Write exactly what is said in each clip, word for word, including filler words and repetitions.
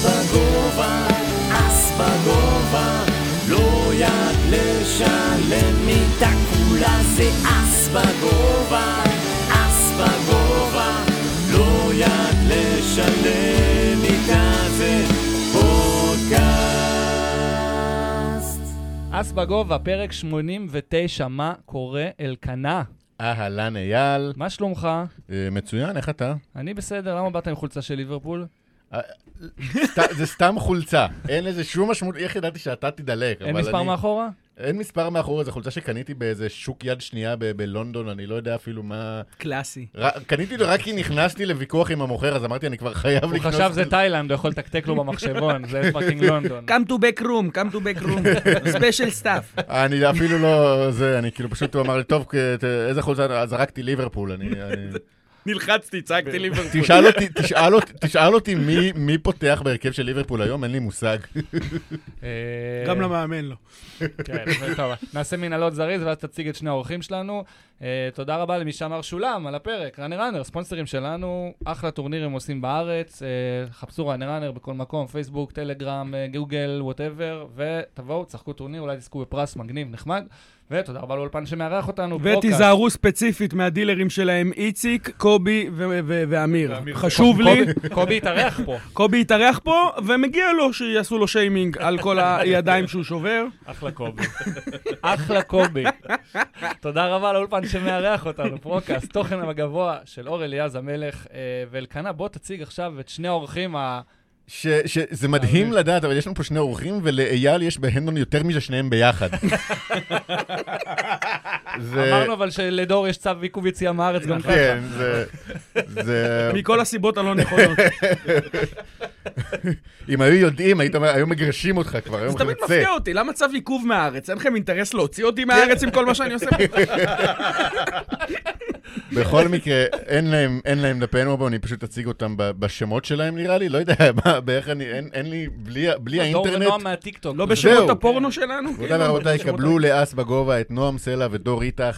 אס בגובה, אס בגובה, לא יד לשלם מיטה כולה, זה אס בגובה, אס בגובה, לא יד לשלם מיטה, זה פודקאסט. אס בגובה, פרק שמונים ותשע, מה קורה אלקנה? אהלן אייל. מה שלומך? מצוין, איך אתה? אני בסדר, למה באת עם חולצה של ליברפול? זה סתם חולצה, אין לזה שום משמעות, איך ידעתי שאתה תדלק? אין מספר מאחורה? אין מספר מאחורה, זו חולצה שקניתי באיזה שוק יד שנייה בלונדון, אני לא יודע אפילו מה... קלאסי. קניתי לו רק כי נכנסתי לוויכוח עם המוכר, אז אמרתי, אני כבר חייב לקנות... הוא חשב זה תאילנד, הוא יכול לתקתק לו במחשבון, זה פאקינג לונדון. Come to back room, come to back room. ספיישל סטאפ. אני אפילו לא... זה, אני כאילו פשוט, הוא אמר לי, טוב, איזה חולצה, אז זרקתי ליברפול, אני... נלחצתי, צעקתי ליברפול. תשאל אותי, תשאל אותי, תשאל אותי מי, מי פותח בהרכב של ליברפול היום, אין לי מושג. גם למאמן לא. כן, טוב, נעשה מנהלות זריז ואז תציג את שני האורחים שלנו. תודה רבה למי שאמר שולם על הפרק, ראנר ראנר, ספונסרים שלנו, אחלה טורנירים עושים בארץ, חפשו ראנר ראנר בכל מקום, פייסבוק, טלגרם, גוגל, whatever, ותבואו, צחקו טורניר, אולי תזכו בפרס מגניב, נחמד. ותודה רבה לאולפן שמארח אותנו. ותיזהרו ספציפית מהדילרים שלהם, איציק, קובי ואמיר. חשוב לי. קובי יתארח פה. קובי יתארח פה, ומגיע לו שיעשו לו שיימינג על כל הידיים שהוא שובר. אחלה קובי. אחלה קובי. תודה רבה לאולפן שמארח אותנו, פרוקאסט, תוכן הגבוה של אור אליעז המלך ואלקנה. בוא תציג עכשיו את שני האורחים ה... שזה מדהים לדעת, אבל יש לנו פה שני אורחים, ולאייל יש בהנדון יותר מזה שניהם ביחד. אמרנו אבל שלדור יש צו עיכוב יציאה מארץ גם ככה. כן, זה... מכל הסיבות הלא נכונות. אם היו יודעים, היו מגרשים אותך כבר. זה תמיד מפתיע אותי, למה צו עיכוב מהארץ? אין לכם אינטרס להוציא אותי מהארץ עם כל מה שאני עושה פה? בכל מקרה, אין להם דפנו בו, אני פשוט אציג אותם בשמות שלהם נראה לי, לא יודע, בערך אין לי, בלי האינטרנט. דור ונועם מהטיקטוק. לא בשמות הפורנו שלנו? תודה ורבותיי, קבלו לאס בגובה את נועם סלע ודור איתך.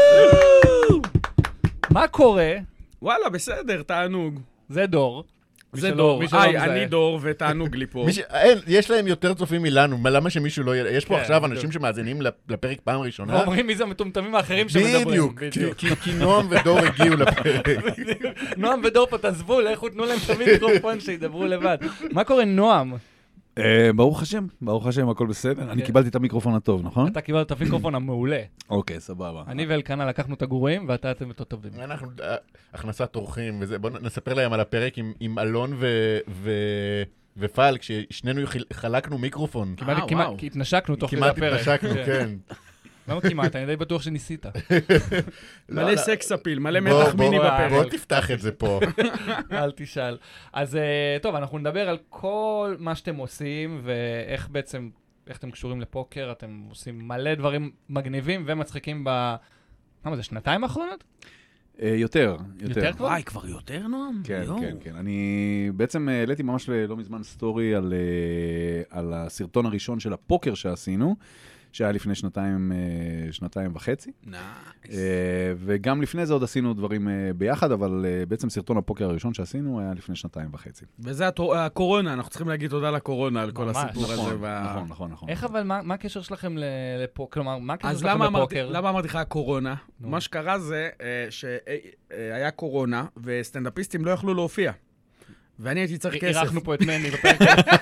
מה קורה? וואלה, בסדר, תענוג. זה דור. זה דור. היי, אני דור ותענוג לי פה. יש להם יותר צופים מילנו, למה שמישהו לא... יש פה עכשיו אנשים שמאזינים לפרק פעם ראשונה. ואומרים מי זה המטומטמים האחרים שמדברים. בדיוק, כי נועם ודור הגיעו לפרק. נועם ודור פה תעזבו, לכו תנו להם תמיד מיקרופון שידברו לבד. מה קורה נועם? ברוך השם, ברוך השם, הכל בסדר. אני קיבלתי את המיקרופון הטוב, נכון? אתה קיבלת את המיקרופון המעולה. אוקיי, סבבה. אני ואלקנה לקחנו את הגרועים, ואתה אתם יותר טובים. אנחנו, הכנסת אורחים וזה, בואו נספר להם על הפרק עם אלון ופל, כששנינו חלקנו מיקרופון. כמעט התנשקנו תוך כדי הפרק. כמעט התנשקנו, כן. למה כמעט? אני די בטוח שניסית. מלא סקס אפיל, מלא מתח מיני בפרק. בוא תפתח את זה פה. אל תשאל. אז טוב, אנחנו נדבר על כל מה שאתם עושים, ואיך בעצם, איך אתם קשורים לפוקר, אתם עושים מלא דברים מגניבים ומצחיקים ב... כמה זה, שנתיים האחרונות? יותר, יותר. יותר כבר? וואי, כבר יותר נועם? כן, כן, כן. אני בעצם העליתי ממש לא מזמן סטורי על הסרטון הראשון של הפוקר שעשינו, שהיה לפני שנתיים, שנתיים וחצי. נייס. וגם לפני זה עוד עשינו דברים ביחד, אבל בעצם סרטון הפוקר הראשון שעשינו היה לפני שנתיים וחצי. וזה הקורונה, אנחנו צריכים להגיד תודה לקורונה על כל הסיפור הזה. נכון, נכון, נכון. איך אבל, מה הקשר שלכם לפוקר? כלומר, מה הקשר שלכם לפוקר? אז למה אמרתי לך הקורונה? מה שקרה זה שהיה קורונה, וסטנדאפיסטים לא יכלו להופיע. ואני הייתי צריך כסף. אירחנו פה את מני בפרק.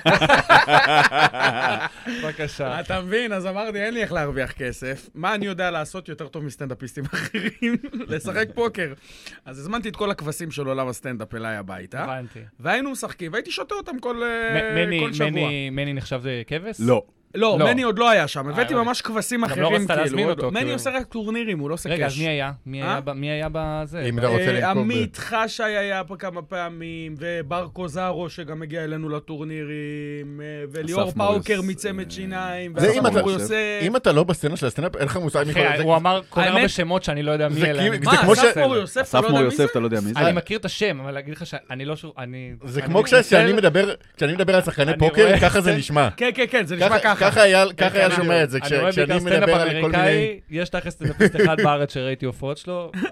בבקשה. אתה מבין? אז אמרתי, אין לי איך להרוויח כסף. מה אני יודע לעשות יותר טוב מסטנדאפיסטים אחרים? לשחק פוקר. אז הזמנתי את כל הכבשים של עולם הסטנדאפ אליי הביתה. הבנתי. והיינו משחקים, והייתי שותה אותם כל שבוע. מני נחשב כבש? לא. לא, מני עוד לא היה שם. הבאתי ממש כבשים אחרים, כאילו. גם לא רצת להזמין אותו. מני עושה רק טורנירים, הוא לא עושה קש. רגע, אז מי היה? מי היה בזה? אם אתה רוצה לנקוב... עמית חשי היה פה כמה פעמים, ובר קוזרו שגם הגיע אלינו לטורנירים, וליאור פאוקר מצמת שיניים, אם אתה לא בסצנה של הסצנאפ, אין לך מושג מכל זה. הוא אמר כל הרבה שמות שאני לא יודע מי אלה. מה, אסף מור יוסף, אסף מור יוסף, אתה לא יודע מי זה? אני מכיר את השם, אבל להגיד לך שאני לא שוב... זה כמו כשאני מדבר על שחקני פוקר, ככה זה נשמע. כן, כן, כן, זה נשמע ככה. ככה היה שומע את זה, כשאני מדבר על כל מיני... יש תכף סטנדאפיסט אחד בארץ שראיתי הופעות שלו,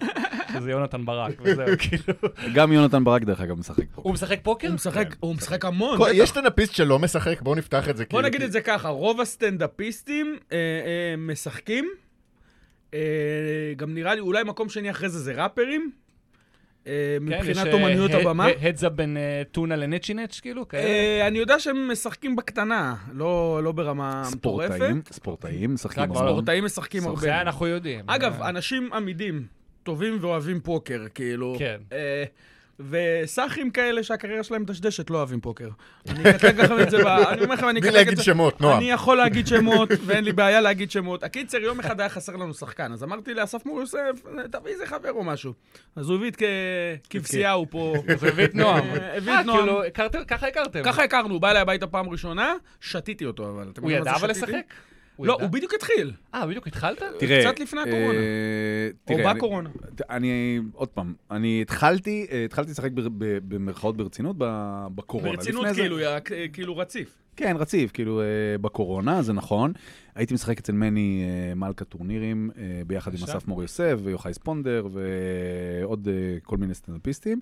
שזה יונתן ברק, וזהו, כאילו. גם יונתן ברק דרך אגב משחק פה. הוא משחק פוקר? הוא משחק, הוא משחק המון. כל- בטח. יש סטנדאפיסט שלא משחק, בואו נפתח את זה. בוא כאילו, נגיד כי- את זה ככה, רוב הסטנדאפיסטים אה, אה, משחקים, אה, גם נראה לי, אולי מקום שני אחרי זה זה ראפרים, אה, מבחינת אומנויות הבמה. הדזה בין אה, טונה לנצ'י-נץ', כאילו, כאלה? אה, אני יודע שהם משחקים בקטנה, לא לא ברמה מטורפת. ספורטאים, ספורטאים, משחקים רק המון. ספורטאים משחקים זה הרבה. אנחנו יודעים. אגב, אה, אנשים עמידים, טובים ואוהבים פוקר, כאילו. כן. אה, וסאחים כאלה שהקריירה שלהם דשדשת לא אוהבים פוקר. אני אקטלג לכם את זה, ב- אני אומר לכם, אני בלי אקטלג את להגיד זה. שמות, נועם. אני יכול להגיד שמות, ואין לי בעיה להגיד שמות. הקיצר, יום אחד היה חסר לנו שחקן, אז אמרתי לאסף מור יוסף, תביא איזה חבר או משהו. אז הוא הביא את כ- כבשיהו פה. אז הוא הביא את נועם. אה, הביא אה, את נועם. כאילו, הכרתם- ככה הכרתם. ככה הכרנו, הוא בא אליי הביתה פעם ראשונה, שתיתי אותו, אבל... אתם הוא יודעים מה ידע זה אבל שתיתי? לשחק? לא, ידע? הוא בדיוק התחיל. אה, בדיוק התחלת? תראה, קצת לפני הקורונה. אה, או תראה, אני- בקורונה. אני, עוד פעם, אני התחלתי, אה, התחלתי לשחק ב- ב- במרכאות ברצינות ב- בקורונה. ברצינות לפני זה- כאילו, יא- כאילו רציף. כן, רציף, כאילו, אה, בקורונה, זה נכון. הייתי משחק אצל מני אה, מלכה טורנירים, אה, ביחד עם בבקשה. אסף מור יוסף ויוחאי ספונדר ועוד אה, כל מיני סטנדאפיסטים.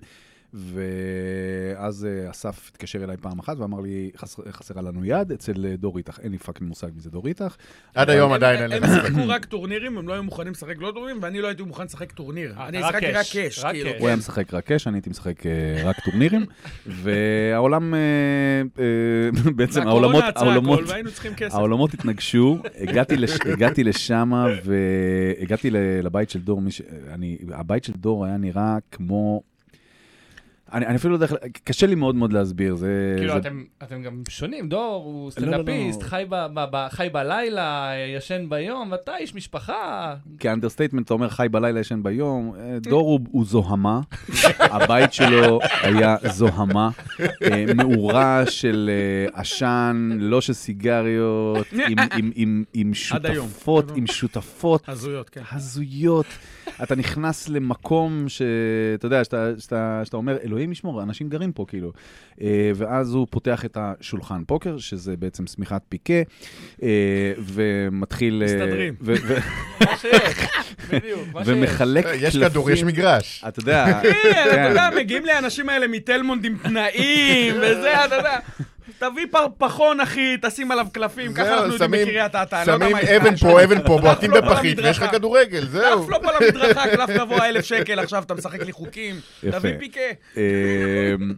ואז אה, אסף התקשר אליי פעם אחת ואמר לי, "חסר- חסרה לנו יד אצל אה, דור איתך." אין לי פאקינג מושג מזה דור איתך. עד אבל- היום עדיין אין הם להם. שיחקו רק טורנירים, הם לא היו מוכנים לשחק לא טורנירים, ואני לא הייתי מוכן לשחק טורניר. אה, אני רק שחקתי רק קאש, קאש, רק כאילו. קאש. הוא היה משחק רק קאש, אני הייתי משחק אה, רק טורנירים. והעולם, אה, אה, בעצם העולמות, והקורונה עצרה העולמות, הכל, והיינו צריכים כסף. העולמות התנגשו, הגעתי, לש, הגעתי לשם והגעתי ל- לבית של דור, מי ש, אני, הבית של דור היה נראה כמו, אני, אני אפילו לא יודע, איך- קשה לי מאוד מאוד להסביר, זה... כאילו, זה, אתם, אתם גם שונים, דור הוא לא, לא, לא. סטנדאפיסט, חי, ב, ב, ב, חי בלילה, ישן ביום, ואתה איש משפחה. כאנדרסטייטמנט, אתה אומר חי בלילה, ישן ביום, אה, דור הוא, הוא זוהמה, הבית שלו היה זוהמה, אה, מאורה של אה, עשן, לא של סיגריות, עם, עם, עם, עם עד היום. שותפות, עם שותפות. הזויות, כן. הזויות. אתה נכנס למקום שאתה יודע, שאתה, שאתה, שאתה אומר, אלוהים ישמור, אנשים גרים פה, כאילו. אה, ואז הוא פותח את השולחן פוקר, שזה בעצם סמיכת פיקה, אה, ומתחיל... אה, מסתדרים. ו- ו- מה שיש, בדיוק, מה שיש. ומחלק יש כדור, יש מגרש. אתה יודע... כן, אתה יודע, מגיעים לי האנשים האלה מתלמונד עם תנאים, וזה, אתה יודע. תביא פרפחון, אחי, תשים עליו קלפים, ככה זהו, אנחנו יודעים שמים- בקריית אתא. אני לא יודע שמים מה יש אבן לך. פה, אבן פה, בועטים פלופ על בפחית, ויש לך המדרכה. כדורגל, זהו. קלף לא פה למדרכה, קלף גבוה אלף שקל, עכשיו אתה משחק לי חוקים. יפה. תביא פיקה. אמ,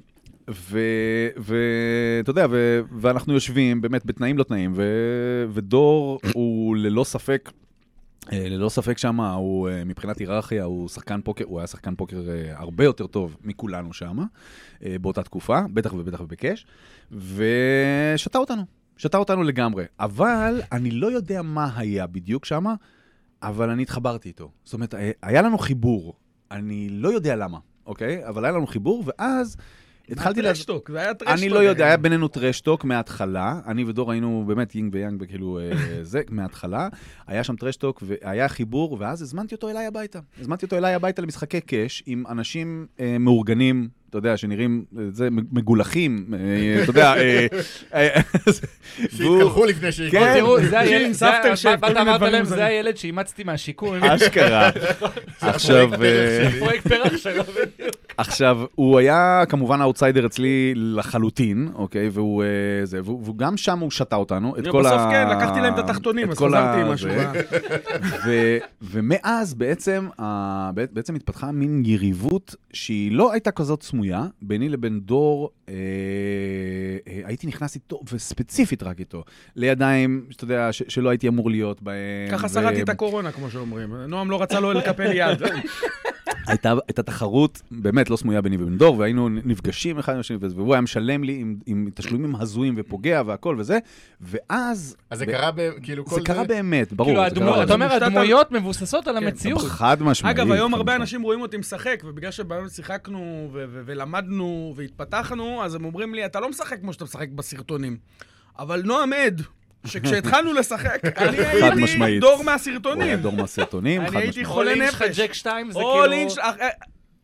ואתה יודע, ו- ואנחנו יושבים באמת בתנאים לא תנאים, ו- ודור הוא ללא ספק, אה, ללא ספק שם, הוא אה, מבחינת היררכיה, הוא שחקן פוקר, הוא היה שחקן פוקר אה, הרבה יותר טוב מכולנו שם, אה, באותה תקופה, בטח ובטח ובקש, ושתה אותנו, שתה אותנו לגמרי. אבל אני לא יודע מה היה בדיוק שם, אבל אני התחברתי איתו. זאת אומרת, היה לנו חיבור, אני לא יודע למה, אוקיי? אבל היה לנו חיבור, ואז התחלתי... לה- טרשטוק, זה היה טרשטוק. אני לא יודע, היה בינינו טרשטוק מההתחלה, אני ודור היינו באמת יינג ויאנג, וכאילו זה, מההתחלה, היה שם טרשטוק והיה חיבור, ואז הזמנתי אותו אליי הביתה. הזמנתי אותו אליי הביתה למשחקי קאש עם אנשים אה, מאורגנים, אתה יודע, שנראים, אה, זה, מגולחים, אה, אתה יודע, אה, אה, והוא- שהתקלחו לפני שהגיעו. כן. תראו, זה הילד, זה סבתר ה- שף, כל באת מיני אמרת דברים להם, מוזרים. זה הילד שאימצתי מהשיכון. אשכרה. עכשיו, פרויקט אה, פרח שלי. פרויקט פרח שלו. עכשיו, הוא היה כמובן האוטסיידר אצלי לחלוטין, אוקיי, והוא אה, זה, והוא והוא גם שם הוא שתה אותנו, את כל ה... בסוף כן, לקחתי להם את התחתונים, את אז כל חזרתי עם ה- משהו. זה. אה. ו- ומאז בעצם, ה- בעצם התפתחה מין יריבות שהיא לא הייתה כזאת סמויה, ביני לבין דור, אה, אה, הייתי נכנס איתו, וספציפית רק איתו, לידיים, שאתה יודע, ש- שלא הייתי אמור להיות בהם. ככה ו- שרדתי את הקורונה, כמו שאומרים. נועם לא רצה לו לקפל יד. הייתה, הייתה תחרות באמת לא סמויה ביני ובין דור, והיינו נפגשים אחד עם השני, והוא היה משלם לי עם, עם תשלומים הזויים ופוגע והכל וזה, ואז... אז זה ב- קרה ב- כאילו כל זה קרה באמת, ברור. כאילו, זה הדמות- קרה אתה אומר, מושתת על- הדמויות מבוססות על כן, המציאות. חד משמעית. אגב, היום חד הרבה משמעית. אנשים רואים אותי משחק, ובגלל שבאמת שיחקנו ו- ו- ולמדנו והתפתחנו, אז הם אומרים לי, אתה לא משחק כמו שאתה משחק בסרטונים. אבל נועם עד, שכשהתחלנו לשחק, אני הייתי משמעית. דור הוא היה מהסרטונים. דור מהסרטונים, אני חד הייתי משמעית. חולה או לינץ' לך נפש. ג'ק שתיים, זה או כאילו... לינץ', אח-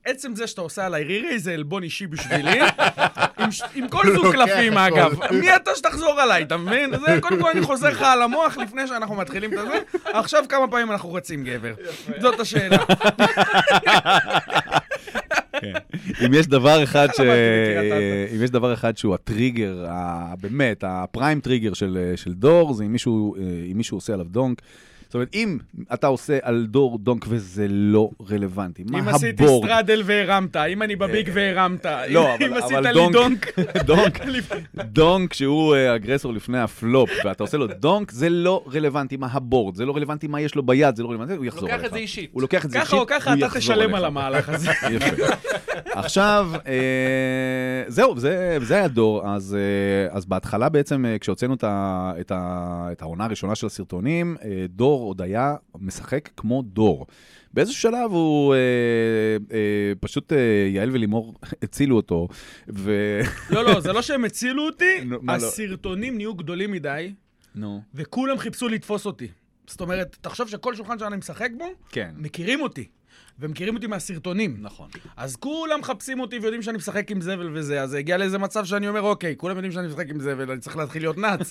עצם זה שאתה עושה עליי רירי, זה אלבון אישי בשבילי, עם, עם כל זוג קלפים, אגב. מי אתה שתחזור עליי, אתה מבין? זה, קודם כל אני חוזר לך על המוח לפני שאנחנו מתחילים את זה. עכשיו כמה פעמים אנחנו רצים גבר. זאת השאלה. אם יש דבר אחד ש... אם יש דבר אחד שהוא הטריגר, באמת, הפריים טריגר של דור, זה אם מישהו עושה עליו דונק. זאת אומרת, אם אתה עושה על דור דונק וזה לא רלוונטי, מה הבורד? אם עשיתי סטרדל והרמת, אם אני בביג והרמת, אם עשית לי דונק. דונק, דונק שהוא אגרסור לפני הפלופ, ואתה עושה לו דונק, זה לא רלוונטי מה הבורד, זה לא רלוונטי מה יש לו ביד, זה לא רלוונטי, הוא יחזור עליך. לוקח את זה אישית. הוא לוקח את זה אישית, ככה או ככה אתה תשלם על המהלך הזה. יפה. עכשיו, זהו, זה היה דור, אז בהתחלה בעצם, כשהוצאנו את העונה הראשונה של הסרטונים, דור עוד היה משחק כמו דור. באיזשהו שלב הוא אה, אה, פשוט אה, יעל ולימור הצילו אותו. ו... לא, לא, זה לא שהם הצילו אותי, נו, הסרטונים לא? נהיו גדולים מדי, נו. וכולם חיפשו לתפוס אותי. זאת אומרת, תחשוב שכל שולחן שאני משחק בו, כן. מכירים אותי. ומכירים אותי מהסרטונים. נכון. אז כולם מחפשים אותי ויודעים שאני משחק עם זבל וזה, אז זה הגיע לאיזה מצב שאני אומר, אוקיי, כולם יודעים שאני משחק עם זבל, אני צריך להתחיל להיות נאץ.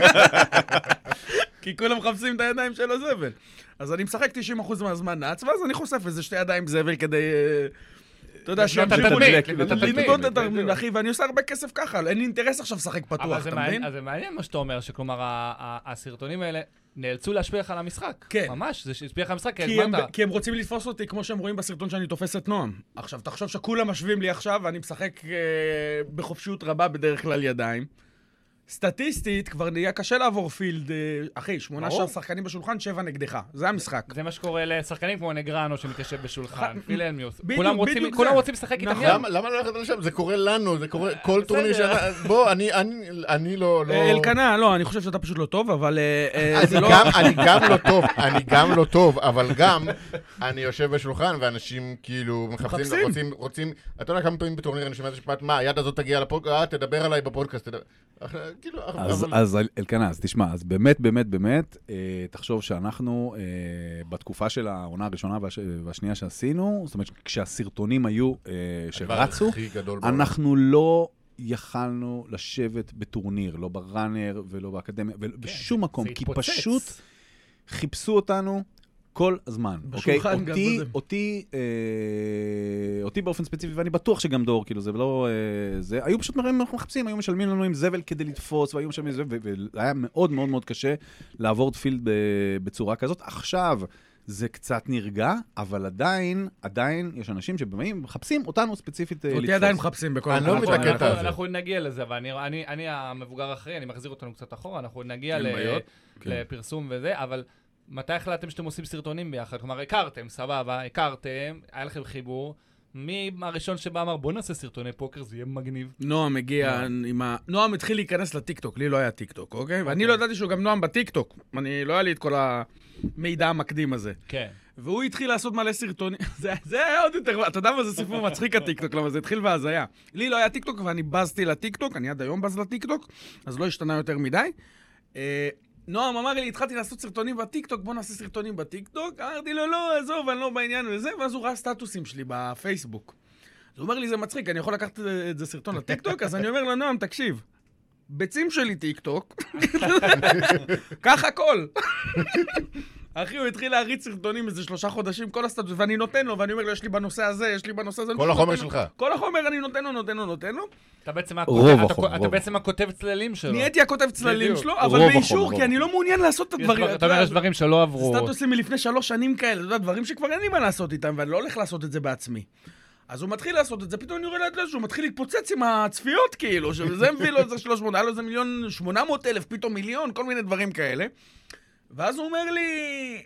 כי כולם מחפשים את הידיים של הזבל. אז אני משחק תשעים אחוז מהזמן נאץ, ואז אני חושף איזה שתי ידיים זבל כדי... אתה יודע, שימשיכו לי, לתנות את התרמיל, אחי, ואני עושה הרבה כסף ככה, אין לי אינטרס עכשיו לשחק פתוח, אתה מבין? אז זה מעניין מה שאתה אומר, שכלומר, הסרטונים האלה נאלצו להשפיע לך על המשחק. כן. ממש, זה השפיע לך על המשחק, כי הם רוצים לתפוס אותי, כמו שהם רואים בסרטון שאני תופס את נועם. עכשיו, תחשוב שכולם משווים לי עכשיו, ואני משחק בחופשיות רבה בדרך כלל ידיים. סטטיסטית, כבר נהיה קשה לעבור פילד, אחי, שמונה עשר שחקנים בשולחן, שבע נגדך. זה המשחק. זה מה שקורה לשחקנים כמו נגרנו שמתיישב בשולחן, פילנמיוס. בדיוק, בדיוק כולם רוצים לשחק איתם יד. למה לא ללכת לשם? זה קורה לנו, זה קורה כל טורניר שנה. בוא, אני לא... אלקנה, לא, אני חושב שאתה פשוט לא טוב, אבל... אני גם לא טוב, אני גם לא טוב, אבל גם אני יושב בשולחן ואנשים כאילו מחפשים, רוצים... אתה יודע כמה פעמים בטורניר אני שומע את השפעת, מה, היד הזאת תגיע לפודקאסט, תדבר עליי בפודקאסט, אז, אז אלקנה, אז תשמע, אז באמת, באמת, באמת, אה, תחשוב שאנחנו, אה, בתקופה של העונה הראשונה והש, והשנייה שעשינו, זאת אומרת, כשהסרטונים היו אה, שרצו, אנחנו לא יכלנו לשבת בטורניר, לא בראנר ולא באקדמיה, בשום מקום, כי פשוט חיפשו אותנו כל הזמן. בשולחן אוקיי? גם אותי, בזה. אותי, אה, אותי באופן ספציפי, ואני בטוח שגם דור, כאילו, זה לא... אה, זה, היו פשוט מראים, אנחנו מחפשים, היו משלמים לנו עם זבל כדי לתפוס, והיו משלמים זבל, והיה מאוד מאוד מאוד קשה לעבור פילד בצורה כזאת. עכשיו זה קצת נרגע, אבל עדיין, עדיין יש אנשים שבאים, מחפשים אותנו ספציפית לתפוס. אותי עדיין מחפשים בכל אני לא המקום. מתקטע על זה. אנחנו נגיע לזה, אבל אני המבוגר אחרי, אני מחזיר אותנו קצת אחורה, אנחנו נגיע לפרסום וזה, אבל... מתי החלטתם שאתם עושים סרטונים ביחד? כלומר, הכרתם, סבבה, הכרתם, היה לכם חיבור. מי הראשון שבא אמר, בוא נעשה סרטוני פוקר, זה יהיה מגניב. נועם הגיע עם ה... נועם התחיל להיכנס לטיקטוק, לי לא היה טיקטוק, אוקיי? ואני לא ידעתי שהוא גם נועם בטיקטוק. אני לא היה לי את כל המידע המקדים הזה. כן. והוא התחיל לעשות מלא סרטונים. זה היה עוד יותר... אתה יודע מה זה סיפור מצחיק הטיקטוק, למה זה התחיל בהזיה. לי לא היה טיקטוק ואני בזתי לטיקטוק, אני עד היום בז לטיקטוק, אז לא השתנה יותר מדי. נועם אמר לי, התחלתי לעשות סרטונים בטיקטוק, בוא נעשה סרטונים בטיקטוק. אמרתי לו, לא, עזוב, אני לא בעניין וזה, ואז הוא ראה סטטוסים שלי בפייסבוק. אז הוא אומר לי, זה מצחיק, אני יכול לקחת את זה סרטון לטיקטוק? אז אני אומר לו, נועם, תקשיב, ביצים שלי טיקטוק, קח הכל. אחי, הוא התחיל להריץ סרטונים איזה שלושה חודשים, כל הסטטוס, ואני נותן לו, ואני אומר לו, יש לי בנושא הזה, יש לי בנושא הזה. כל החומר שלך. כל החומר אני נותן לו, נותן לו, נותן לו. אתה בעצם רוב בעצם הכותב צללים שלו. נהייתי הכותב צללים שלו, אבל באישור, כי אני לא מעוניין לעשות את הדברים. אתה אומר, יש דברים שלא עברו. סטטוסים מלפני שלוש שנים כאלה, אתה יודע, דברים שכבר אין לי מה לעשות איתם, ואני לא הולך לעשות את זה בעצמי. אז הוא מתחיל לעשות את זה, פתאום אני רואה לאט לאט שהוא מתחיל להתפוצץ עם הצפיות כאילו, שזה מביא לו איזה שלוש מאות, היה לו איזה מיליון, שמונה מאות אלף, פתאום מיליון, כל מיני דברים כאלה. ואז הוא אומר לי,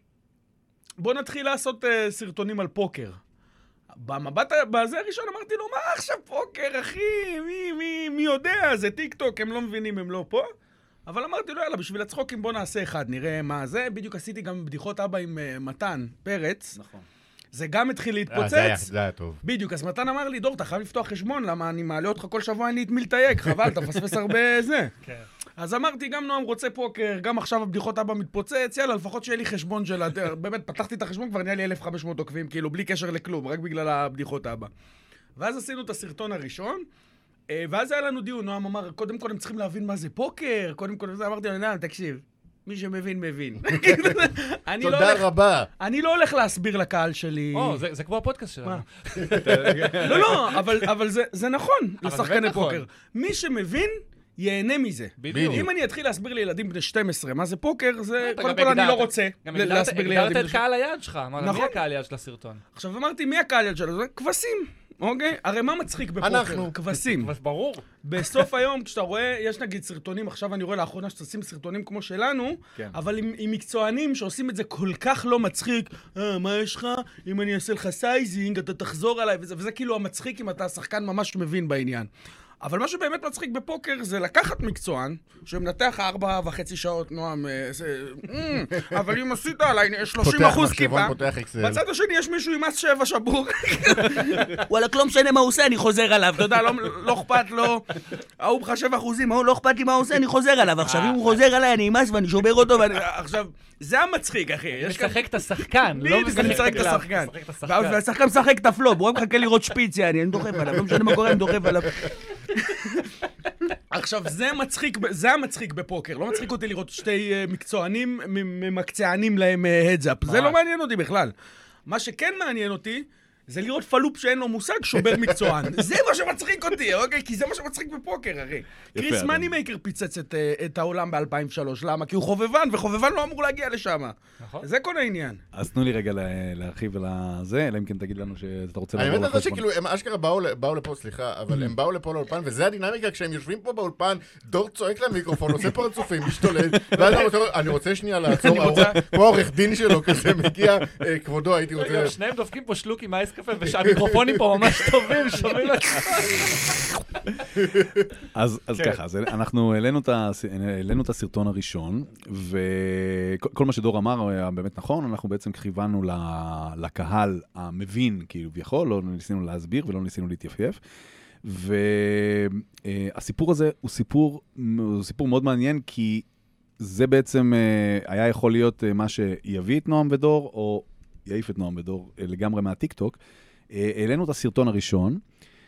בוא נתחיל לעשות uh, סרטונים על פוקר. במבט, בזה הראשון אמרתי לו, מה עכשיו פוקר, אחי? מי, מי, מי יודע? זה טיק טוק, הם לא מבינים, הם לא פה. אבל אמרתי לו, יאללה, בשביל הצחוקים בוא נעשה אחד, נראה מה זה. בדיוק עשיתי גם בדיחות אבא עם uh, מתן פרץ. נכון. זה גם התחיל להתפוצץ. זה היה, זה היה טוב. בדיוק, אז מתן אמר לי, דור, אתה חייב לפתוח חשבון, למה אני מעלה אותך כל שבוע, אין לי את מי לתייג, חבל, אתה פספס הרבה זה. כן. אז אמרתי, גם נועם רוצה פוקר, גם עכשיו הבדיחות אבא מתפוצץ, יאללה, לפחות שיהיה לי חשבון של... באמת, פתחתי את החשבון, כבר נהיה לי אלף וחמש מאות עוקבים, כאילו, בלי קשר לכלום, רק בגלל הבדיחות אבא. ואז עשינו את הסרטון הראשון, ואז היה לנו דיון, נועם אמר, קודם כל הם צריכים להבין מה זה פוקר, קודם כל, וזה אמרתי, נועם, תקשיב, מי שמבין, מבין. תודה רבה. אני לא הולך להסביר לקהל שלי... או, זה כמו הפודקאסט שלנו. לא, לא, אבל זה נכון, לשחקני פוקר. מי שמבין... ייהנה מזה. בדיוק. אם אני אתחיל להסביר לילדים בני שתים עשרה מה זה פוקר, זה קודם כל אני לא רוצה להסביר לילדים. הגדרת את קהל היד שלך, מי הקהל היד של הסרטון? עכשיו אמרתי, מי הקהל היד שלו? זה כבשים, אוקיי? הרי מה מצחיק בפוקר? אנחנו. כבשים. ברור. בסוף היום, כשאתה רואה, יש נגיד סרטונים, עכשיו אני רואה לאחרונה שתשים סרטונים כמו שלנו, אבל עם מקצוענים שעושים את זה כל כך לא מצחיק, אה, מה יש לך? אם אני אעשה לך סייזינג, אתה תחזור עליי, וזה כאילו המצחיק אם אתה שחקן ממש מבין בעניין. אבל מה שבאמת מצחיק בפוקר זה לקחת מקצוען שמנתח ארבע וחצי שעות, נועם, אבל אם עשית עליי שלושים אחוז כיפה, בצד השני יש מישהו עם מס שבע שבור. וואלה, לא משנה מה הוא עושה, אני חוזר עליו, אתה יודע, לא אכפת לו, ההוא בחשב אחוזים, לא אכפת לי מה הוא עושה, אני חוזר עליו. עכשיו, אם הוא חוזר עליי, אני אמס ואני שובר אותו, עכשיו, זה המצחיק, אחי. משחק את השחקן, לא משחק את השחקן. והשחקן משחק את הפלופ, הוא רק מחכה לראות שפיץ, אני דוחף עליו, לא משנה מה קורה, אני דוחף עליו. עכשיו, זה מצחיק, זה המצחיק בפוקר. לא מצחיק אותי לראות שתי מקצוענים ממקצוענים להם הדזאפ. זה לא מעניין אותי בכלל. מה שכן מעניין אותי, זה לראות פלופ שאין לו מושג שובר מקצוען. זה מה שמצחיק אותי, אוקיי? כי זה מה שמצחיק בפוקר, הרי. קריס מנימייקר פיצץ את, את העולם ב-אלפיים ושלוש. למה? כי הוא חובבן, וחובבן לא אמור להגיע לשם. נכון. זה כל העניין. אז תנו לי רגע להרחיב על זה, אלא אם כן תגיד לנו שאתה רוצה לעבור לחשבון. אני באמת חושב שכאילו, הם אשכרה באו לפה, סליחה, אבל הם באו לפה לאולפן, וזה הדינמיקה, כשהם יושבים פה באולפן, דור צועק למיקרופון, עושה פרצופים, משתולל, ואז אני רוצה שנייה לעצור, פה העורך דין שלו כזה מגיע, כבודו, הייתי רוצה... שניהם דופקים פה שלוק עם האייס קפה, ושהמיקרופונים פה ממש טובים, שומעים את אז ככה, אנחנו העלינו את הסרטון הראשון, וכל מה שדור אמר היה באמת נכון, אנחנו בעצם כיוונו לקהל המבין, כאילו ויכול, לא ניסינו להסביר ולא ניסינו להתייפייף, והסיפור הזה הוא סיפור, הוא סיפור מאוד מעניין, כי זה בעצם היה יכול להיות מה שיביא את נועם ודור, או יעיף את נועם ודור לגמרי מהטיק-טוק. העלינו את הסרטון הראשון,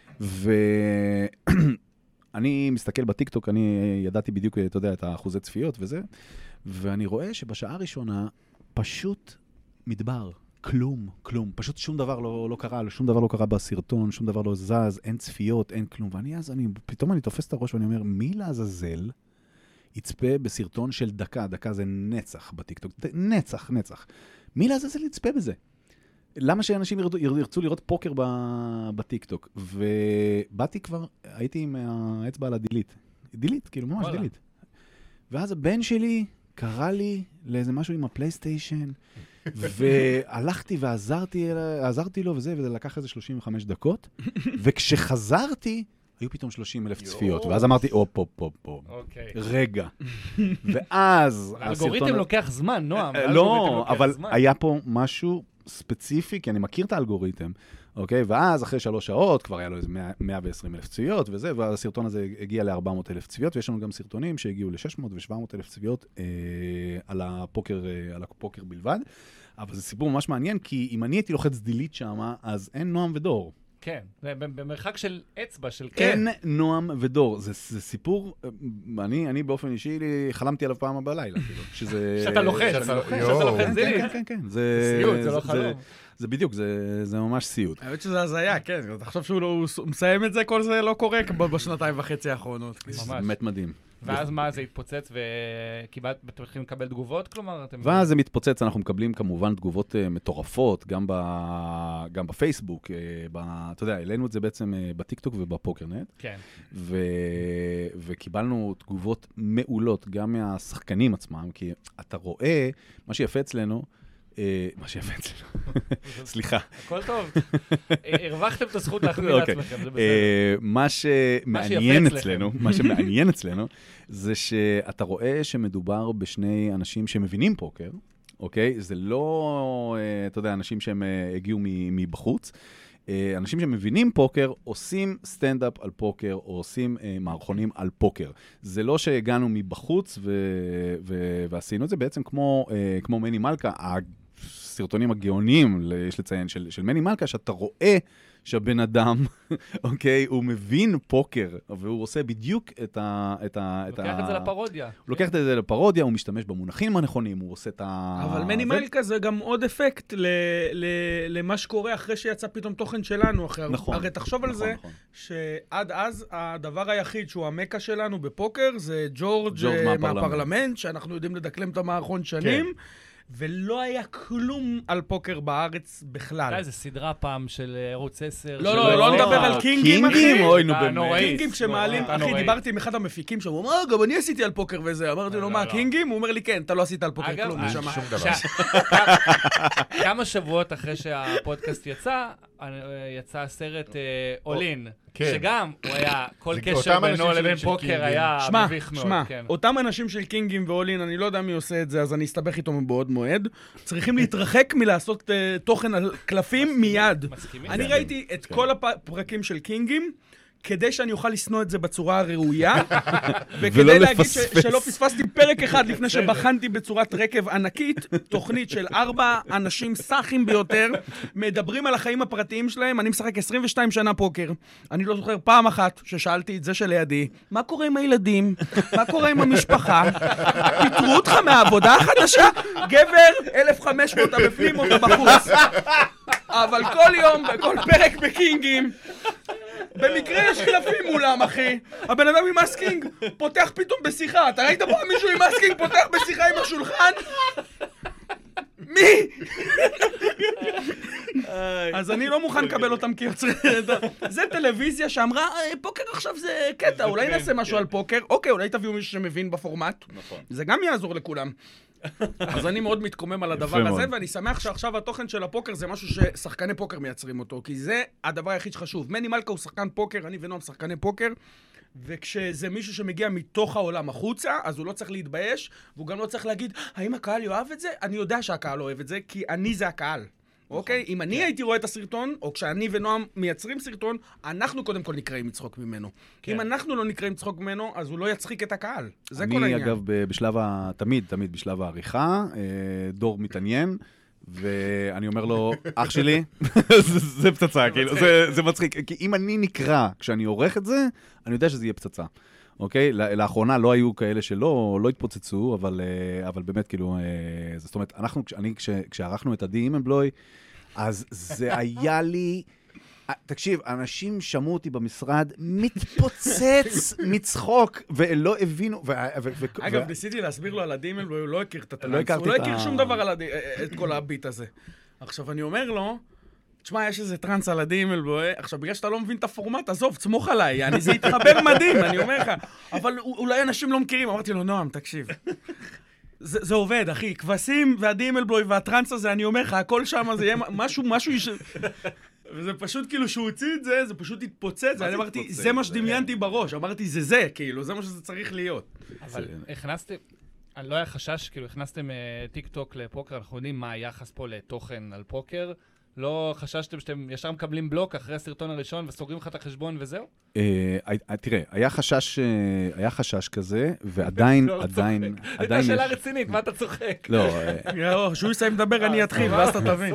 ואני מסתכל בטיק-טוק, אני ידעתי בדיוק, אתה יודע, את האחוזי צפיות וזה, ואני רואה שבשעה הראשונה פשוט מדבר, כלום, כלום. פשוט שום דבר לא, לא קרה, שום דבר לא קרה בסרטון, שום דבר לא זז, אין צפיות, אין כלום. ואני אז, אני, פתאום אני תופס את הראש ואני אומר, מי לעזאזל יצפה בסרטון של דקה? דקה זה נצח בטיק-טוק. נצח, נצח. מי לעזאזל יצפה בזה? למה שאנשים ירצו לראות פוקר בטיק-טוק? ובאתי כבר, הייתי עם האצבע על הדילית. דילית, כאילו ממש דילית. ואז הבן שלי קרא לי לאיזה משהו עם הפלייסטיישן, והלכתי ועזרתי עזרתי לו וזה, וזה לקח איזה שלושים וחמש דקות, וכשחזרתי, היו פתאום שלושים אלף צפיות, ואז אמרתי, אופ, אופ, אופ, אופ, רגע. ואז... האלגוריתם לוקח זמן, נועם. לא, אבל היה פה משהו ספציפי, כי אני מכיר את האלגוריתם, אוקיי? ואז אחרי שלוש שעות, כבר היה לו איזה מאה ועשרים אלף צפיות וזה, והסרטון הזה הגיע ל-ארבע מאות אלף צפיות, ויש לנו גם סרטונים שהגיעו ל-שש מאות ו-שבע מאות אלף צפיות אה, על הפוקר, אה, על הפוקר בלבד. אבל זה סיפור ממש מעניין, כי אם אני הייתי לוחץ דילית שמה, אז אין נועם ודור. כן, במרחק של אצבע, של כן. אין נועם ודור. זה, זה סיפור, אני, אני באופן אישי חלמתי עליו פעם בלילה, כאילו, שזה... שאתה לוחץ, שאתה לוחץ דילית. כן, כן, כן. זה סיוט, זה לא חלום. זה בדיוק, זה, זה ממש סיוט. האמת שזה הזיה, כן. אתה חושב שהוא לא, מסיים את זה, כל זה לא קורה בשנתיים וחצי האחרונות. ממש. באמת מדהים. ואז מה, זה התפוצץ וקיבלת, אתם יכולים לקבל תגובות, כלומר? ואז זה מתפוצץ, אנחנו מקבלים כמובן תגובות מטורפות, גם, ב, גם בפייסבוק, ב, אתה יודע, העלינו את זה בעצם בטיקטוק ובפוקרנט. כן. ו, וקיבלנו תגובות מעולות, גם מהשחקנים עצמם, כי אתה רואה, מה שיפה אצלנו, מה שיפה אצלנו, סליחה. הכל טוב. הרווחתם את הזכות להחמיא לעצמכם, זה בסדר. מה שמעניין אצלנו, מה שמעניין אצלנו, זה שאתה רואה שמדובר בשני אנשים שמבינים פוקר, אוקיי? זה לא, אתה יודע, אנשים שהם הגיעו מבחוץ, אנשים שמבינים פוקר עושים סטנדאפ על פוקר, או עושים מערכונים על פוקר. זה לא שהגענו מבחוץ ועשינו את זה, בעצם כמו מני מלכה, הסרטונים הגאוניים, יש לציין, של מני מלכה, שאתה רואה שהבן אדם, אוקיי, הוא מבין פוקר, והוא עושה בדיוק את ה... לוקח את זה לפרודיה. הוא לוקח את זה לפרודיה, הוא משתמש במונחים הנכונים, הוא עושה את ה... אבל מני מלכה זה גם עוד אפקט למה שקורה אחרי שיצא פתאום תוכן שלנו. נכון. הרי תחשוב על זה, שעד אז הדבר היחיד שהוא המקה שלנו בפוקר, זה ג'ורג' מהפרלמנט, שאנחנו יודעים לדקלם את המערכון שנים, ולא היה כלום על פוקר בארץ בכלל. איזה סדרה פעם של ערוץ עשר. לא, לא, לא נדבר על קינגים, אחי. קינגים? אוי, נו באמת. קינגים כשמעלים, אחי, דיברתי עם אחד המפיקים שם, הוא אמר, גם אני עשיתי על פוקר וזה. אמרתי לו, מה, קינגים? הוא אומר לי, כן, אתה לא עשית על פוקר כלום. שום דבר. כמה שבועות אחרי שהפודקאסט יצא, יצא הסרט אולין. שגם הוא היה, כל קשר בינו לבין פוקר היה מביך מאוד. שמע, אותם אנשים של קינגים ואולין, אני לא יודע מי עושה את זה, אז אני אסתבך איתו מבעוד מועד, צריכים להתרחק מלעשות תוכן על קלפים מיד. אני ראיתי את כל הפרקים של קינגים, כדי שאני אוכל לשנוא את זה בצורה הראויה, וכדי להגיד שלא פספסתי פרק אחד לפני שבחנתי בצורת רקב ענקית, תוכנית של ארבע אנשים סאחים ביותר, מדברים על החיים הפרטיים שלהם. אני משחק עשרים ושתיים שנה פוקר. אני לא זוכר פעם אחת ששאלתי את זה שלידי, מה קורה עם הילדים? מה קורה עם המשפחה? פיטרו אותך מהעבודה החדשה? גבר, אלף וחמש מאות הבפנים אותה בחוץ. אבל כל יום, בכל פרק בקינגים, במקרה יש קלפים מולם, אחי. הבן אדם עם אסקינג פותח פתאום בשיחה. אתה ראית פה מישהו עם אסקינג פותח בשיחה עם השולחן? מי? אז אני לא מוכן לקבל אותם כיוצרים. זה טלוויזיה שאמרה, פוקר עכשיו זה קטע, אולי נעשה משהו על פוקר. אוקיי, אולי תביאו מישהו שמבין בפורמט. זה גם יעזור לכולם. אז אני מאוד מתקומם על הדבר הזה, ואני שמח שעכשיו התוכן של הפוקר זה משהו ששחקני פוקר מייצרים אותו, כי זה הדבר היחיד שחשוב. מני מלכה הוא שחקן פוקר, אני ונועם שחקני פוקר, וכשזה מישהו שמגיע מתוך העולם החוצה, אז הוא לא צריך להתבייש, והוא גם לא צריך להגיד, האם הקהל יאהב את זה? אני יודע שהקהל אוהב את זה, כי אני זה הקהל. אוקיי? אם אני הייתי רואה את הסרטון, או כשאני ונועם מייצרים סרטון, אנחנו קודם כל נקראים מצחוק ממנו. אם אנחנו לא נקראים מצחוק ממנו, אז הוא לא יצחיק את הקהל. זה כל העניין. אני, אגב, בשלב ה... תמיד, תמיד בשלב העריכה, דור מתעניין, ואני אומר לו, אח שלי, זה פצצה, כאילו, זה מצחיק. כי אם אני נקרא כשאני עורך את זה, אני יודע שזה יהיה פצצה. אוקיי? לאחרונה לא היו כאלה שלא, לא התפוצצו, אבל, אבל באמת, כאילו, זאת אומרת, אנחנו, אני, כשערכנו את עדי אימנבלוי, אז זה היה לי, תקשיב, אנשים שמעו אותי במשרד, מתפוצץ מצחוק, ולא הבינו, אגב, ניסיתי להסביר לו על עדי אימנבלוי, הוא לא הכיר את הטרנס, הוא לא הכיר שום דבר על את כל הביט הזה. עכשיו, אני אומר לו, תשמע, יש איזה טרנס על עדי אימנבלוי, עכשיו, בגלל שאתה לא מבין את הפורמט, עזוב, צמוך עליי, אני, זה יתחבר מדהים, אני אומר לך, אבל אולי אנשים לא מכירים, אמרתי לו, נועם, תקשיב. זה, זה עובד, אחי, כבשים ועדי אימנבלוי והטרנס הזה, אני אומר לך, הכל שם, זה יהיה משהו, משהו יש... וזה פשוט כאילו שהוא הוציא את זה, זה פשוט התפוצץ, ואני אמרתי, זה מה שדמיינתי בראש, אמרתי, זה זה, כאילו, זה מה שזה צריך להיות. אבל הכנסתם, לא היה חשש, כאילו, הכנסתם טיק טוק לפוקר, אנחנו יודעים מה היחס פה לתוכן על פוקר, לא חששתם שאתם ישר מקבלים בלוק אחרי הסרטון הראשון וסוגרים לך את החשבון וזהו? תראה, היה חשש, היה חשש כזה, ועדיין, עדיין, הייתה שאלה רצינית, מה אתה צוחק? לא. שהוא יסיים לדבר, אני אתחיל, ואז אתה תבין.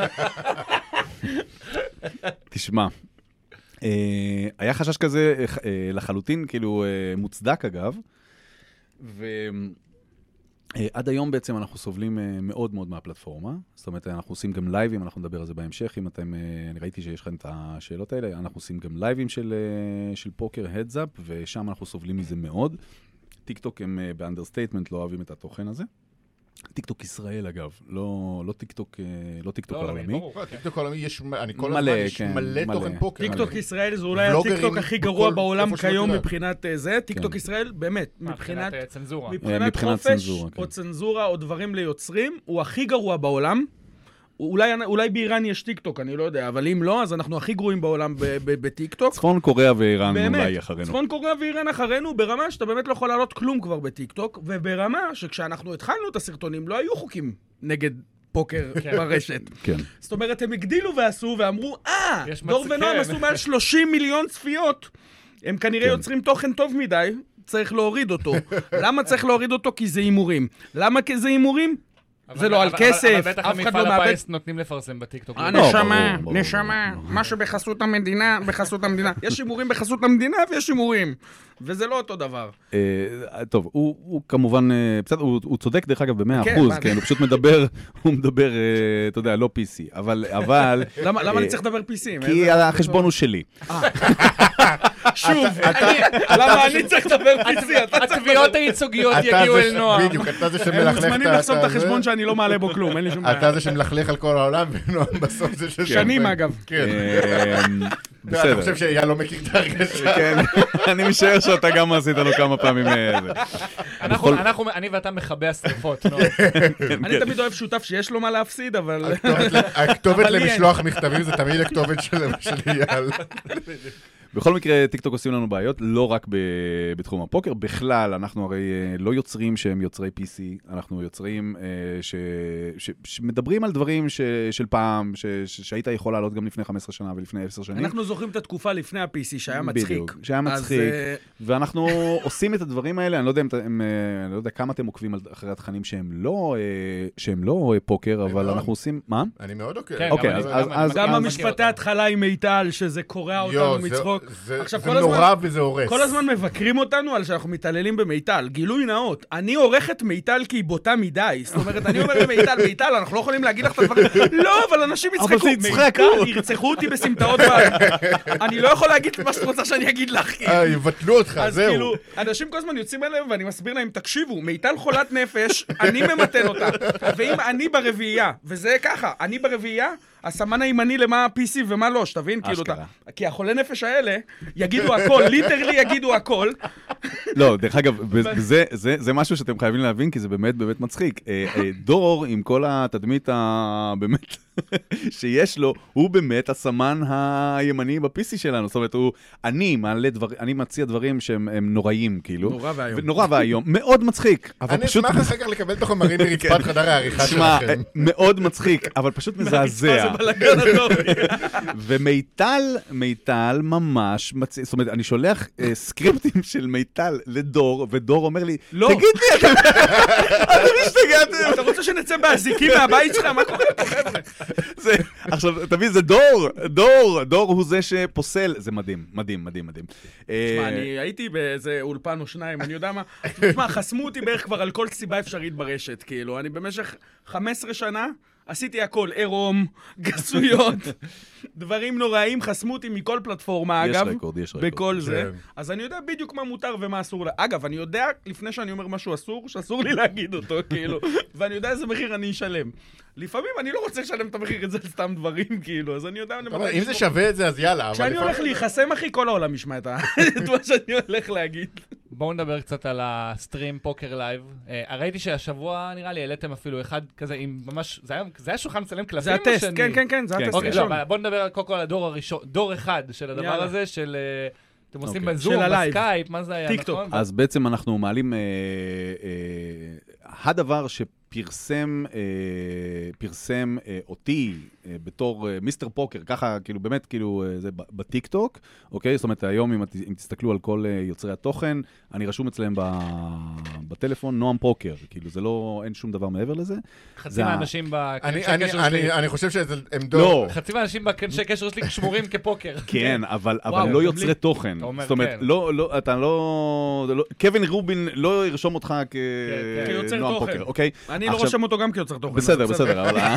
תשמע, היה חשש כזה לחלוטין, כאילו מוצדק אגב, ו... עד היום בעצם אנחנו סובלים מאוד מאוד מהפלטפורמה, זאת אומרת אנחנו עושים גם לייבים, אנחנו נדבר על זה בהמשך, אם אתם, אני ראיתי שיש לכם את השאלות האלה, אנחנו עושים גם לייבים של, של פוקר, הדזאפ, ושם אנחנו סובלים מזה מאוד. טיק טוק הם באנדרסטייטמנט לא אוהבים את התוכן הזה. טיק טוק ישראל אגב, לא, לא טיק טוק, לא טיק טוק העולמי. טיק טוק העולמי יש, אני כל הזמן יש מלא תוכן פוקר. טיק טוק ישראל זה אולי הטיק טוק הכי גרוע בעולם כיום מבחינת זה. טיק טוק ישראל באמת, מבחינת צנזורה. מבחינת חופש או צנזורה או דברים ליוצרים, הוא הכי גרוע בעולם. אולי, אולי באיראן יש טיק טוק, אני לא יודע, אבל אם לא, אז אנחנו הכי גרועים בעולם בטיק טוק. צפון קוריאה ואיראן אולי אחרינו. צפון קוריאה ואיראן אחרינו, ברמה שאתה באמת לא יכול לעלות כלום כבר בטיק טוק, וברמה שכשאנחנו התחלנו את הסרטונים, לא היו חוקים נגד פוקר ברשת. כן. זאת אומרת, הם הגדילו ועשו ואמרו, אה, יש דור מצ- ונועם כן. עשו מעל שלושים מיליון צפיות. הם כנראה כן. יוצרים תוכן טוב מדי, צריך להוריד אותו. למה צריך להוריד אותו? כי זה הימורים. למה כי זה הימורים? זה לא על כסף, אבל בטח אף אחד המפעל לא מאבד. הפיס נותנים לפרסם בטיקטוק. אה, לא, נשמה, ברור, ברור, נשמה, מה שבחסות המדינה, בחסות המדינה. יש הימורים בחסות המדינה ויש הימורים. וזה לא אותו דבר. אה, טוב, הוא הוא כמובן, אה, בסדר, הוא הוא צודק דרך אגב במאה כן, אחוז, מה- כן, הוא פשוט מדבר, הוא מדבר, אה, אתה יודע, לא פי סי, אבל, אבל... למה למה אה, אני צריך לדבר פי סי? כי החשבון הוא שלי. שוב, למה אני צריך לדבר פי סי? אתה צריך התביעות הייצוגיות אתה יגיעו זה אל ש- נועם. בדיוק, אתה זה הם שמלכלך מוזמנים את ה- לחסום את הזה. החשבון שאני לא מעלה בו כלום, אין לי שום בעיה. אתה זה שמלכלך על כל העולם, ונועם בסוף זה ש... שנים, אגב. כן. אה, אתה בסדר. חושב שאייל לא מכיר את הרגשה? כן, אני משער שאתה גם עשית לו כמה פעמים אה, זה. אנחנו- אנחנו- אני ואתה מכבי השרפות, נו. אני תמיד אוהב שותף שיש לו מה להפסיד, אבל... הכתובת ל- הכתובת אבל לי אין. למשלוח מכתבים זה תמיד הכתובת של של אייל. בכל מקרה, טיקטוק עושים לנו בעיות, לא רק ב- בתחום הפוקר, בכלל, אנחנו הרי אה, לא יוצרים שהם יוצרי פי סי, אנחנו יוצרים אה, ש- ש- שמדברים על דברים ש- של פעם, ש- ש- שהיית יכול לעלות גם לפני חמש עשרה שנה ולפני עשר שנים. אנחנו זוכרים את התקופה לפני ה-פי סי שהיה מצחיק. בדיוק, שהיה אז, מצחיק. אה, ואנחנו עושים את הדברים האלה, אני לא יודע, אם, אתה- הם, אה, אני לא יודע כמה אתם עוקבים על- אחרי התכנים שהם לא, אה, שהם לא אה, פוקר, אבל מאוד. אנחנו עושים, מה? אני מאוד אוקיי. כן, אוקיי, גם אז- אני- אז- גם אז- אני- גם אני מכיר המשפטי אותם. ההתחלה עם מיטל, שזה קורע אותנו יואו, זה- מצחוק. זה עכשיו, זה כל הזמן- נורא וזה הורס. כל הזמן מבקרים אותנו על שאנחנו מתעללים במיטל. גילוי נאות. אני עורך את מיטל כי היא בוטה מדי. זאת אומרת, אני אומר למיטל, מיטל, אנחנו לא יכולים להגיד לך את הדברים. לא, אבל אנשים אבל יצחקו. זה יצחקו. מיטל, ירצחו אותי בסמטאות בעל. אני לא יכול להגיד מה שאת רוצה שאני אגיד לך. כאילו. אה, יבטלו אותך, אז זהו. כאילו, אנשים כל הזמן יוצאים אליהם ואני מסביר להם, תקשיבו, מיטל חולת נפש, אני ממתן אותה. ואם אני ברביעייה, וזה ככה, אני ברביעייה, הסמן הימני למה ה-פי סי ומה לא, שתבין? כאילו, אשכרה. אתה- כי החולי נפש האלה יגידו הכל, ליטרלי יגידו הכל. לא, דרך אגב, זה, זה, זה משהו שאתם חייבים להבין, כי זה באמת באמת מצחיק. אה, אה, דור, עם כל התדמית הבאמת שיש לו, הוא באמת הסמן הימני ב-פי סי שלנו. זאת אומרת, הוא, אני מעלה דבר, אני מציע דברים שהם הם נוראים, כאילו. נורא ואיום. נורא ואיום. מאוד מצחיק, אבל אני פשוט... אשמח אחר כך לקבל את החומרים מרצפת חדר העריכה שמע, שלכם. מאוד מצחיק, אבל פשוט מזעזע. זה בלגן הטוב. ומיטל, מיטל ממש, מצ... זאת אומרת, אני שולח אה, סקריפטים של מיטל לדור, ודור אומר לי, לא. תגיד לי, אתם אתם השתגעתם. אתה רוצה שנצא באזיקים מהבית שלך? מה קורה פה, חבר'ה? זה- עכשיו, תבין, זה דור, דור, דור הוא זה שפוסל, זה מדהים, מדהים, מדהים, מדהים. אה, תשמע, אני הייתי באיזה אולפן או שניים, אני יודע מה. תשמע, חסמו אותי בערך כבר על כל סיבה אפשרית ברשת, כאילו. אני במשך חמש עשרה שנה עשיתי הכל, עירום, גסויות, דברים נוראים, חסמו אותי מכל פלטפורמה, יש אגב. רקורד, יש רקורד. בכל זה. כן. אז אני יודע בדיוק מה מותר ומה אסור. לה- אגב, אני יודע, לפני שאני אומר משהו אסור, שאסור לי להגיד אותו, כאילו. ואני יודע איזה מחיר אני אשלם. לפעמים אני לא רוצה לשלם את המחיר הזה על סתם דברים, כאילו, אז אני יודע... אבל אם זה שווה את זה, אז יאללה. אבל כשאני לפעמים- הולך להיחסם, אחי, כל העולם ישמע את ה- את מה שאני הולך להגיד. בואו נדבר קצת על הסטרים פוקר לייב. אה, ראיתי שהשבוע, נראה לי, העליתם אפילו אחד כזה עם ממש... זה היה- זה היה שולחן מצלם קלפים זה או הטסט, שאני- כן, כן, כן, זה כן, הטסט אוקיי, לא, הראשון. אבל בואו נדבר קודם כל על הדור הראשון, דור אחד של הדבר יאללה. הזה, של... אה, אתם עושים אוקיי. בזום, של הלייב. בסקייפ, מה זה היה, טיקטוק. נכון? אז בעצם אנחנו מעלים, אה, אה, הדבר שפרסם אה, פרסם אה, אותי אה, בתור אה, מיסטר פוקר, ככה כאילו באמת כאילו אה, זה ב- בטיקטוק, אוקיי? זאת אומרת היום אם, את- אם תסתכלו על כל אה, יוצרי התוכן, אני רשום אצלם ב, בטלפון נועם פוקר, כאילו זה לא, אין שום דבר מעבר לזה. חצי זה ה- מהאנשים אני- בקשר אני- שלי... אני אני חושב שהם לא. דור. חצי מהאנשים בקשר קשר שלי שמורים כפוקר. כן, אבל, אבל וואו, לא גם יוצרי לי. תוכן. אתה אומר, זאת אומרת, כן. לא, לא, אתה לא, זה לא... קווין רובין לא ירשום אותך כ... כן, כיוצר נועם תוכן. פוקר, אוקיי? אני לא עכשיו- רושם אותו גם כיוצר תוכן. בסדר, אז בסדר, אבל...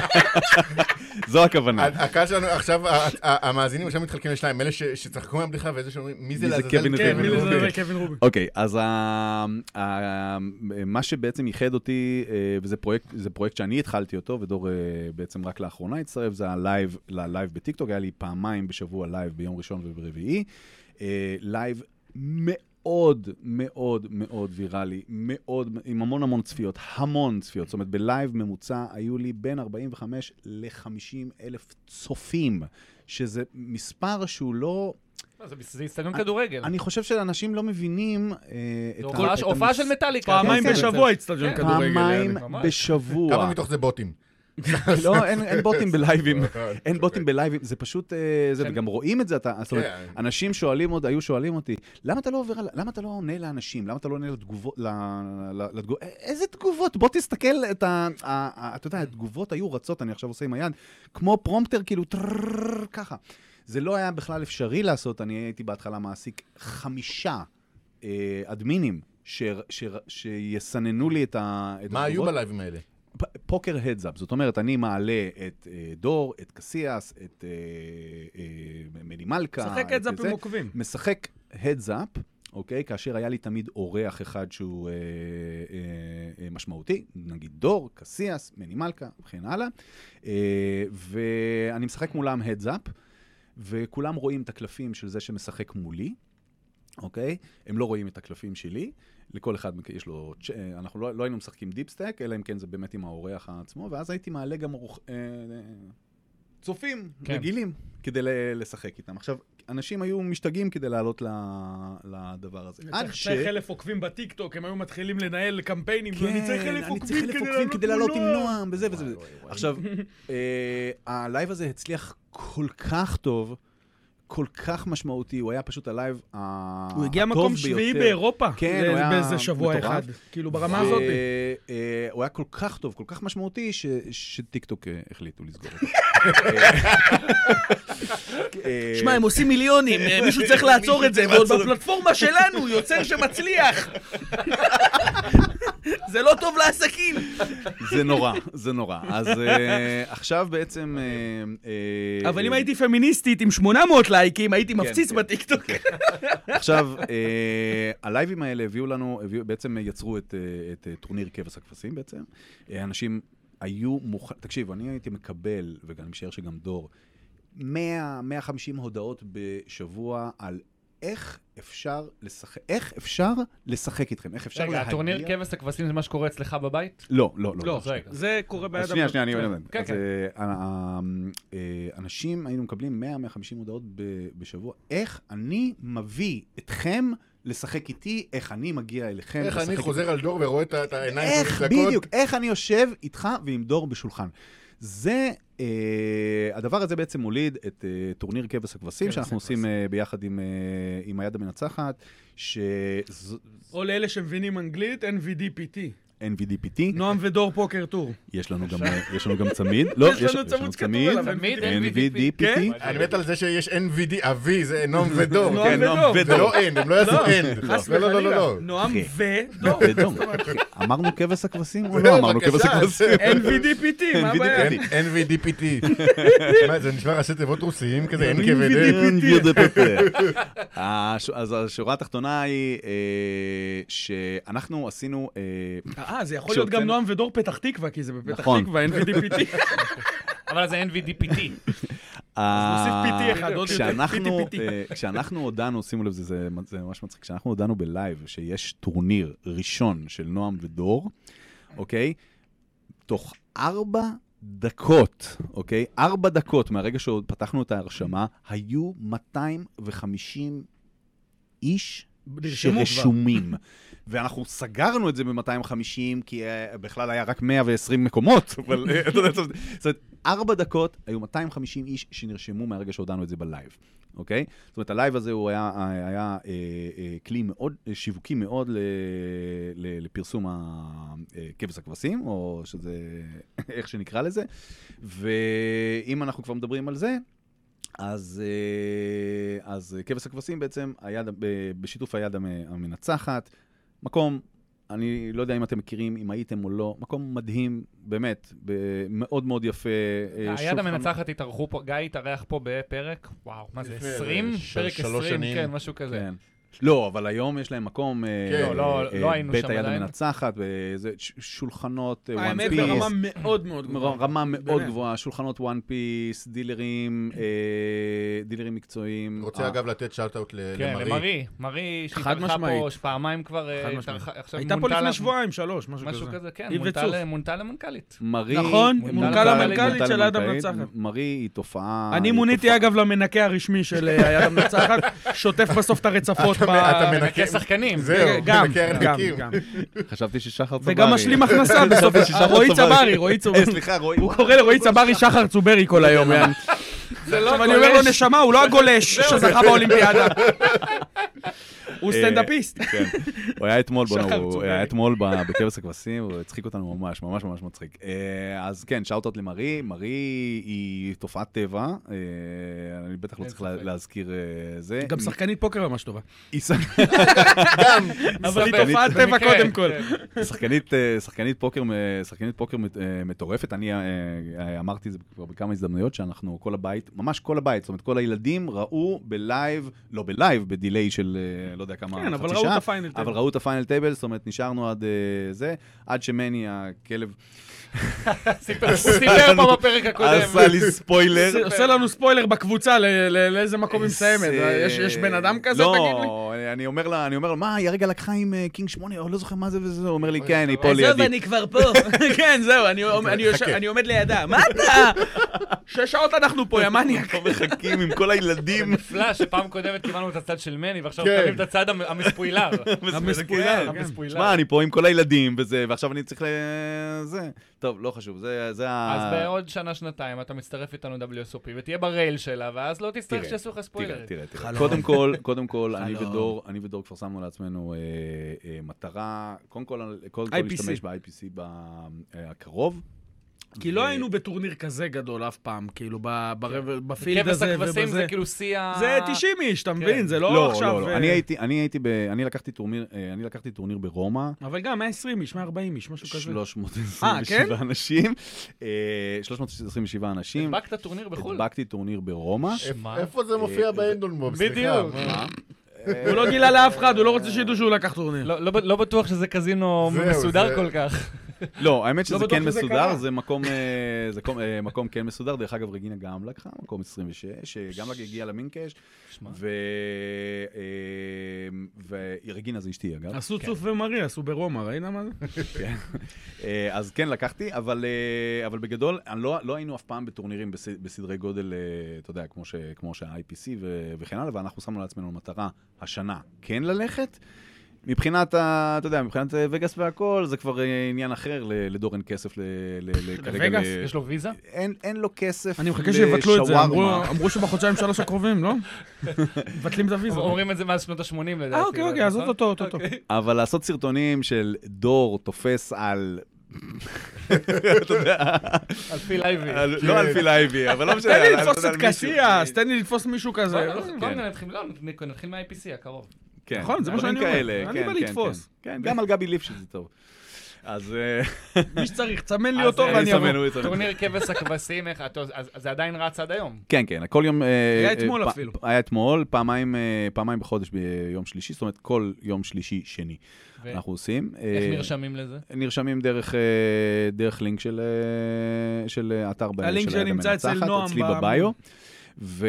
זו הכוונה. הקהל שלנו, עכשיו ה- ה- המאזינים עכשיו מתחלקים לשניים, אלה ש- שצחקו מהבדיחה ואיזה שאומרים, מי זה מי זה לעזאזל קווין כן, קווין מי רובין. זה קווין רובין. אוקיי, אז ה- ה- מה שבעצם ייחד אותי, אה, וזה פרויקט, זה פרויקט שאני התחלתי אותו, ודור אה, בעצם רק לאחרונה הצטרף, זה הלייב, ללייב בטיקטוק, היה לי פעמיים בשבוע לייב ביום ראשון וברביעי. אה, לייב מאוד מאוד מאוד ויראלי, מאוד, עם המון המון צפיות, המון צפיות. זאת אומרת, בלייב ממוצע היו לי בין ארבעים וחמש ל-חמישים אלף צופים, שזה מספר שהוא לא... לא, זה- זה הסתגנון כדורגל. אני חושב שאנשים לא מבינים... אה, את זה ה- הופעה- את הופעה המס- של מטאליקה. פעמיים כן, בשבוע כן. הצטדיון כן. כדורגל. פעמיים ממש. בשבוע. כמה מתוך זה בוטים? לא, אין בוטים בלייבים, אין בוטים בלייבים, זה פשוט, זה, וגם רואים את זה, זאת אומרת, אנשים שואלים עוד, היו שואלים אותי, למה אתה לא עובר, למה אתה לא עונה לאנשים, למה אתה לא עונה לתגובות, איזה תגובות? בוא תסתכל את ה... אתה יודע, התגובות היו רצות, אני עכשיו עושה עם היד, כמו פרומפטר, כאילו, ככה. זה לא היה בכלל אפשרי לעשות, אני הייתי בהתחלה מעסיק חמישה אדמינים שיסננו לי את התגובות. מה היו בלייבים האלה? פוקר הדזאפ, זאת אומרת, אני מעלה את דור, את קסיאס, את מני מלכה. משחק הדזאפ עם עוקבים. משחק הדזאפ, אוקיי? כאשר היה לי תמיד אורח אחד שהוא משמעותי, נגיד דור, קסיאס, מני מלכה, וכן הלאה. ואני משחק מולם הדזאפ, וכולם רואים את הקלפים של זה שמשחק מולי, אוקיי? הם לא רואים את הקלפים שלי. לכל אחד יש לו, אנחנו לא, לא היינו משחקים דיפסטק, אלא אם כן זה באמת עם האורח עצמו, ואז הייתי מעלה גם אורח, אה, צופים כן. רגילים כדי לשחק איתם. עכשיו, אנשים היו משתגעים כדי לעלות לדבר הזה. צריך ש... אלף עוקבים בטיקטוק, הם היו מתחילים לנהל קמפיינים, כן, ואני צריך אלף עוקבים כדי, עוקבים כדי לעלות עם נועם, וזה וזה. עכשיו, אה, הלייב הזה הצליח כל כך טוב, כל כך משמעותי, הוא היה פשוט הלייב הטוב ביותר. הוא הגיע מקום שביעי באירופה, כן, הוא היה באיזה שבוע אחד, כאילו ברמה הזאת. הוא היה כל כך טוב, כל כך משמעותי, שטיקטוק החליטו לסגור אותו. שמע, הם עושים מיליונים, מישהו צריך לעצור את זה, ועוד בפלטפורמה שלנו, יוצר שמצליח. זה לא טוב לעסקים. זה נורא, זה נורא. אז עכשיו בעצם... אבל אם הייתי פמיניסטית עם שמונה מאות לייקים, הייתי מפציץ בטיקטוק. עכשיו, הלייבים האלה הביאו לנו, בעצם יצרו את טורניר כבש הכבשים בעצם. אנשים היו מוכנים, תקשיב, אני הייתי מקבל, ואני משער שגם דור, מאה מאה וחמישים הודעות בשבוע על איך אפשר לשחק, איך אפשר לשחק איתכם, איך אפשר להגיע... רגע, הטורניר כבש הכבשים זה מה שקורה אצלך בבית? לא, לא, לא. לא, זה קורה ביד... שנייה, שנייה, אני אומר. כן, כן. אנשים היינו מקבלים מאה מאה וחמישים הודעות בשבוע, איך אני מביא אתכם לשחק איתי, איך אני מגיע אליכם. איך אני חוזר על דור ורואה את העיניים איך, שמתלקות. בדיוק, איך אני יושב איתך ועם דור בשולחן. זה, uh, הדבר הזה בעצם מוליד את uh, טורניר כבש הכבשים, שאנחנו עושים uh, ביחד עם, uh, עם היד המנצחת, ש... או לאלה שמבינים אנגלית, אן וי די פי טי. אן וי די פי טי. נועם ודור פוקר טור. יש לנו גם, יש לנו גם צמיד. לא, יש לנו צמוד צמיד. אן וי די פי טי. אני מת על זה שיש אן וי די, אבי, זה נועם ודור. נועם ודור. זה לא אין, הם לא יעשו אין. לא, לא, לא, לא. נועם ודור. אמרנו כבש הכבשים או לא אמרנו כבש הכבשים? אן וי די פי טי, מה הבעיה? אן וי די פי טי. זה נשמע ראשי תיבות רוסיים כזה, אין אן וי די פי טי. אז השורה התחתונה היא שאנחנו עשינו... אה, זה יכול להיות גם נועם ודור פתח תקווה, כי זה בפתח תקווה, אן וי די פי טי. אבל זה אן וי די פי טי. אז נוסיף פי טי אחד, עוד יותר, פי טי פי טי. כשאנחנו הודענו, שימו לב, זה ממש מצחיק, כשאנחנו הודענו בלייב שיש טורניר ראשון של נועם ודור, אוקיי? תוך ארבע דקות, אוקיי? ארבע דקות מהרגע שעוד פתחנו את ההרשמה, היו מאתיים וחמישים איש שרשומים. ואנחנו סגרנו את זה ב-מאתיים וחמישים, כי בכלל היה רק מאה ועשרים מקומות, אבל זאת אומרת, ארבע דקות, היו מאתיים וחמישים איש שנרשמו מהרגע שהודענו את זה בלייב, אוקיי? זאת אומרת, הלייב הזה הוא היה, היה אה, אה, כלי מאוד, שיווקי מאוד ל, ל, לפרסום הכבש הכבשים, או שזה, איך שנקרא לזה, ואם אנחנו כבר מדברים על זה, אז, אז כבש הכבשים בעצם, היד, בשיתוף היד המנצחת, מקום, אני לא יודע אם אתם מכירים, אם הייתם או לא, מקום מדהים, באמת, מאוד מאוד יפה. היד המנצחת התארחו פה, גיא התארח פה בפרק, וואו, מה זה, עשרים? פרק עשרים, כן, משהו כזה. לא, אבל היום יש להם מקום, בית היד עדיין. המנצחת, שולחנות וואן האמת פיס. ברמה מאוד מאוד גבוהה. רמה מאוד גבוהה, שולחנות וואן פיס, דילרים, דילרים מקצועיים. רוצה אגב לתת שאוט-אוט למרי. כן, למרי. מרי שהתארחה פה פעמיים כבר, הייתה פה לפני שבועיים, שלוש, משהו כזה. משהו כזה, כן, מונתה למנכ"לית. מרי, נכון, מונתה למנכ"לית של היד המנצחת. מרי היא תופעה... אני מוניתי אגב למנקה הרשמי של היד המנצחת, שוטף בסוף את הרצפות. אתה ב... אתה מנקה מנקה שחקנים. זהו, גם, מנקה גם, ארנקים. גם. חשבתי ששחר צברי. וגם משלים הכנסה בסוף, רועי צברי, רועי צברי. סליחה, רועי. הוא קורא לרועי צברי שחר צוברי כל היום, יען. זה לא עכשיו אני אומר לו, נשמה, הוא לא הגולש שזכה באולימפיאדה. הוא סטנדאפיסט. כן. הוא היה אתמול, בוא שחר נו, הוא צוברי. היה אתמול ב- בכבש הכבשים, הוא הצחיק אותנו ממש, ממש ממש מצחיק. אה, אז כן, שאוטות למרי, מרי היא תופעת טבע, אה, אני בטח לא אין צריך לה- ספק. להזכיר אה, זה. גם שחקנית פוקר ממש טובה. היא ש- אבל היא סבבה. תופעת טבע במקרה, קודם כל. כן. שחקנית, אה, שחקנית פוקר, מ- שחקנית פוקר מט- אה, מטורפת. אני אה, אה, אמרתי את זה כבר בכמה הזדמנויות, שאנחנו כל הבית, ממש כל הבית, זאת אומרת, כל הילדים ראו בלייב, לא בלייב, בדיליי של אה, לא יודע כמה, כן, אבל חצי ראו את שעה, הפיינל טייבל. אבל ראו את הפיינל טייבל, זאת אומרת, נשארנו עד אה, זה, עד שמני הכלב סיפר הוא סיפר פה בפרק הקודם. עשה לי ספוילר. עושה- עושה לנו ספוילר בקבוצה ל- ל- לאיזה מקום היא מסיימת. זה- יש- יש בן אדם כזה, תגיד לי? לא, אני אומר לה, אני אומר לה, מה, היא הרגע לקחה עם אה, קינג שמונה, או לא זוכר מה זה וזה, הוא אומר לי, כן, היא פה לידי. אני כבר פה. כן, זהו, אני עומד- אני יושב- אני עומד לידה. מה אתה? שש שעות אנחנו פה, יא מניאק. פה מחכים עם כל הילדים. נפלא שפעם קודם קיבלנו את הצד של מני, ועכשיו כן. מקבלים את הצד המ- המספוילר. המספוילר, כן. המספוילר. שמע, אני פה עם כל הילדים וזה, ועכשיו אני צריך ל... זה. טוב, לא חשוב, זה זה ה... אז בעוד שנה, שנתיים, אתה מצטרף איתנו דאבליו אס או פי, ותהיה ברייל שלה, ואז לא תצטרך תראה, שיעשו לך תראה, ספוילרים. תראה, תראה. חלום. קודם כל, קודם כל, אני חלום. ודור, אני ודור כבר שמנו לעצמנו אה, אה, מטרה, קודם כל, קודם כל איי פי סי. להשתמש ב-איי פי סי הקרוב. כי לא ו- היינו בטורניר כזה גדול אף פעם, כאילו, ב- ברבע- בפילד כבש הזה הכבשים ובזה. זה כאילו שיא ה... זה תשעים איש, אתה מבין? זה לא לא, עכשיו... לא, לא. אה, אני הייתי, אני הייתי ב... אני לקחתי טורניר, אה, אני לקחתי טורניר ברומא. אבל גם מאה ועשרים איש, מאה וארבעים איש, משהו כזה. שלוש מאות עשרים ושבע כן? אנשים. אה, שלוש מאות עשרים ושבע אנשים. הדבקת טורניר בחו"ל? הדבקתי טורניר ברומא. שמע. איפה זה מופיע באנדונבוב? סליחה. בדיוק. מה? הוא לא גילה לאף אחד, הוא לא רוצה שידעו שהוא לקח טורניר. לא- לא ב- לא בטוח שזה קזינו זהו, מסודר זה- כל כך. לא, האמת שזה בטוח כן שזה מסודר, קרה. זה מקום, אה, זה קום- אה, מקום כן מסודר. דרך אגב, רגינה גם לקחה, מקום עשרים ושש, שגם הגיעה למינקש, שמע. ו- אה, ורגינה זה אשתי, אגב. עשו צוף ומרי, עשו ברומא, ראית מה זה? כן. אה, אז כן לקחתי, אבל, אה, אבל בגדול, אני לא, לא היינו אף פעם בטורנירים בס, בסדרי גודל, אה, אתה יודע, כמו, ש, כמו שה-איי פי סי ו, וכן הלאה, ואנחנו שמנו לעצמנו מטרה השנה כן ללכת. מבחינת, ה, אתה יודע, מבחינת אה, וגאס והכל, זה כבר אה, עניין אחר, ל- לדור אין כסף ל, ל, ל, כרגע לווגאס? ל- יש לו ויזה? אין, אין לו כסף אני מחכה שיבטלו את זה, לשווארמה. אמרו- אמרו שבחודשיים שלוש הקרובים, לא? מבטלים את הוויזה. אומרים את זה מאז שנות ה-שמונים לדעתי. אה, אוקיי, אוקיי, אז נכון? אותו, אותו, אותו. אבל לעשות סרטונים של דור תופס על... אתה יודע, על פיל אייבי. על- לא על פיל אייבי, אבל לא משנה. תן לי על- על- לתפוס על את מישהו. קסיאס, תן לי לתפוס מישהו כזה. לא, לא, קודם נתחיל, לא, נתחיל מה-איי פי סי הקרוב. כן, נכון, זה מה דברים שאני אומר. כאלה, אני כן, בא כן, לתפוס. כן. כן, גם על גבי ליפשיץ זה טוב. אז... אה, מי שצריך, צמן לי אז, אותו אה, ואני יסמן, אבוא. הוא יסמן. טורניר כבש הכבשים, איך- אתה- אז אז זה עדיין רץ עד היום. כן, כן, כל יום... אה, היה אה, אתמול פ- אפילו. היה אתמול, פעמיים אה, פעמיים בחודש ביום שלישי, זאת אומרת, כל יום שלישי שני ו- אנחנו עושים. איך אה, נרשמים לזה? נרשמים דרך, אה, דרך לינק של, אה, של אה, אתר ב- הלינק של היד שנמצא אצל המנצחת, נועם אצלי בעמוד. בביו. ו...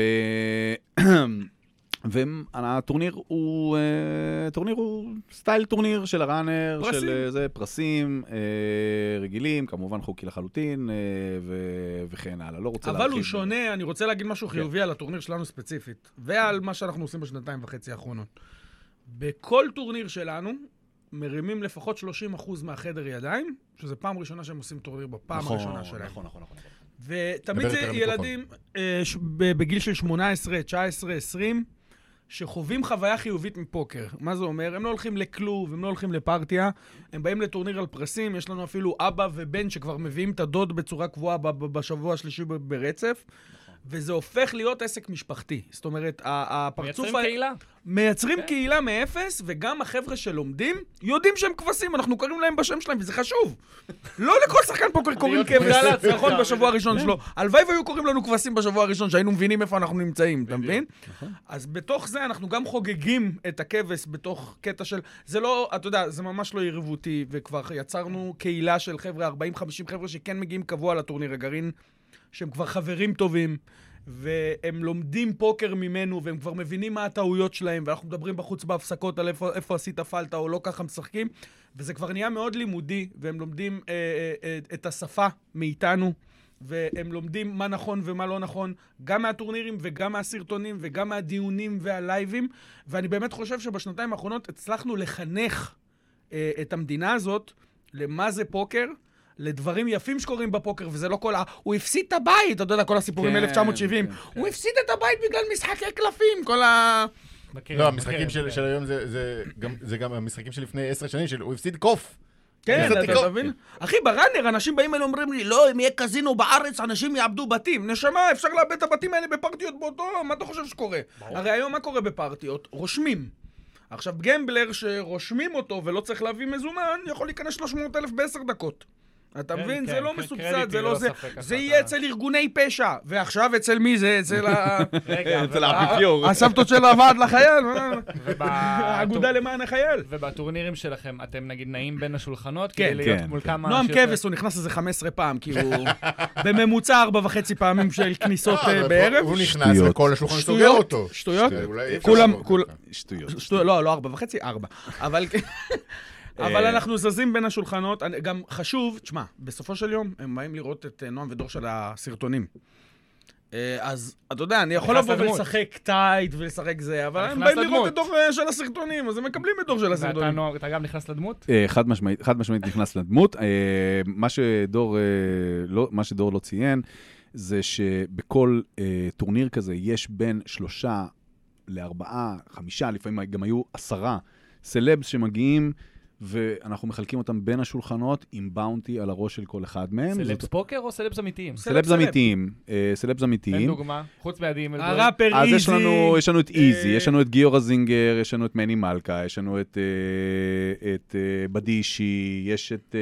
והטורניר הוא, אה, טורניר הוא סטייל טורניר של הראנר, פרסים. של אה, זה, פרסים אה, רגילים, כמובן חוקי לחלוטין, אה, ו- וכן הלאה. לא רוצה אבל להרחיב. הוא שונה, אני רוצה להגיד משהו חיובי על הטורניר שלנו ספציפית, ועל מה שאנחנו עושים בשנתיים וחצי האחרונות. בכל טורניר שלנו, מרימים לפחות שלושים אחוז מהחדר ידיים, שזו פעם ראשונה שהם עושים טורניר בפעם נכון, הראשונה שלהם. נכון, נכון, נכון. ותמיד דבר זה יותר למיקרופון. ילדים אה, ש- ב- בגיל של שמונה עשרה, תשע עשרה, עשרים, שחווים חוויה חיובית מפוקר. מה זה אומר? הם לא הולכים לכלוב, הם לא הולכים לפרטיה, הם באים לטורניר על פרסים, יש לנו אפילו אבא ובן שכבר מביאים את הדוד בצורה קבועה ב- ב- בשבוע השלישי ב- ברצף, וזה הופך להיות עסק משפחתי. זאת אומרת, ה- הפרצוף... מייצרים ה- קהילה. מייצרים כן. קהילה מאפס, וגם החבר'ה שלומדים יודעים שהם כבשים, אנחנו קוראים להם בשם שלהם, וזה חשוב. לא לכל שחקן פוקר קוראים להיות כבש, מודע לעצמך. נכון, בשבוע הראשון שלו. הלוואי והיו קוראים לנו כבשים בשבוע הראשון, שהיינו מבינים איפה אנחנו נמצאים, אתה מבין? אז בתוך זה אנחנו גם חוגגים את הכבש בתוך קטע של... זה לא, אתה יודע, זה ממש לא יריבותי, וכבר יצרנו קהילה של חבר'ה, ארבעים חמישים חבר'ה שכן מגיעים קבוע לטורניר הגרעין, שהם כבר חברים טובים. והם לומדים פוקר ממנו, והם כבר מבינים מה הטעויות שלהם, ואנחנו מדברים בחוץ בהפסקות על איפה, איפה עשית פלטה או לא ככה משחקים, וזה כבר נהיה מאוד לימודי, והם לומדים אה, אה, אה, את השפה מאיתנו, והם לומדים מה נכון ומה לא נכון, גם מהטורנירים וגם מהסרטונים וגם מהדיונים והלייבים, ואני באמת חושב שבשנתיים האחרונות הצלחנו לחנך אה, את המדינה הזאת למה זה פוקר, לדברים יפים שקורים בפוקר, וזה לא כל ה... הוא הפסיד את הבית, אתה יודע, כל הסיפורים כן, אלף תשע מאות שבעים. כן, הוא הפסיד את הבית בגלל משחקי קלפים, כל ה... לא, המשחקים של של היום זה- זה גם- זה גם המשחקים של לפני עשר שנים, של הוא הפסיד קוף. כן, הפסדתי אתה קוף. מבין? אחי, בראנר, אנשים באים אליי ואומרים לי, לא, אם יהיה קזינו בארץ, אנשים יאבדו בתים. נשמה, אפשר לאבד את הבתים האלה בפרטיות באותו, מה אתה חושב שקורה? הרי היום מה קורה בפרטיות? רושמים. עכשיו, גמבלר שרושמים אותו ולא צריך להביא מזומן, יכול להיכנס שלוש מאות אלף בעשר דקות. אתה כן, מבין? כן, זה לא כן, מסובסד, קרדיטי, זה ללא לא זה. ספק, זה אתה- יהיה אצל ארגוני פשע. ועכשיו אצל מי זה? אצל ה... רגע, אצל וב- האפיפיור. הסבתות של הוועד לחייל. מה? וב- האגודה למען החייל. ובטורנירים שלכם, אתם נגיד נעים בין השולחנות? כן, כדי להיות כן, מול כן. כמה... נועם שיותר- כבש, הוא נכנס לזה חמש עשרה פעם, כי הוא בממוצע ארבע וחצי פעמים של כניסות אה, אה, אבל בערב. הוא נכנס שטויות. וכל השולחן סוגר שטויות, אותו. שטויות. אולי אי אפשר כולם, לעשות כול- ככה. שטויות. שטויות, לא, לא ארבע וחצי, ארבע. אבל... אבל אנחנו זזים בין השולחנות. אני- גם חשוב, תשמע, בסופו של יום הם באים לראות את אה, נועם ודור של הסרטונים. אה, אז אתה יודע, אני יכול נכנס לבוא לדמות. ולשחק טייט ולשחק זה, אבל אתה הם נכנס באים לראות לדמות. את דור אה, של הסרטונים, אז הם מקבלים את דור של ואתה הסרטונים. נועם, אתה גם נכנס לדמות? אה, חד משמעית, חד משמעית נכנס לדמות. אה, מה שדור, אה, לא, מה שדור לא ציין, זה שבכל אה, טורניר כזה יש בין שלושה לארבעה, חמישה, לפעמים גם היו עשרה סלבס שמגיעים, ואנחנו מחלקים אותם בין השולחנות עם באונטי על הראש של כל אחד מהם. סלבס זאת- פוקר או סלבס אמיתיים? סלבס סלב. אמיתיים, אה, סלבס תן אמיתיים. דוגמה, חוץ מהדים. הראפר אז איזי. יש לנו, יש לנו את איזי, אה, יש לנו את גיורא זינגר, יש לנו את מני מלכה, יש לנו את, אה, את אה, בדישי, יש את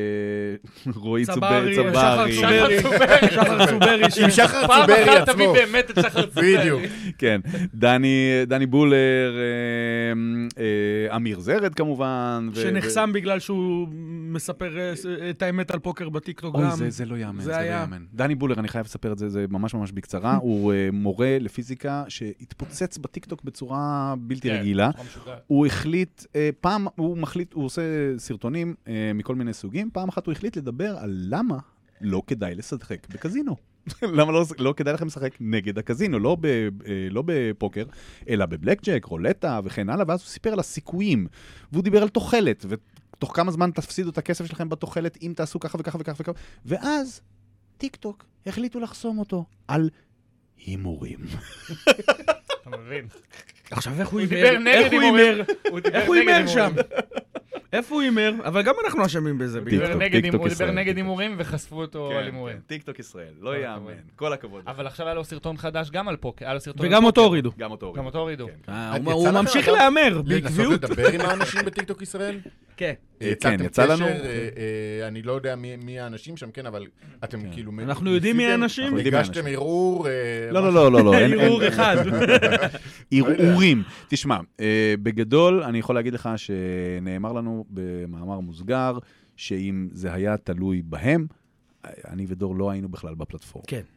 אה, רועי צברי, צוברי, שחר צברי. צוברי, שחר צוברי, עם שחר פעם צוברי אחת תביא עצמו. באמת את שחר צוברי. בדיוק. כן, דני, דני בולר, אה, אה, אמיר זרד כמובן. ו- שנחסם בגלל שהוא מספר אה, את האמת על פוקר בטיקטוק אוי, גם. זה, זה לא יאמן, זה זה, זה לא היה. יאמן. דני בולר, אני חייב לספר את זה, זה ממש ממש בקצרה. הוא uh, מורה לפיזיקה שהתפוצץ בטיקטוק בצורה בלתי כן, רגילה. בצורה משוגעת. הוא החליט, uh, פעם, הוא מחליט, הוא עושה סרטונים uh, מכל מיני סוגים, פעם אחת הוא החליט לדבר על למה לא כדאי לשחק בקזינו. למה לא, לא כדאי לכם לשחק נגד הקזינו, לא, ב, uh, לא בפוקר, אלא בבלק ג'ק, רולטה וכן הלאה, ואז הוא סיפר על הסיכויים, והוא דיבר על תוחלת, ו... תוך כמה זמן תפסידו את הכסף שלכם בתוחלת, אם תעשו ככה וככה וככה וככה. ואז, טיק טוק החליטו לחסום אותו על הימורים. אתה מבין? עכשיו איך הוא הוא הימר? דיבר נגד איך הוא הימורים. הימר? הוא דיבר איך הוא נגד הימר שם? הימורים. איפה הוא הימר? אבל גם אנחנו אשמים בזה. הוא בגלל- דיבר טיקטוק, נגד טיקטוק הימור- הוא דיבר ישראל, נגד טיקטוק. הימורים וחשפו אותו על הימורים. טיק טוק ישראל, כל לא הכבוד. יאמן. כל הכבוד. אבל עכשיו היה לו סרטון חדש גם על פוקר. היה לו סרטון על וגם אותו פוקר. הורידו. גם אותו גם אותו הורידו. כן, כן. אה, יצא הוא הוא לכם ממשיך אגב להמר, לנסות בעקביות. לדבר עם האנשים בטיקטוק ישראל? כן. יצאתם יצא לנו. קשר, אה, אה, אני לא יודע מי- מי האנשים שם, כן, אבל אתם כאילו... אנחנו יודעים מי ניסיתם? האנשים? אנחנו יודעים מי הגשתם האנשים. ערעור? אה, לא, לא, משהו? לא, לא, לא. אין- אין- ערעור אחד. ערעורים. תשמע, אה, בגדול, אני יכול להגיד לך שנאמר לנו במאמר מוסגר, שאם זה היה תלוי בהם, אני ודור לא היינו בכלל בפלטפורמה. כן.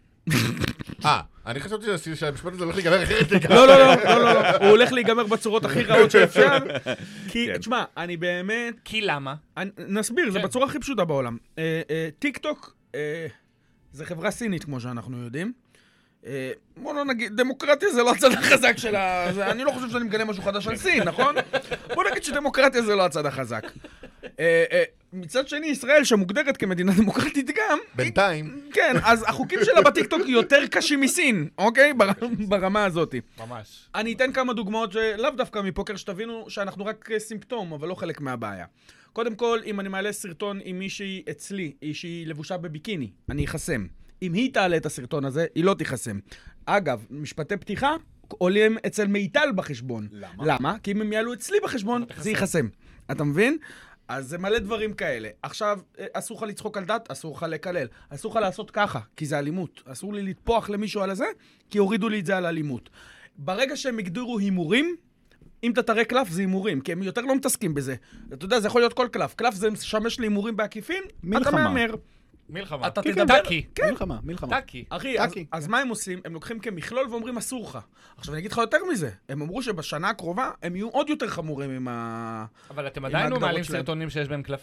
אה, אני חשבתי שהמשפט הזה הולך להיגמר אחרת לגמרי. לא, לא, לא, לא, לא, לא. הוא הולך להיגמר בצורות הכי רעות שאפשר. כי, כן. תשמע, אני באמת... כי למה? אני- נסביר, זה כן. בצורה הכי פשוטה בעולם. אה, אה, טיק טוק אה, זה חברה סינית, כמו שאנחנו יודעים. אה, בוא לא נגיד, דמוקרטיה זה לא הצד החזק של ה... זה- אני לא חושב שאני מגלה משהו חדש על סין, נכון? בוא נגיד שדמוקרטיה זה לא הצד החזק. אה, אה, מצד שני, ישראל, שמוגדרת כמדינה דמוקרטית גם, בינתיים. כן, אז החוקים שלה בטיקטוק יותר קשים מסין, אוקיי? בר- ברמה הזאת. ממש. אני אתן כמה דוגמאות שלאו דווקא מפוקר, שתבינו שאנחנו רק סימפטום, אבל לא חלק מהבעיה. קודם כל, אם אני מעלה סרטון עם מישהי אצלי, שהיא לבושה בביקיני, אני אחסם. אם היא תעלה את הסרטון הזה, היא לא תחסם. אגב, משפטי פתיחה עולים אצל מיטל בחשבון. למה? למה? כי אם הם יעלו אצלי בחשבון, זה יחסם. אתה מבין? אז זה מלא דברים כאלה. עכשיו, אסור לך לצחוק על דת, אסור לך לקלל. אסור לך לעשות ככה, כי זה אלימות. אסור לי לתפוח למישהו על הזה, כי הורידו לי את זה על אלימות. ברגע שהם הגדירו הימורים, אם אתה תראה קלף זה הימורים, כי הם יותר לא מתעסקים בזה. אתה יודע, זה יכול להיות כל קלף. קלף זה משמש להימורים בעקיפין, אתה מלחמה. מהמר. מלחמה. אתה כן, תדבר... טאקי. מלחמה, מלחמה. טאקי. אחי, אז, טאקי. אז מה הם עושים? הם לוקחים כמכלול ואומרים אסור לך. עכשיו אני אגיד לך יותר מזה. הם אמרו שבשנה הקרובה הם יהיו עוד יותר חמורים עם ה... אבל אתם עם עדיין לא ההגדרות מעלים שלהם. סרטונים שיש בהם קלפים.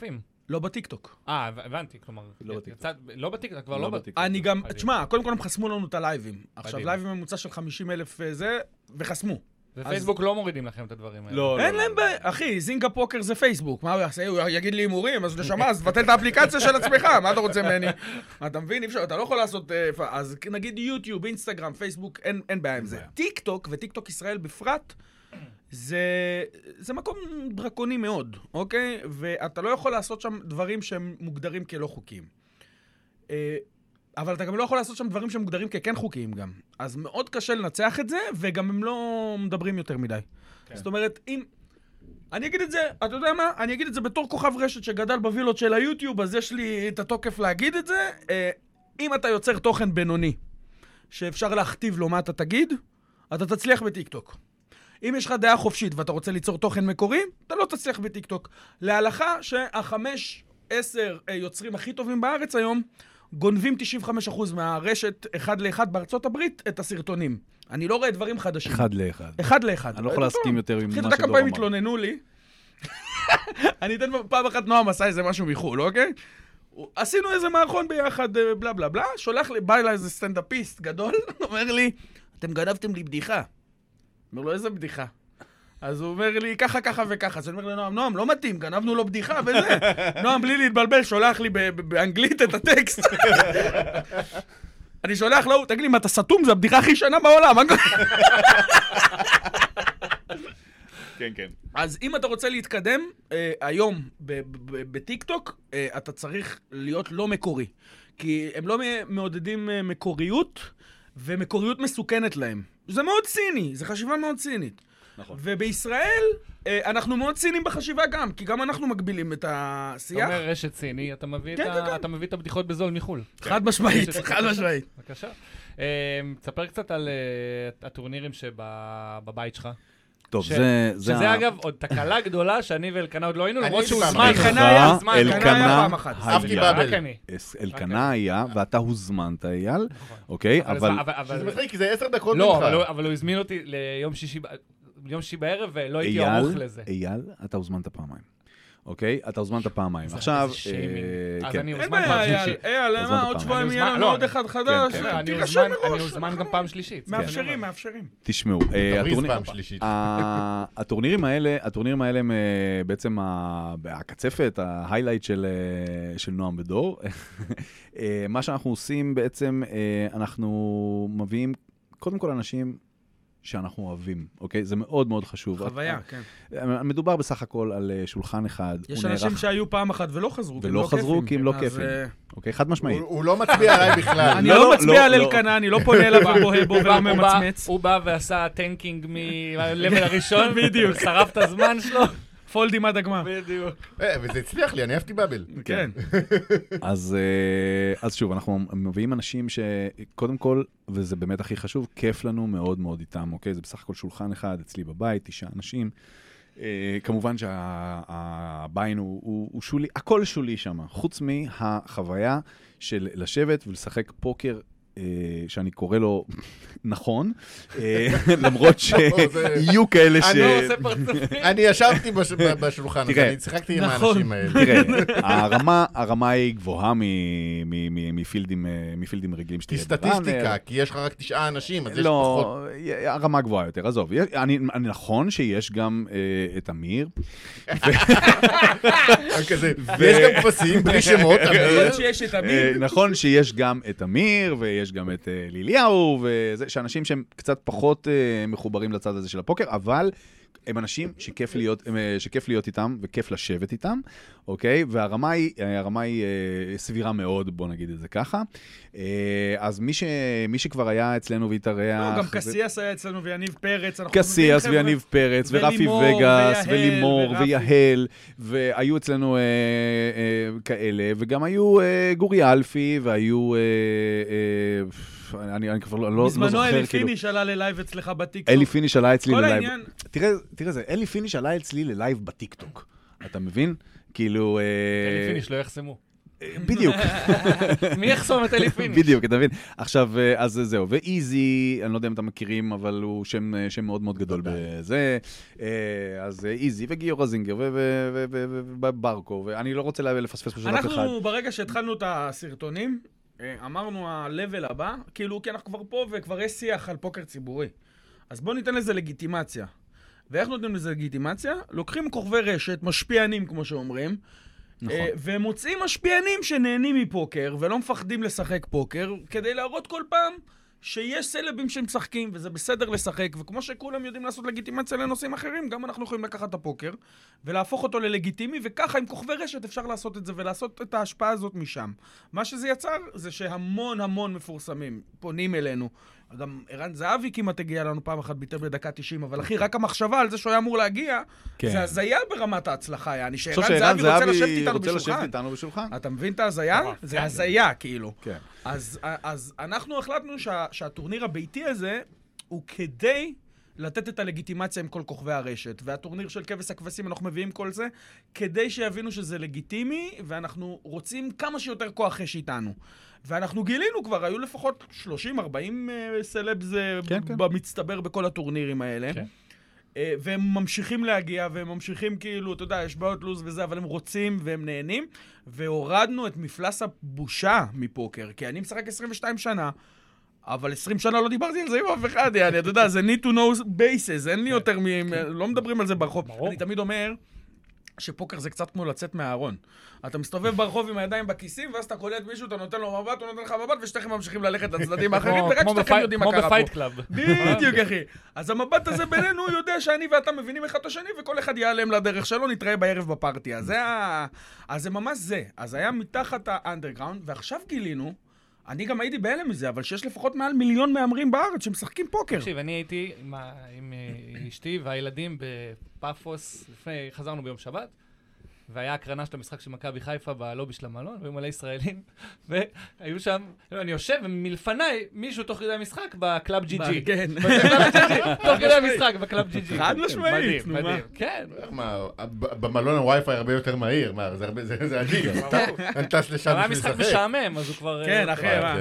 לא בטיקטוק. אה, הבנתי, כלומר, לא בטיקטוק. יצא- לא בטיקטוק, כבר לא לא בטיקטוק. בטיקטוק. אני גם, מדהים. תשמע, קודם כל הם חסמו לנו את הלייבים. עכשיו, מדהים. לייבים ממוצע של חמישים אלף זה, וחסמו. ופייסבוק לא מורידים לכם את הדברים האלה. לא, אין להם בעיה, אחי, זינגה פוקר זה פייסבוק, מה הוא יעשה? הוא יגיד לי הימורים, אז נשמה, אז תבטל את האפליקציה של עצמך, מה אתה רוצה ממני? אתה מבין? אי אפשר, אתה לא יכול לעשות, אה, אז נגיד יוטיוב, אינסטגרם, פייסבוק, אין אין בעיה עם זה. טיק טוק, וטיק טוק ישראל בפרט, זה זה מקום דרקוני מאוד, אוקיי? ואתה לא יכול לעשות שם דברים שהם מוגדרים כלא חוקיים. אה, אבל אתה גם לא יכול לעשות שם דברים שמוגדרים ככן חוקיים גם. אז מאוד קשה לנצח את זה, וגם הם לא מדברים יותר מדי. כן. זאת אומרת, אם... אני אגיד את זה, אתה יודע מה? אני אגיד את זה בתור כוכב רשת שגדל בווילות של היוטיוב, אז יש לי את התוקף להגיד את זה. אה, אם אתה יוצר תוכן בינוני, שאפשר להכתיב לו מה אתה תגיד, אתה תצליח בטיקטוק. אם יש לך דעה חופשית ואתה רוצה ליצור תוכן מקורי, אתה לא תצליח בטיקטוק. להלכה שהחמש, עשר יוצרים הכי טובים בארץ היום, גונבים תשעים וחמישה אחוז מהרשת אחד לאחד בארצות הברית את הסרטונים. אני לא רואה דברים חדשים. אחד לאחד. אחד לאחד. אני לא יכול להסכים יותר עם מה אתה שדור יודע כמה פעמים אמר. התלוננו לי. אני אתן פעם אחת נועם עשה איזה משהו מחול, אוקיי? עשינו איזה מערכון ביחד, בלה בלה בלה, שולח לי, בא אליי איזה סטנדאפיסט גדול, אומר לי, אתם גנבתם לי בדיחה. אומר לו, איזה בדיחה? אז הוא אומר לי, ככה, ככה וככה. אז אני אומר לנועם, נועם, לא מתאים, גנבנו לו בדיחה וזה. נועם, בלי להתבלבל, שולח לי באנגלית את הטקסט. אני שולח לו, תגיד לי, מה אתה סתום? זה הבדיחה הכי שנה בעולם. כן, כן. אז אם אתה רוצה להתקדם, אה, היום בטיקטוק, אה, אתה צריך להיות לא מקורי. כי הם לא מעודדים אה, מקוריות, ומקוריות מסוכנת להם. זה מאוד ציני, זה חשיבה מאוד צינית. נכון. ובישראל, אה, אנחנו מאוד צינים בחשיבה גם, כי גם אנחנו מגבילים את אתה השיח. אומר רשת ציני, אתה מביא את כן, ה- כן, כן. אתה מביא את הבדיחות בזול מחול. חד משמעית, חד משמעית. בבקשה. אה, תספר קצת על אה, הטורנירים שבבית שלך. טוב, ש- זה... זה שזה ה- אגב עוד תקלה גדולה שאני ואלקנה עוד לא היינו, אני למרות הייתי שהוא פעם זמן. אחת. אלקנה היה, זמן, אלקנה היה אלקנה פעם אחת. היה. אהבתי באבל. רק אני. אס- אלקנה היה, ואתה הוזמנת, אייל, אוקיי? אבל- אבל... אבל- אבל- זה מצחיק, כי זה עשר דקות לא, ממך. אבל הוא- אבל הוא הזמין אותי ליום שישי ב- יום שישי בערב, ולא הייתי אייל, ערוך לזה. אייל, אתה הוזמנת פעמיים. אוקיי? אתה הוזמנת פעמיים. זה- עכשיו... איזה שיימינג. אה, אז כן. אני אין הוזמן פעם בעיה, אייל, שלישית. אייל, אז מה, עוד עוד פעם. שבועיים אני יהיה הוזמן- לנו לא, עוד אחד חדש, כן, אני תירשם הוזמן- מראש. אני הוזמן גם פעם שלישית. מאפשרים, מאפשרים. תשמעו, אה, תבריז הטורניר- פעם שלישית. ה- הטורנירים האלה, הטורנירים האלה הם אה, בעצם ה- הקצפת, ההיילייט של אה, של נועם ודור. אה, מה שאנחנו עושים בעצם, אה, אנחנו מביאים קודם כל אנשים שאנחנו אוהבים, אוקיי? זה מאוד מאוד חשוב. חוויה, כן. אה, מדובר בסך הכל על אה, שולחן אחד. יש הוא אנשים נערך- שהיו פעם אחת ולא חזרו, כי הם ולא לא חזרו כיפים. כי הם לא אז, כיפים. אה, אוקיי? חד משמעית. הוא- הוא לא מצביע עליי בכלל. אני לא, לא לא, מצביע על לא. אלקנה, אני לא פונה אליו ובוהה בו ולא הוא בא- ממצמץ. הוא בא ועשה טנקינג מלבל הראשון, בדיוק, שרף את הזמן שלו. פולדים עד הגמר. בדיוק. אה, וזה הצליח לי, אני אהבתי באבל. כן. אז, אה, אז שוב, אנחנו מביאים אנשים שקודם כל, וזה באמת הכי חשוב, כיף לנו מאוד מאוד איתם, אוקיי? זה בסך הכל שולחן אחד, אצלי בבית, תשעה אנשים. אה, כמובן שהבית הוא, הוא, הוא שולי, הכל שולי שם, חוץ מהחוויה של לשבת ולשחק פוקר, אה, שאני קורא לו נכון, אה, למרות שיהיו כאלה ש... אני לא עושה פרצופים. אני ישבתי בש- ב- בשולחן הזה, תראה. אני שיחקתי עם נכון. האנשים האלה. תראה, הרמה, הרמה היא גבוהה מ- מ- מ- מפילדים, אה, מפילדים רגילים שתראה. כסטטיסטיקה, בבאנר. כי יש לך רק תשעה אנשים, אז יש פחות. לא, הרמה גבוהה יותר, עזוב. יש- אני, אני נכון שיש גם אה, את אמיר. כזה, יש גם כבשים בלי שמות, אמיר. שיש את אה, אמיר. נכון שיש גם את אמיר, ויש גם את אה, ליליהו, וזה, שאנשים שהם קצת פחות אה, מחוברים לצד הזה של הפוקר, אבל הם אנשים שכיף להיות, הם, אה, שכיף להיות איתם, וכיף לשבת איתם, אוקיי? והרמה היא, הרמה היא אה, סבירה מאוד, בוא נגיד את זה ככה. אה, אז מי, ש, מי שכבר היה אצלנו והתארח... לא, גם זה- קסיאס היה אצלנו ויניב פרץ. אנחנו קסיאס מביאים חבר'ה- ויניב פרץ, ורפי ולימור, וגאס, ויהל, ולימור, ורפי. ויהל, והיו אצלנו אה, אה, כאלה, וגם היו אה, גורי אלפי, והיו... אה, אה, אני, אני כבר לא, לא, לא בזמנו זוכר, אלי כאילו... פיניש עלה ללייב אצלך בטיקטוק. אלי פיניש עלה אצלי כל ללייב. העניין... תראה, תראה זה, אלי פיניש עלה אצלי ללייב בטיקטוק. אתה מבין? כאילו... אה, אלי פיניש לא יחסמו. בדיוק. מי יחסום את אלי פיניש? בדיוק, אתה מבין? עכשיו, אז זהו. ואיזי, אני לא יודע אם אתם מכירים, אבל הוא שם מאוד מאוד גדול בזה. אז איזי וגיאור רזינגר וברקו, ואני לא רוצה לפספס פשוט אף אחד. אנחנו, ברגע שהתחלנו את הסרטונים, אמרנו ה-level הבא, כאילו, כי אנחנו כבר פה וכבר יש שיח על פוקר ציבורי. אז בואו ניתן לזה לגיטימציה. ואיך נותנים לזה לגיטימציה? לוקחים כוכבי רשת, משפיענים, כמו שאומרים, נכון. ומוצאים משפיענים שנהנים מפוקר, ולא מפחדים לשחק פוקר, כדי להראות כל פעם שיש סלבים שמשחקים, וזה בסדר לשחק, וכמו שכולם יודעים לעשות לגיטימציה לנושאים אחרים, גם אנחנו יכולים לקחת את הפוקר, ולהפוך אותו ללגיטימי, וככה עם כוכבי רשת אפשר לעשות את זה, ולעשות את ההשפעה הזאת משם. מה שזה יצר, זה שהמון המון מפורסמים פונים אלינו. גם ערן זהבי כמעט הגיע לנו פעם אחת ביטר בדקה תשעים, אבל אחי, רק המחשבה על זה שהוא היה אמור להגיע, זה הזיה ברמת ההצלחה, יעני, שערן זהבי רוצה לשבת איתנו בשולחן. אתה מבין את ההזיה? זה הזיה, כאילו. אז אנחנו החלטנו שהטורניר הביתי הזה הוא כדי לתת את הלגיטימציה עם כל כוכבי הרשת, והטורניר של כבש הכבשים אנחנו מביאים כל זה, כדי שיבינו שזה לגיטימי, ואנחנו רוצים כמה שיותר כוח יש איתנו. ואנחנו גילינו כבר, היו לפחות שלושים ארבעים סלבס כן, כן. במצטבר בכל הטורנירים האלה. כן. והם ממשיכים להגיע, והם ממשיכים כאילו, אתה יודע, יש בעיות לוז וזה, אבל הם רוצים והם נהנים, והורדנו את מפלס הבושה מפוקר, כי אני משחק עשרים ושתיים שנה, אבל עשרים שנה לא דיברתי על זה עם אף אחד, יעני, אתה יודע, זה need to know bases, אין לי יותר מ... לא מדברים על זה ברחוב. אני תמיד אומר שפוקר זה קצת כמו לצאת מהארון. אתה מסתובב ברחוב עם הידיים בכיסים, ואז אתה קולט מישהו, אתה נותן לו מבט, הוא נותן לך מבט, ושתיכם ממשיכים ללכת לצדדים האחרים, ורק שתיכם יודעים מה קרה פה. כמו בפייט קלאב. בדיוק, אחי. אז המבט הזה בינינו יודע שאני ואתה מבינים אחד את השני, וכל אחד ייעלם לדרך שלו, נתראה בערב בפארטי. אז זה ממש זה. אז היה מתחת האנדרגראונד, ועכשיו גילינו, אני גם הייתי בהלם מזה, אבל שיש לפחות מעל מיליון מאמרים בארץ שמשחקים פוקר. תקשיב, אני הייתי עם אשתי והילדים בפאפוס, לפני, חזרנו ביום שבת, והיה הקרנה של המשחק של מכבי חיפה בלובי של המלון, והיו מלא ישראלים, והיו שם, אני יושב, ומלפניי מישהו תוך כדי המשחק בקלאב ג'י ג'י. כן. תוך כדי המשחק בקלאב ג'י ג'י. חד משמעית, נו מה. כן. מה, במלון הווי-פיי הרבה יותר מהיר, מה, זה עדיף. אני טס לשם היה משחק משעמם, אז הוא כבר... כן, אחי, מה?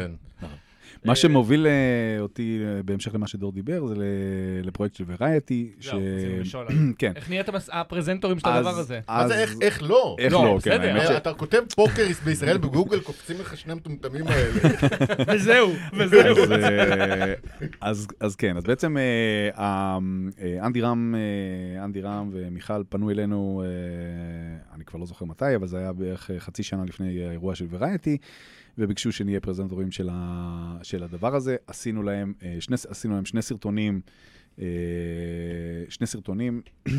מה שמוביל אותי בהמשך למה שדור דיבר, זה לפרויקט של ורייטי. זהו, זה משול. איך נהיית הפרזנטורים של הדבר הזה? מה זה איך לא? איך לא, כן. אתה כותב פוקר בישראל בגוגל, קופצים לך שני המטומטמים האלה. וזהו, וזהו. אז כן, אז בעצם אנדי רם, אנדי רם ומיכל פנו אלינו, אני כבר לא זוכר מתי, אבל זה היה בערך חצי שנה לפני האירוע של ורייטי, וביקשו שנהיה פרזנטורים של, ה... של הדבר הזה. עשינו להם, שני, עשינו להם שני סרטונים, שני סרטונים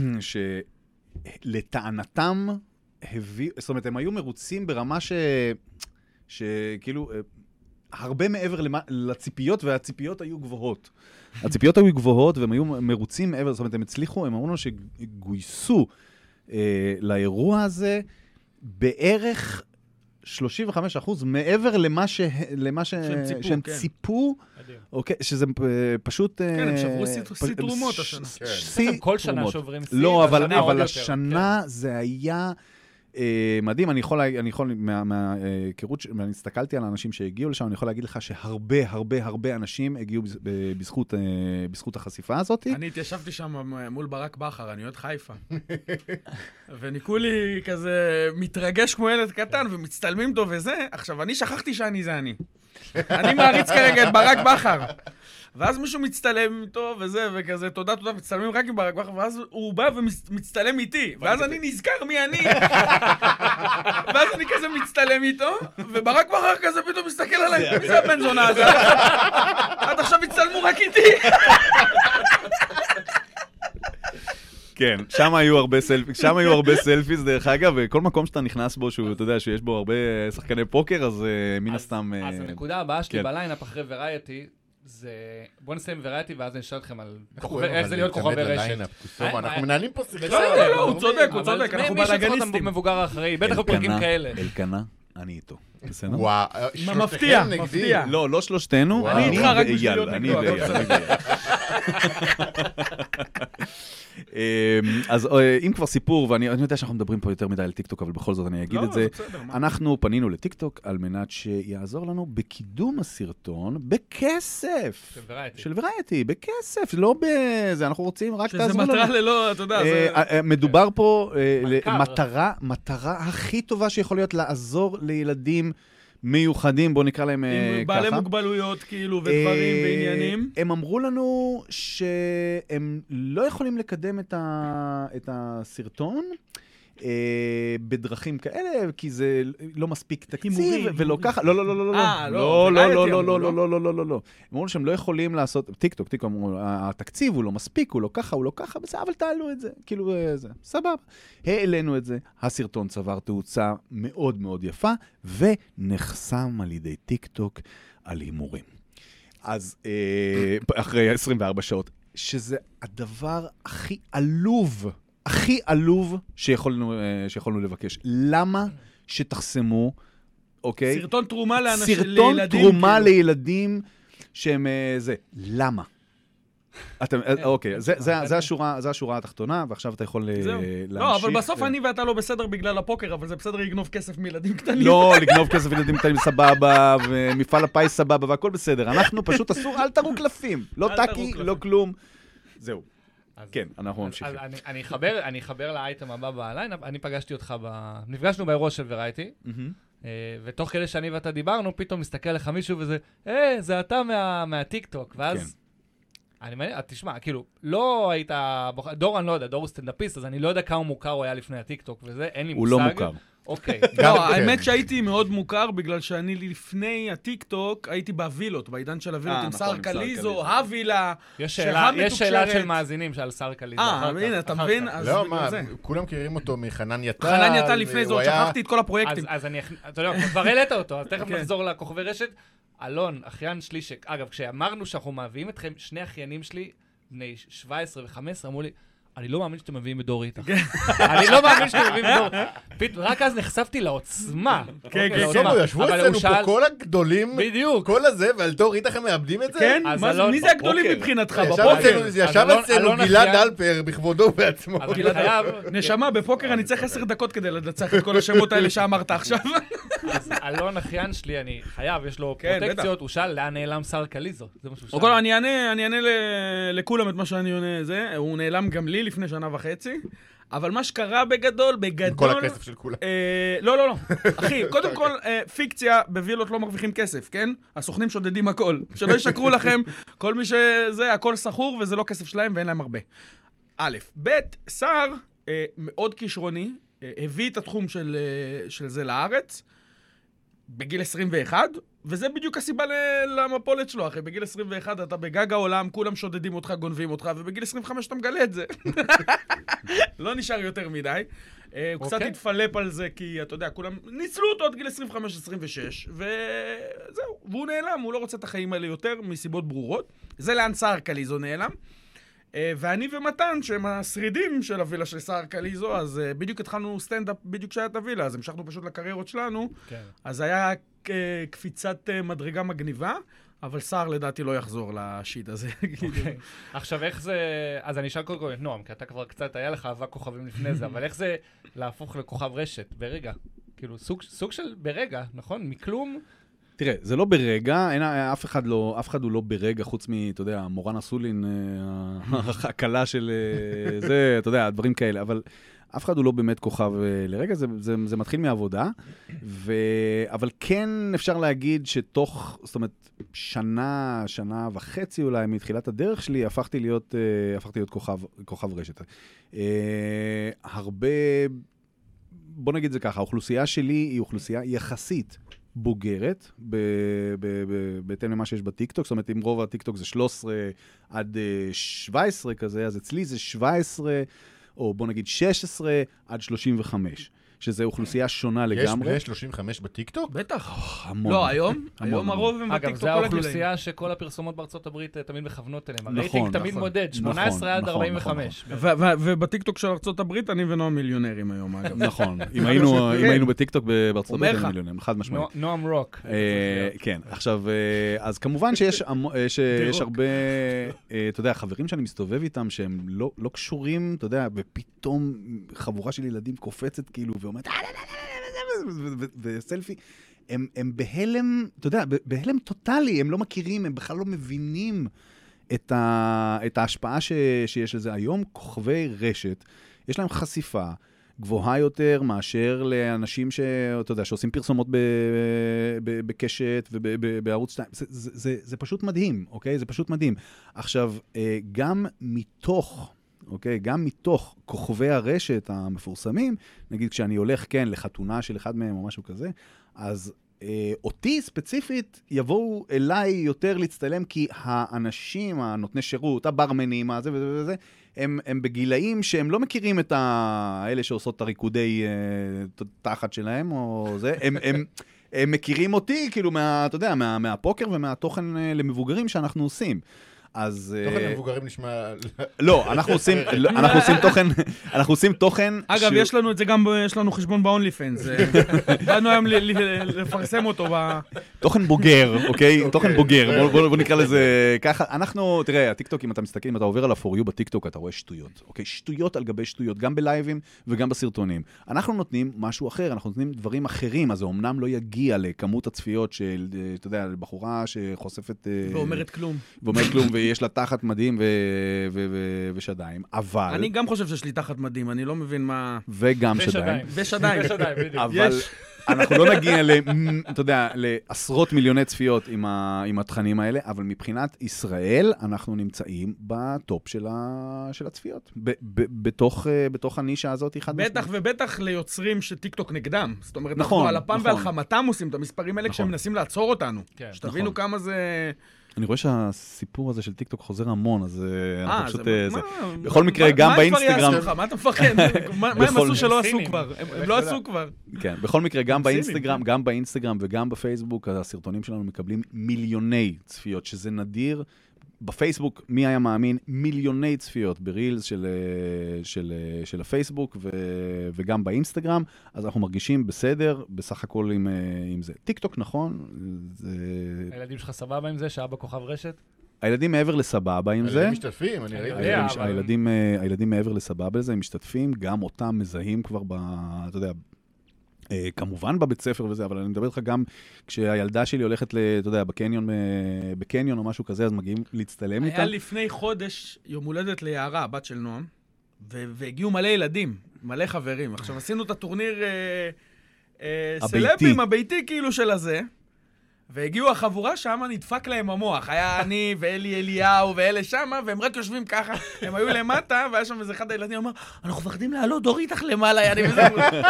שלטענתם הביא, זאת אומרת, הם היו מרוצים ברמה ש... שכאילו, הרבה מעבר למה... לציפיות, והציפיות היו גבוהות. הציפיות היו גבוהות, והם היו מרוצים מעבר, זאת אומרת, הם הצליחו, הם אמרו לנו שגויסו לאירוע הזה בערך... שלושים וחמישה אחוז מעבר למה ש... למה ש... שהם ציפו, שהם כן. ציפו, אוקיי, שזה פשוט... כן, הם שברו שיא תרומות השנה. כן. כל שנה שוברים שיא. לא, אבל, אבל השנה כן. זה היה אה, מדהים. אני יכול, אני יכול מההיכרות, מה, ואני הסתכלתי על האנשים שהגיעו לשם, אני יכול להגיד לך שהרבה, הרבה, הרבה אנשים הגיעו בזכות, אה, בזכות החשיפה הזאת. אני התיישבתי שם מול ברק בחר, אני עוד חיפה. וניקולי כזה מתרגש כמו ילד קטן, ומצטלמים טוב וזה. עכשיו, אני שכחתי שאני זה אני. אני מעריץ כרגע את ברק בחר. ואז מישהו מצטלם איתו וזה, וכזה, תודה, תודה, מצטלמים רק עם ברק בחר, ואז הוא בא ומצטלם איתי, ואז אני נזכר מי אני. ואז אני כזה מצטלם איתו, וברק בחר כזה פתאום מסתכל עליי, מי זה הבן זונה הזה? עד עכשיו מצטלמו רק איתי. כן, שם היו הרבה סלפיז, שם היו הרבה סלפיז, דרך אגב, וכל מקום שאתה נכנס בו, שהוא, אתה יודע, שיש בו הרבה שחקני פוקר, אז מן הסתם... אז הנקודה הבאה שלי בליינאפ אחרי ורייטי, זה... בואו נסיים ורייטי, ואז אני אשאל אתכם על איך זה להיות כוכבי רשת. אנחנו מנהלים פה סרטון. לא, לא, הוא צודק, הוא צודק, אנחנו בלאגניסטים. מישהו צריך מבוגר האחראי, בטח בפרקים כאלה. אלקנה, אני איתו. בסדר? וואו, מפתיע, מפתיע. לא, לא שלושתנו, אני איתך רק בשביל להיות נגדו. אז אם כבר סיפור, ואני יודע שאנחנו מדברים פה יותר מדי על טיקטוק, אבל בכל זאת אני אגיד את זה. אנחנו פנינו לטיקטוק על מנת שיעזור לנו בקידום הסרטון בכסף. של ורייטי, בכסף, לא בזה, אנחנו רוצים רק תעזרו לנו. שזה מטרה ללא, אתה יודע, זה... מדובר פה מטרה הכי טובה שיכול להיות לעזור לילדים מיוחדים, בואו נקרא להם ככה. עם בעלי מוגבלויות כאילו ודברים ועניינים. הם אמרו לנו שהם לא יכולים לקדם את הסרטון בדרכים כאלה, כי זה לא מספיק תקציב, ולא ככה. לא, לא, לא, לא, לא. לא, לא, לא, לא, לא, לא, לא, לא, לא, לא. הם אמרו שהם לא יכולים לעשות, טיקטוק, טיקטוק, אמרו, התקציב הוא לא מספיק, הוא לא ככה, הוא לא ככה, בסדר, אבל תעלו את זה. כאילו, זה, סבבה. העלינו את זה, הסרטון צבר תאוצה מאוד מאוד יפה, ונחסם על ידי טיקטוק על הימורים. אז אחרי עשרים וארבע שעות, שזה הדבר הכי עלוב, הכי עלוב שיכולנו, שיכולנו לבקש. למה שתחסמו, אוקיי? סרטון תרומה לאנשים, סרטון לילדים. תרומה כאילו. לילדים שהם זה. למה? אתם, אוקיי, זה, זה, זה השורה, זה השורה התחתונה, ועכשיו אתה יכול להמשיך. לא, אבל בסוף אני ואתה לא בסדר בגלל הפוקר, אבל זה בסדר לגנוב כסף מילדים קטנים. לא, לגנוב כסף מילדים קטנים סבבה, ומפעל הפיס סבבה, והכל בסדר. אנחנו פשוט אסור, אל תרו קלפים. לא טקי, לא כלום. זהו. כן, אנחנו ממשיכים. אני אחבר לאייטם הבא בליינאפ, אני פגשתי אותך, נפגשנו באירוע של ורייטי, ותוך כדי שאני ואתה דיברנו, פתאום מסתכל לך מישהו וזה, אה, זה אתה מהטיקטוק, ואז... אני מעניין, תשמע, כאילו, לא היית... דור אני לא יודע, דור הוא סטנדאפיסט, אז אני לא יודע כמה מוכר הוא היה לפני הטיקטוק וזה, אין לי מושג. הוא לא מוכר. אוקיי. לא, האמת שהייתי מאוד מוכר, בגלל שאני לפני הטיקטוק הייתי בווילות, בעידן של הווילות עם שר קליזו, הווילה, יש שאלה של מאזינים שעל שר קליזו. אה, הנה, אתה מבין? לא, מה, כולם מכירים אותו מחנן יטל. חנן יטל לפני זה, עוד שכחתי את כל הפרויקטים. אז אני, אתה יודע, כבר העלית אותו, אז תכף נחזור לכוכבי רשת. אלון, אחיין שלי, אגב, כשאמרנו שאנחנו מביאים אתכם, שני אחיינים שלי, בני שבע עשרה ו-חמש עשרה, אמרו לי, אני לא מאמין שאתם מביאים בדור איתך. אני לא מאמין שאתם מביאים בדור. רק אז נחשפתי לעוצמה. כן, כן. טוב, ישבו אצלנו פה כל הגדולים, בדיוק. כל הזה, ועל דור איתך הם מאבדים את זה? כן? מי זה הגדולים מבחינתך? בפוקר. ישב אצלנו גלעד אלפר בכבודו בעצמו. נשמה, בפוקר אני צריך עשר דקות כדי לנצח את כל השמות האלה שאמרת עכשיו. אז אלון אחיין שלי, אני חייב, יש לו פרוטקציות, הוא שאל לאן נעלם שר קליזו. זה מה שהוא שאל. אני אענה לכולם את מה שאני עונה, זה, הוא נעלם גם לי לפני שנה וחצי, אבל מה שקרה בגדול, בגדול... כל הכסף של כולם. לא, לא, לא. אחי, קודם כל, פיקציה בווילות לא מרוויחים כסף, כן? הסוכנים שודדים הכל. שלא ישקרו לכם, כל מי שזה, הכל סחור, וזה לא כסף שלהם ואין להם הרבה. א', ב', שר מאוד כישרוני, הביא את התחום של זה לארץ, בגיל עשרים ואחת, וזה בדיוק הסיבה למפולת שלו, אחי. בגיל עשרים ואחת אתה בגג העולם, כולם שודדים אותך, גונבים אותך, ובגיל עשרים וחמש אתה מגלה את זה. לא נשאר יותר מדי. הוא קצת התפלפ על זה, כי אתה יודע, כולם ניצלו אותו עד גיל עשרים וחמש עשרים ושש, וזהו. והוא נעלם, הוא לא רוצה את החיים האלה יותר, מסיבות ברורות. זה לאן שר קליזו נעלם. ואני ומתן, שהם השרידים של הווילה של שר קליזו, אז בדיוק התחלנו סטנדאפ בדיוק שהיה את הווילה, אז המשכנו פשוט לקריירות שלנו. אז היה קפיצת מדרגה מגניבה, אבל שר לדעתי לא יחזור לשיט הזה. עכשיו איך זה, אז אני אשאל קודם כל את נועם, כי אתה כבר קצת היה לך אהבה כוכבים לפני זה, אבל איך זה להפוך לכוכב רשת ברגע? כאילו סוג של ברגע, נכון? מכלום? תראה, זה לא ברגע, אין, אף אחד לא, אף אחד הוא לא ברגע, חוץ מ, אתה יודע, מורן אסולין, הקלה של זה, אתה יודע, דברים כאלה, אבל אף אחד הוא לא באמת כוכב לרגע, זה, זה, זה מתחיל מעבודה, ו, אבל כן אפשר להגיד שתוך, זאת אומרת, שנה, שנה וחצי אולי, מתחילת הדרך שלי, הפכתי להיות, הפכתי להיות כוכב, כוכב רשת. הרבה, בוא נגיד זה ככה, האוכלוסייה שלי היא אוכלוסייה יחסית, בוגרת, בהתאם למה שיש בטיקטוק, זאת אומרת, אם רוב הטיקטוק זה שלוש עשרה עד שבע עשרה כזה, אז אצלי זה שבע עשרה, או בוא נגיד שש עשרה עד שלושים וחמש. שזה אוכלוסייה שונה לגמרי. יש בני שלושים וחמש בטיקטוק? בטח. המון. לא, היום, המון, היום המון. הרוב הם אגב, בטיקטוק זה כל הגילאים. האוכלוסייה שכל הפרסומות בארצות הברית אה, תמיד מכוונות אליהם. נכון, הרייטינג תמיד נכון. מודד, שמונה עשרה עד נכון, ארבעים נכון, וחמש. ו- ו- ובטיקטוק של ארצות הברית, אני ונועם מיליונרים היום, אגב. נכון. אם היינו אם היינו בטיקטוק בארצות אומר הברית, לך. היינו מיליונים, חד משמעית. נו- נועם רוק. אה, כן, עכשיו, אה, אז כמובן שיש המ- אה, שיש הרבה, אה, אתה יודע, חברים שאני מסתובב איתם שהם לא לא קשורים, אתה יודע, ופתאום חבורה של ילדים קופצת כאילו ואומרת, וסלפי, הם הם בהלם, אתה יודע, בהלם טוטלי, הם לא מכירים, הם בכלל לא מבינים את ה- את ההשפעה ש- שיש לזה. היום כוכבי רשת, יש להם חשיפה גבוהה יותר מאשר לאנשים שאתה יודע, שעושים פרסומות ב- ב- בקשת ובערוץ שתיים. זה, זה, זה, זה פשוט מדהים, אוקיי? זה פשוט מדהים. עכשיו, גם מתוך, אוקיי? גם מתוך כוכבי הרשת המפורסמים, נגיד כשאני הולך, כן, לחתונה של אחד מהם או משהו כזה, אז אה, אותי ספציפית יבואו אליי יותר להצטלם, כי האנשים, הנותני שירות, הברמנים, הזה וזה וזה, הם, הם בגילאים שהם לא מכירים את האלה שעושות את הריקודי אה, תחת שלהם, או זה, הם, הם, הם מכירים אותי, כאילו, מה, אתה יודע, מה, מהפוקר ומהתוכן אה, למבוגרים שאנחנו עושים. אז... תוכן אה, למבוגרים נשמע... לא, אנחנו עושים, לא, אנחנו עושים תוכן, אנחנו עושים תוכן... אגב, שהוא- יש לנו את זה גם, ב- יש לנו חשבון ב-אונלי פנס. באנו היום ל- ל- לפרסם אותו ב... תוכן בוגר, אוקיי? תוכן אוקיי. בוגר, בוא- בוא בוא נקרא לזה ככה. אנחנו, תראה, הטיקטוק, אם אתה מסתכל, אם אתה עובר על ה-for you בטיקטוק, אתה רואה שטויות, אוקיי? שטויות על גבי שטויות, גם בלייבים וגם בסרטונים. אנחנו נותנים משהו אחר, אנחנו נותנים דברים אחרים, אז זה אומנם לא יגיע לכמות הצפיות של, אתה יודע, בחורה שחושפת... אה, ואומרת כלום. ואומרת כלום, ויש לה תחת מדהים ו- ו- ו- ושדיים, אבל... אני גם חושב שיש לי תחת מדהים, אני לא מבין מה... וגם שדיים. ושדיים. ושדיים. ושדיים, בדיוק. אבל יש. אנחנו לא נגיע ל, אתה יודע, לעשרות מיליוני צפיות עם, ה, עם התכנים האלה, אבל מבחינת ישראל, אנחנו נמצאים בטופ של, ה, של הצפיות. ב, ב, בתוך, בתוך הנישה הזאת, חד משמעית. בטח ובטח ליוצרים שטיקטוק נגדם. זאת אומרת, נכון, אנחנו על אפם נכון. ועל חמתם עושים את המספרים האלה נכון. כשהם מנסים לעצור אותנו. כן, שתבינו נכון. כמה זה... אני רואה שהסיפור הזה של טיקטוק חוזר המון, אז אה, אנחנו אה, פשוט... זה... אה, זה. מה- בכל מה- מקרה, מה- גם מה הם כבר באינסטגרם- יעשו לך? מה אתה מפחד? מה מה הם בכל- עשו שלא עשו סינים. כבר? הם הם לא עשו כבר. כן, בכל מקרה, גם סינים, באינסטגרם, כן. גם באינסטגרם וגם בפייסבוק, הסרטונים שלנו מקבלים מיליוני צפיות, שזה נדיר. בפייסבוק, מי היה מאמין? מיליוני צפיות ברילס של, של, של הפייסבוק ו, וגם באינסטגרם, אז אנחנו מרגישים בסדר, בסך הכל עם, עם זה. טיקטוק, נכון? זה... הילדים שלך סבבה עם זה, שאבא כוכב רשת? הילדים מעבר לסבבה עם זה. הילדים משתתפים, אני ראיתי. יודע, הילדים, אבל- הילדים, אה, הילדים מעבר לסבבה לזה, הם משתתפים, גם אותם מזהים כבר ב... אתה יודע, אה, כמובן בבית ספר וזה, אבל אני מדבר איתך גם כשהילדה שלי הולכת, ל, אתה יודע, בקניון, אה, בקניון או משהו כזה, אז מגיעים להצטלם איתה. היה לפני חודש יום הולדת ליערה, הבת של נועם, ו- והגיעו מלא ילדים, מלא חברים. עכשיו, עשינו את הטורניר אה, אה, הביתי. סלבים, הביתי כאילו של הזה, והגיעו החבורה שם, נדפק להם המוח. היה אני ואלי אליהו ואלה שמה, והם רק יושבים ככה, הם היו למטה, והיה שם איזה אחד הילדים אמר, אנחנו מפחדים לעלות, דור איתך למעלה, יעני וזה.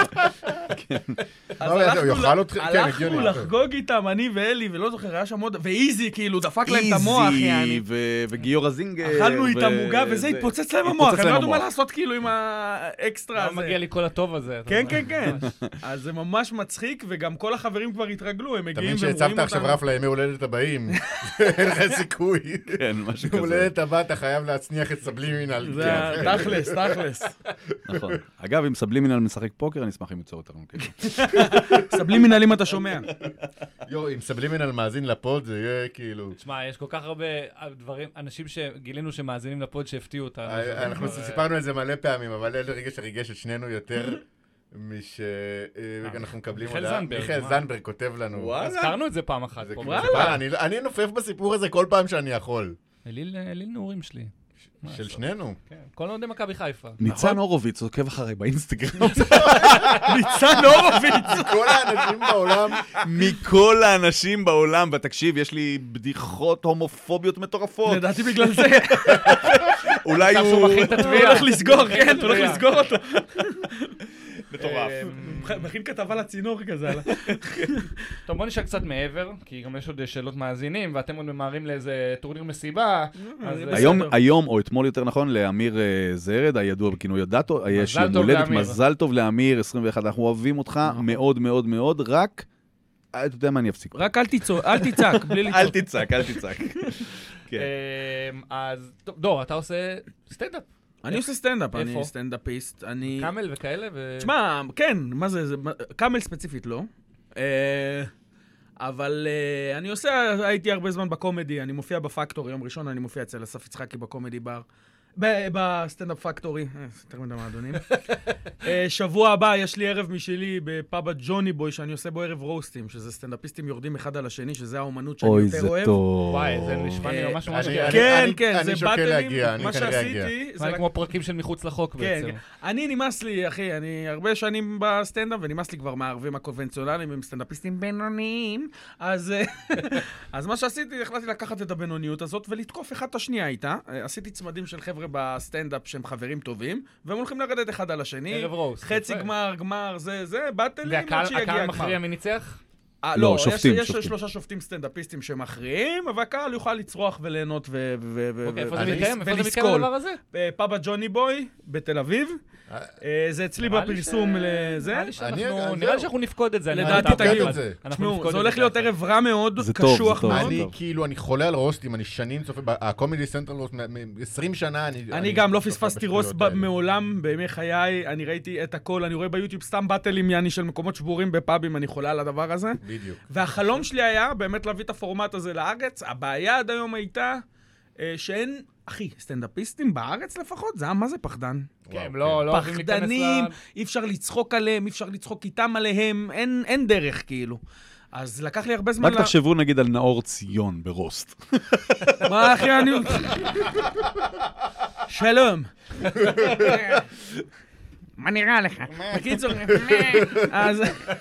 אז לא, זה, הוא הלכנו יאכל ל- אותך- כן, הלכנו הגיוני. לחגוג איתם, אני ואלי, ולא זוכר, היה שם עוד, ואיזי כאילו, דפק להם את המוח, יעני. ו- וגיורא זינגר. אכלנו איתם ו- עוגה, וזה זה- התפוצץ להם התפוצץ המוח, הם להם לא ידעו מה המוח. לעשות כאילו עם האקסטרה לא הזה. מגיע לי כל הטוב הזה. אתה כן, אומר. כן, כן. אז זה ממש מצחיק, וגם כל החברים כבר התרגלו, הם אתה מגיעים מבין והם רואים שהצבת עכשיו אותנו. רף לימי הולדת הבאים? אין לך סיכוי. כן, משהו יום כזה. הולדת הבא אתה חייב להצניח את סבלימינל. זה כן. ה- תכלס, תכלס. נכון. אגב, אם סבלימינל משחק פוקר, אני אשמח אם יצור אותנו. כן. סבלים מנהלים אתה שומע. יו, אם סבלימינל מאזין לפוד, זה יהיה כאילו... תשמע, יש כל כך הרבה דברים, אנשים שגילינו שמאזינים לפוד שהפתיעו אותנו. אה, אנחנו סיפרנו את זה מלא פעמים, אבל איזה רגע שריגש את שנינו יותר משאנחנו מקבלים מיכאל הודעה. זנדברג, מיכאל מה? זנדברג כותב לנו. הזכרנו את זה פעם אחת. זה פה. כאילו שבא, אני- אני נופף בסיפור הזה כל פעם שאני יכול. אליל אליל נעורים שלי. מה של לעשות? שנינו. כן, כל אוהדי מכבי חיפה. ניצן הורוביץ עוקב אחריי באינסטגרם. ניצן הורוביץ. כל האנשים בעולם, מכל האנשים בעולם, ותקשיב, יש לי בדיחות הומופוביות מטורפות. לדעתי בגלל זה. אולי עכשיו שהוא הוא... מכין את הוא התביעה. הולך לסגור, כן, הוא הולך לסגור אותו. מטורף. מכין כתבה לצינור כזה. טוב, בוא נשאר קצת מעבר, כי גם יש עוד שאלות מאזינים, ואתם עוד ממהרים לאיזה טורניר מסיבה. היום, היום, או אתמול יותר נכון, לאמיר זרד, הידוע בכינוי הדאטו, יש יום הולדת, מזל טוב לאמיר, עשרים ואחת, אנחנו אוהבים אותך מאוד מאוד מאוד, רק, אתה יודע מה אני אפסיק. רק אל תצעק, בלי לצעוק. אל תצעק, אל תצעק. אז, דור, אתה עושה סטנדאפ. אני עושה סטנדאפ, אני סטנדאפיסט, אני... קאמל וכאלה? תשמע, כן, מה זה, קאמל ספציפית לא. אבל אני עושה, הייתי הרבה זמן בקומדי, אני מופיע בפקטורי, יום ראשון אני מופיע אצל אסף יצחקי בקומדי בר. בסטנדאפ פקטורי, יותר מדי מועדונים. שבוע הבא יש לי ערב משלי בפאב ג'וני בוי, שאני עושה בו ערב רוסטים, שזה סטנדאפיסטים יורדים אחד על השני, שזה האומנות שאני יותר אוהב. אוי, זה טוב. וואי, זה נשמע לי ממש ממש גאה. כן, כן, זה אני שוקל באטלים, להגיע, אני מה כנראה אגיע. שעשיתי... זה כמו פרקים של מחוץ לחוק בעצם. אני נמאס לי, אחי, אני הרבה שנים בסטנדאפ, ונמאס לי כבר מהערבים הקונבנציונליים עם סטנדאפיסטים בינוניים, אז מה שעשיתי, החלטתי לקחת את הבינוניות הזאת ולתקוף אחד את השנייה איתה. עשיתי צמדים של חבר'ה בסטנדאפ שהם חברים טובים, והם הולכים לרדת אחד על השני. ערב רוסט. חצי גמר, גמר, זה, זה, באטלים, עד שיגיע והקהל גמר. מכריע מי ניצח? לא, שופטים, יש שופטים. שלושה שופטים סטנדאפיסטים שמכריעים, אבל הקהל יוכל לצרוח וליהנות ולסקול. אוקיי, איפה זה מתקיים? איפה זה מתקיים הדבר הזה? פאבה ג'וני בוי, בתל אביב. זה אצלי בפרסום לזה. נראה לי שאנחנו נפקוד את זה. לדעתי תגיעו. אנחנו תשמעו, נפקוד זה את הולך להיות ערב רע מאוד, זה טוב, קשוח זה טוב. מאוד. אני כאילו, אני חולה על רוסטים, אני שנים צופה, הקומדי סנטרל רוסט, עשרים שנה, אני... אני גם לא פספסתי רוסט מעולם בימי חיי, אני ראיתי את הכל, אני רואה ביוטיוב סתם באטלים יעני של מקומות שבורים בפאבים, אני חולה על הדבר הזה. בדיוק. והחלום שלי היה באמת להביא את הפורמט הזה לארץ. הבעיה עד היום הייתה שאין, אחי, סטנדאפיסטים בארץ לפחות, זה היה מה זה פחדן. כן, לא, לא אוהבים להיכנס ל... פחדנים, אי אפשר לצחוק עליהם, אי אפשר לצחוק איתם עליהם, אין, אין דרך כאילו. אז לקח לי הרבה זמן... רק תחשבו נגיד על נאור ציון ברוסט. מה אחי, אני... שלום. מה נראה לך? בקיצור, אז...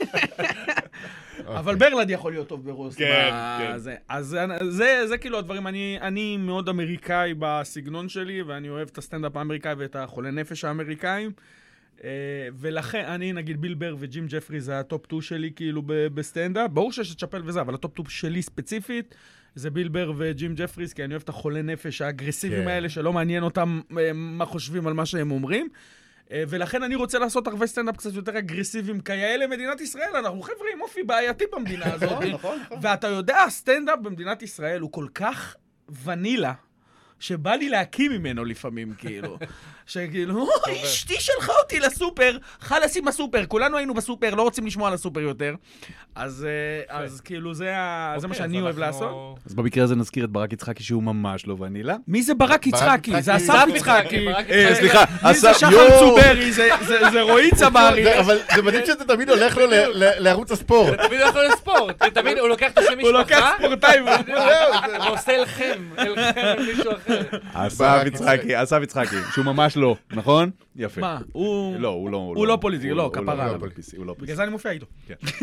אבל ברלד יכול להיות טוב ברוסט. כן, כן. אז זה, זה כאילו הדברים, אני, אני מאוד אמריקאי בסגנון שלי, ואני אוהב את הסטנדאפ האמריקאי ואת החולי נפש האמריקאים. ולכן, אני נגיד ביל בר וג'ים ג'פרי זה הטופ טו שלי כאילו בסטנדאפ. ברור שיש את צ'פל וזה, אבל הטופ טו שלי ספציפית זה ביל בר וג'ים ג'פריס, כי אני אוהב את החולי נפש האגרסיביים האלה, שלא מעניין אותם מה חושבים על מה שהם אומרים. ולכן אני רוצה לעשות הרבה סטנדאפ קצת יותר אגרסיביים כאלה מדינת ישראל. אנחנו חבר'ה עם אופי בעייתי במדינה הזאת. ואתה יודע, הסטנדאפ במדינת ישראל הוא כל כך ונילה, שבא לי להקים ממנו לפעמים, כאילו. שכאילו, אשתי שלחה אותי לסופר, חלאס עם הסופר, כולנו היינו בסופר, לא רוצים לשמוע על הסופר יותר. אז כאילו, זה מה שאני אוהב לעשות. אז במקרה הזה נזכיר את ברק יצחקי שהוא ממש לא ונילה. מי זה ברק יצחקי? זה אסף יצחקי. סליחה, מי זה שחר צוברי? זה רועי צברי. אבל זה מדהים שזה תמיד הולך לו לערוץ הספורט. תמיד הולך לו לספורט. תמיד הוא לוקח את השם משפחה. הוא לוקח ספורטאי. ועושה אלחם. אלחם עם מישהו אחר. אסף יצחקי, אסף יצחקי, שהוא ממש לא, נכון? יפה. מה? הוא... לא, הוא לא... הוא לא פוליטי, לא, כפרה. הוא לא פוליטי, הוא לא פוליטי. בגלל זה אני מופיע איתו.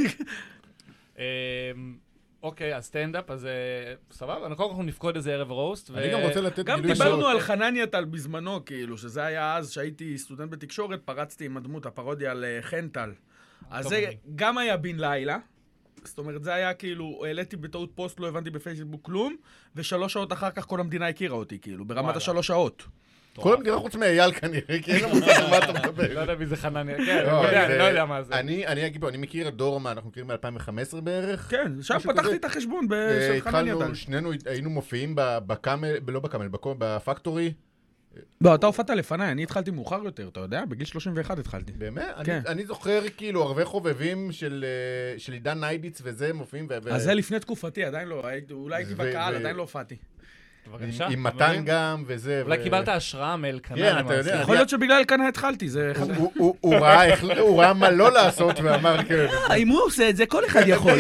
אוקיי, אז סטנדאפ, אז סבבה, קודם כל אנחנו נפקוד איזה ערב רוסט. אני גם רוצה לתת גם דיברנו על חנניה טל בזמנו, כאילו, שזה היה אז שהייתי סטודנט בתקשורת, פרצתי עם הדמות, הפרודיה על חן טל. אז זה גם היה בן לילה. זאת אומרת, זה היה כאילו, העליתי בטעות פוסט, לא הבנתי בפייסבוק כלום, ושלוש שעות אחר כך כל המדינה הכירה אותי, כאילו, ברמת השלוש שעות. כל המדינה חוץ מאייל כנראה, כי אין לו מושג על מה אתה מדבר. לא יודע מי זה חנניה, כן, אני לא יודע מה זה. אני אגיד פה, אני מכיר את דורמה, אנחנו מכירים מ-אלפיים וחמש עשרה בערך. כן, שם פתחתי את החשבון של חנניה טל. שנינו היינו מופיעים בקאמל, לא בקאמל, בפקטורי. לא, אתה הופעת לפניי, אני התחלתי מאוחר יותר, אתה יודע? בגיל שלושים ואחת התחלתי. באמת? אני זוכר כאילו הרבה חובבים של עידן ניידיץ וזה מופיעים. אז זה לפני תקופתי, עדיין לא, אולי הייתי בקהל, עדיין לא הופעתי. עם מתן גם וזה. אולי קיבלת השראה מאלקנה. כן, אתה יודע. יכול להיות שבגלל אלקנה התחלתי, זה... הוא ראה מה לא לעשות ואמר כן. אם הוא עושה את זה, כל אחד יכול.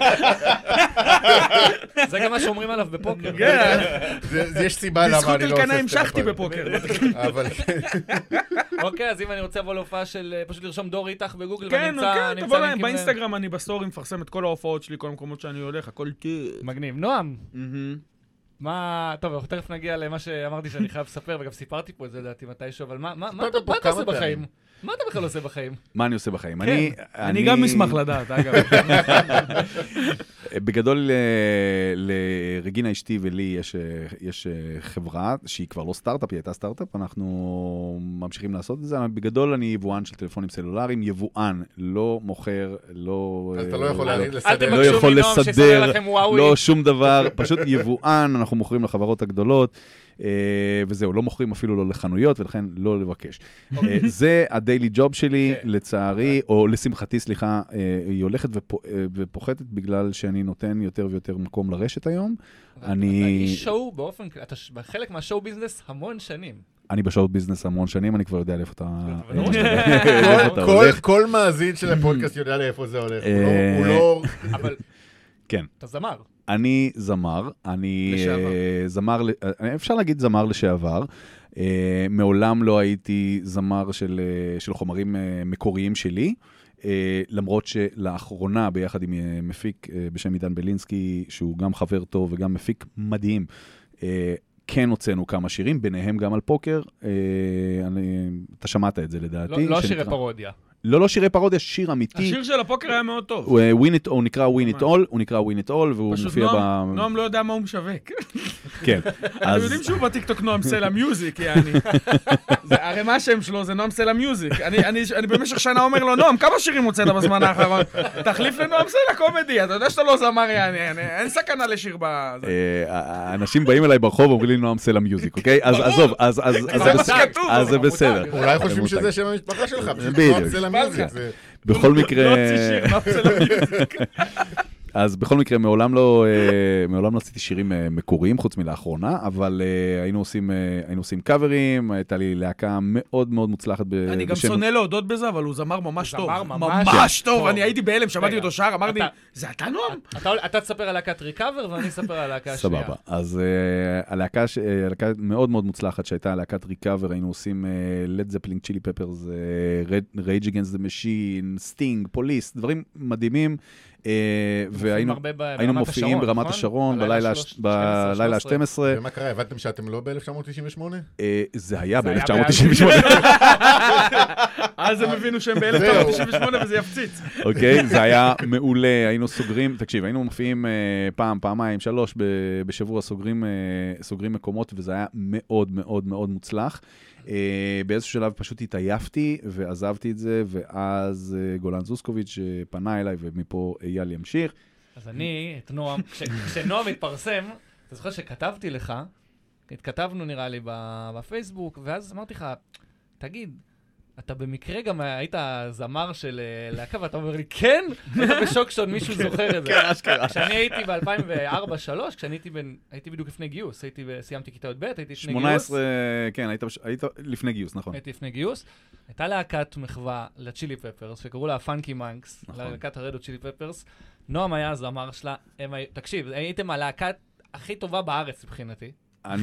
זה גם מה שאומרים עליו בפוקר. יש סיבה למה אני לא עושה את זה. בזכות אלקנה המשכתי בפוקר. אוקיי, אז אם אני רוצה לבוא להופעה של פשוט לרשום דור איתך בגוגל, כן, כן, תבוא להם. באינסטגרם אני בסטורי מפרסם את כל ההופעות שלי, כל המקומות שאני הולך, הכל מגניב. נועם. מה... טוב, אנחנו תכף נגיע למה שאמרתי שאני חייב לספר, וגם סיפרתי פה את זה, לדעתי, מתישהו, אבל מה אתה עושה בחיים? מה אתה בכלל עושה בחיים? מה אני עושה בחיים? כן, אני גם אשמח לדעת, אגב. בגדול, לרגינה אשתי ולי יש חברה שהיא כבר לא סטארט-אפ, היא הייתה סטארט-אפ, אנחנו ממשיכים לעשות את זה. בגדול אני יבואן של טלפונים סלולריים, יבואן, לא מוכר, לא... אז אתה לא יכול אל לסדר. לא תבקשו יכול מנועם לסדר, שיסדר לכם וואוי. לא שום דבר, פשוט יבואן, אנחנו מוכרים לחברות הגדולות, וזהו, לא מוכרים אפילו לא לחנויות, ולכן לא לבקש. זה הדיילי ג'וב שלי, לצערי, או לשמחתי, סליחה, היא הולכת ופוחתת בגלל שאני נותן יותר ויותר מקום לרשת היום. אני... איש שואו באופן, אתה בחלק מהשואו ביזנס המון שנים. אני בשואו ביזנס המון שנים, אני כבר יודע לאיפה אתה... כל מאזין של הפודקאסט יודע לאיפה זה הולך. הוא לא... אבל... כן. אתה זמר. אני זמר, אני לשעבר. זמר, אפשר להגיד זמר לשעבר. מעולם לא הייתי זמר של, של חומרים מקוריים שלי, למרות שלאחרונה ביחד עם מפיק בשם עידן בלינסקי, שהוא גם חבר טוב וגם מפיק מדהים, כן הוצאנו כמה שירים, ביניהם גם על פוקר. אני, אתה שמעת את זה לדעתי. לא, לא שירי פרודיה. לא, לא שירי פרודיה, שיר אמיתי. השיר של הפוקר היה מאוד טוב. הוא נקרא Win It All, הוא נקרא Win It All, והוא מופיע ב... פשוט נועם לא יודע מה הוא משווק. כן. אתם יודעים שהוא בטיקטוק נועם סלע מיוזיק, יעני. הרי מה השם שלו זה נועם סלע מיוזיק. אני במשך שנה אומר לו, נועם, כמה שירים הוצאת בזמן האחרון? תחליף לנועם סלע קומדי, אתה יודע שאתה לא זמר, יעני, אין סכנה לשיר בזה. האנשים באים אליי ברחוב, אומרים לי נועם סלע מיוזיק, אוקיי? אז עזוב, אז זה בסדר. אולי חושבים שזה שם המשפחה שלך, בכל מקרה... לא הוציא שיר, נועם סלע מיוזיק. אז בכל מקרה, מעולם לא, מעולם לא עשיתי שירים מקוריים, חוץ מלאחרונה, אבל היינו עושים, היינו עושים קאברים, הייתה לי להקה מאוד מאוד מוצלחת בשם... אני גם שונא להודות בזה, אבל הוא זמר ממש טוב. זמר ממש ממש טוב, אני הייתי בהלם, שמעתי אותו שר, אמרתי, זה אתה נועם? אתה תספר על להקת ריקאבר, ואני אספר על להקה השנייה. סבבה. אז הלהקה מאוד מאוד מוצלחת, שהייתה להקת ריקאבר, היינו עושים Led Zeppelin, Chili Peppers, Rage Against the Machine, Sting, Police, דברים מדהימים. והיינו מופיעים ברמת השרון בלילה ה-שתים עשרה. ומה קרה? הבנתם שאתם לא ב-אלף תשע מאות תשעים ושמונה? זה היה ב-אלף תשע מאות תשעים ושמונה. אז הם הבינו שהם ב-אלף תשע מאות תשעים ושמונה וזה יפציץ. אוקיי, זה היה מעולה, היינו סוגרים, תקשיב, היינו מופיעים פעם, פעמיים, שלוש בשבוע סוגרים מקומות, וזה היה מאוד מאוד מאוד מוצלח. באיזשהו שלב פשוט התעייפתי ועזבתי את זה, ואז גולן זוסקוביץ' פנה אליי, ומפה אייל ימשיך. אז אני, את נועם, כשנועם התפרסם, אתה זוכר שכתבתי לך, התכתבנו נראה לי בפייסבוק, ואז אמרתי לך, תגיד, אתה במקרה גם היית זמר של להקה, ואתה אומר לי, כן? היית בשוק שעוד מישהו זוכר את זה. כן, אשכרה. כשאני הייתי ב-אלפיים וארבע שלוש, כשאני הייתי בדיוק לפני גיוס, סיימתי כיתה י"ב, הייתי לפני גיוס. שמונה עשרה, כן, היית לפני גיוס, נכון. הייתי לפני גיוס. הייתה להקת מחווה לצ'ילי פפרס, שקראו לה פאנקי מנקס, להקת הרדו צ'ילי פפרס. נועם היה הזמר שלה. תקשיב, הייתם הלהקת הכי טובה בארץ מבחינתי.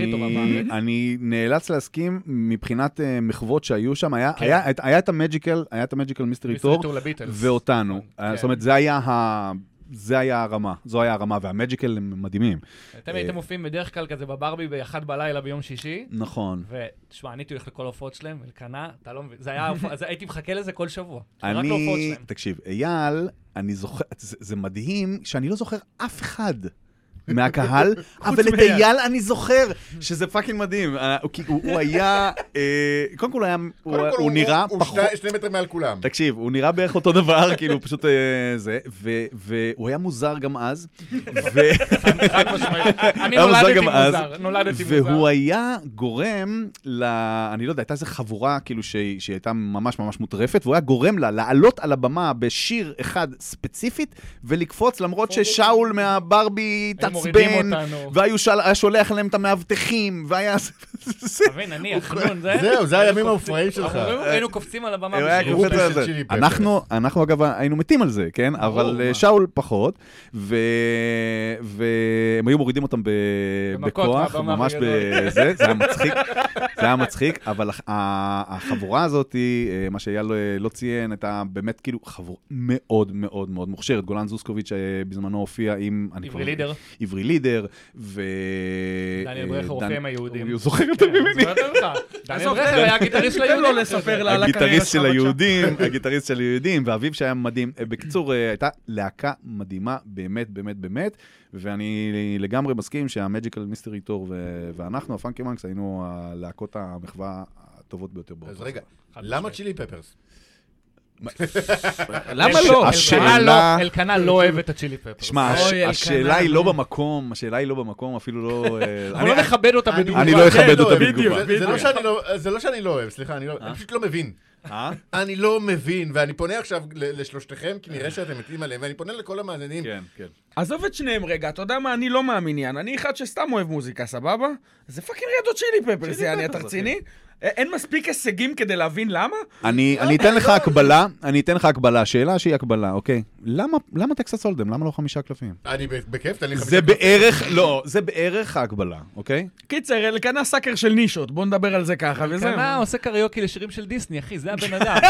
אני נאלץ להסכים מבחינת מחוות שהיו שם, היה את המג'יקל, היה את המג'יקל מיסטרי טור, ואותנו. זאת אומרת, זה היה זה היה הרמה, זו היה הרמה, והמג'יקל הם מדהימים. אתם הייתם מופיעים בדרך כלל כזה בברבי באחד בלילה ביום שישי. נכון. ותשמע, אני הייתי הולך לכל ההופעות שלהם, ולקנה, אתה לא מבין, זה היה, הייתי מחכה לזה כל שבוע. רק להופעות שלהם. תקשיב, אייל, אני זוכר, זה מדהים שאני לא זוכר אף אחד מהקהל, אבל את אייל אני זוכר, שזה פאקינג מדהים. הוא היה, קודם כל הוא נראה פחות... הוא שני מטר מעל כולם. תקשיב, הוא נראה בערך אותו דבר, כאילו פשוט זה, והוא היה מוזר גם אז. אני נולדתי מוזר, נולדתי מוזר. והוא היה גורם ל... אני לא יודע, הייתה איזו חבורה כאילו שהיא הייתה ממש ממש מוטרפת, והוא היה גורם לה לעלות על הבמה בשיר אחד ספציפית, ולקפוץ למרות ששאול מהברבי עצבן, והיה שולח להם את המאבטחים, והיה... תבין, אני, החנון, זה... זהו, זה הימים המופרעים שלך. היינו קופצים על הבמה. אנחנו אגב היינו מתים על זה, כן? אבל שאול פחות, והם היו מורידים אותם בכוח, ממש בזה, זה היה מצחיק, זה היה מצחיק, אבל החבורה הזאת, מה שאייל לא ציין, הייתה באמת כאילו חבורה מאוד מאוד מאוד מוכשרת. גולן זוסקוביץ' בזמנו הופיע עם... עברי לידר. עברי לידר, ו... דניאל ברכר, רופאים היהודים. הוא זוכר יותר ממני. דניאל ברכר היה הגיטריסט של היהודים. תן לו לספר לה על הקריירה הגיטריסט של שלך, בבקשה. היהודים, הגיטריסט של היהודים, ואביב שהיה מדהים. בקיצור, הייתה להקה מדהימה, באמת, באמת, באמת, ואני לגמרי מסכים שהמג'יקל מיסטרי טור ואנחנו, הפאנקי מנקס, היינו הלהקות המחווה הטובות ביותר באותו. אז רגע, למה צ'ילי פפרס? למה לא? השאלה... אלקנה לא אוהב את הצ'ילי פפר. שמע, השאלה היא לא במקום, השאלה היא לא במקום, אפילו לא... אנחנו לא נכבד אותה בדיוק. אני לא אכבד אותה בדיוק. זה לא שאני לא אוהב, סליחה, אני פשוט לא מבין. אני לא מבין, ואני פונה עכשיו לשלושתכם, כי נראה שאתם מתאים עליהם, ואני פונה לכל המאזינים. כן, כן. עזוב את שניהם רגע, אתה יודע מה, אני לא מאמיניין, אני אחד שסתם אוהב מוזיקה, סבבה? זה פאקינג רדו צ'ילי פפרס, יעני, אתה רציני? אין מספיק הישגים כדי להבין למה? אני אתן לך הקבלה, אני אתן לך הקבלה, שאלה שהיא הקבלה, אוקיי? למה טקסס הולדם? למה לא חמישה קלפים? אני בכיף, תן לי חמישה זה בערך, לא, זה בערך ההקבלה, אוקיי? קיצר, אלקנה סאקר של נישות, בוא נדבר על זה ככה, וזהו. אלקנה עושה קריוקי לשירים של דיסני, אחי, זה הבן אדם.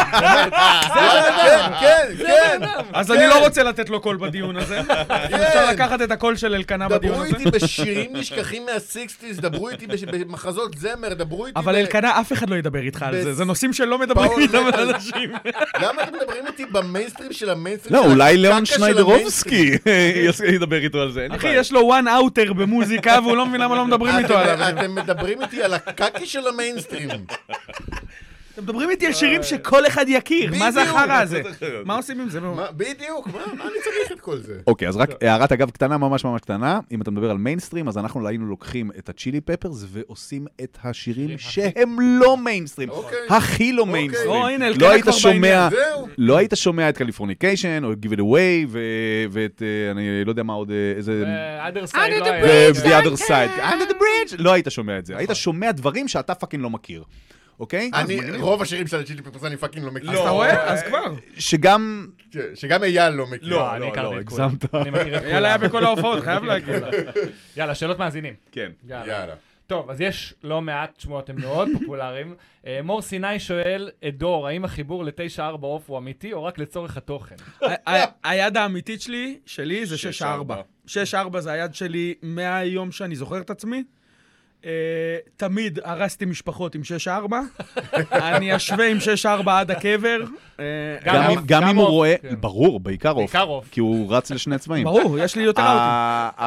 כן, כן, כן. אז אני לא רוצה לתת לו קול בדיון הזה. אפשר לקחת את הקול של אלקנה בדיון דברו הזה. איתי בשירים נשכחים מה-סיקסטיז, דברו איתי במחזות זמר, דברו איתי... אבל אלקנה, אף אחד לא ידבר איתך על זה, זה נושאים שלא מדברים איתם על אנשים. למה אתם מדברים איתי במיינסטרים של המיינסטרים? לא, אולי ליאון שניידרובסקי ידבר איתו על זה. אחי, יש לו one outer במוזיקה, והוא לא מבין למה לא מדברים איתו עליו. אתם מדברים איתי על הקקי של המיינסטרים. אתם מדברים איתי על שירים שכל אחד יכיר, מה זה החרא הזה? מה עושים עם זה? בדיוק, מה אני צריך את כל זה? אוקיי, אז רק הערת אגב קטנה, ממש ממש קטנה, אם אתה מדבר על מיינסטרים, אז אנחנו היינו לוקחים את הצ'ילי פפרס ועושים את השירים שהם לא מיינסטרים, הכי לא מיינסטרים. או, הנה, אלקנה כבר בעניין. לא היית שומע את קליפורניקיישן, או Give It Away, ואת, אני לא יודע מה עוד, איזה... Other Side לא היה. ו-The Other Side. Under the Bridge. לא היית שומע את זה. היית שומע דברים שאתה פאקינג לא מכיר. אוקיי? אני, רוב השירים של הצ'ילי פפרס אני פאקינג לא מכיר. אז אתה רואה? אז כבר. שגם... שגם אייל לא מכיר. לא, אני הכרתי את כולם. הגזמת. אייל היה בכל ההופעות, חייב להגיד. יאללה, שאלות מאזינים. כן. יאללה. טוב, אז יש לא מעט שמועות, הם מאוד פופולריים. מור סיני שואל את דור, האם החיבור ל-תשע ארבע עוף הוא אמיתי או רק לצורך התוכן? היד האמיתית שלי, שלי, זה שש ארבע. שש ארבע זה היד שלי מהיום שאני זוכר את עצמי. תמיד הרסתי משפחות עם שש ארבע. אני אשווה עם שש ארבע עד הקבר. גם אם הוא רואה, ברור, בעיקר אוף. כי הוא רץ לשני צבעים. ברור, יש לי יותר אוטו.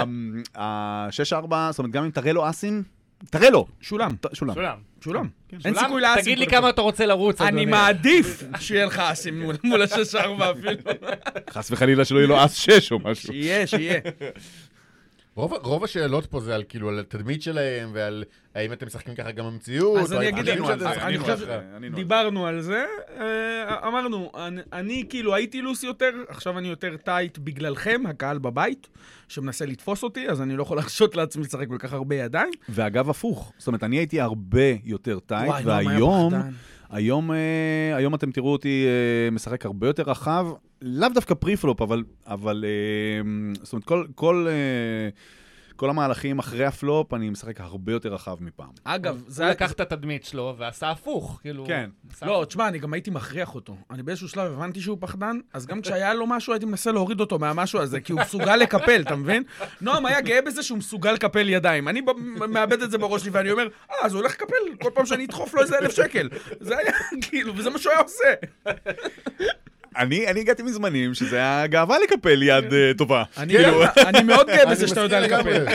ה-שש ארבע, זאת אומרת, גם אם תראה לו אסים, תראה לו. שולם. שולם. שולם. אין סיכוי לאסים. תגיד לי כמה אתה רוצה לרוץ, אדוני. אני מעדיף שיהיה לך אסים מול ה-שש ארבע אפילו. חס וחלילה שלא יהיה לו אס שש או משהו. שיהיה, שיהיה. רוב, רוב השאלות פה זה על כאילו על התדמית שלהם ועל האם אתם משחקים ככה גם במציאות. אז אני אגיד לנו על זה, אני חושב ענינו על דיברנו על זה, אה, אמרנו, אני, אני כאילו הייתי לוס יותר, עכשיו אני יותר טייט בגללכם, הקהל בבית, שמנסה לתפוס אותי, אז אני לא יכול להרשות לעצמי לשחק כל כך הרבה ידיים. ואגב הפוך, זאת אומרת, אני הייתי הרבה יותר טייט, וואי, והיום... לא, מה היה היום, היום אתם תראו אותי משחק הרבה יותר רחב, לאו דווקא פריפלופ, אבל, אבל זאת אומרת, כל, כל, כל המהלכים אחרי הפלופ, אני משחק הרבה יותר רחב מפעם. אגב, זה לקח את התדמית שלו ועשה הפוך, כאילו... כן. לא, תשמע, אני גם הייתי מכריח אותו. אני באיזשהו שלב הבנתי שהוא פחדן, אז גם כשהיה לו משהו, הייתי מנסה להוריד אותו מהמשהו הזה, כי הוא מסוגל לקפל, אתה מבין? נועם היה גאה בזה שהוא מסוגל לקפל ידיים. אני מאבד את זה בראש שלי, ואני אומר, אה, אז הוא הולך לקפל כל פעם שאני אדחוף לו איזה אלף שקל. זה היה, כאילו, וזה מה שהוא היה עושה. אני, אני הגעתי מזמנים שזה היה גאווה לקפל יד טובה. אני מאוד גאה בזה שאתה יודע לקפל.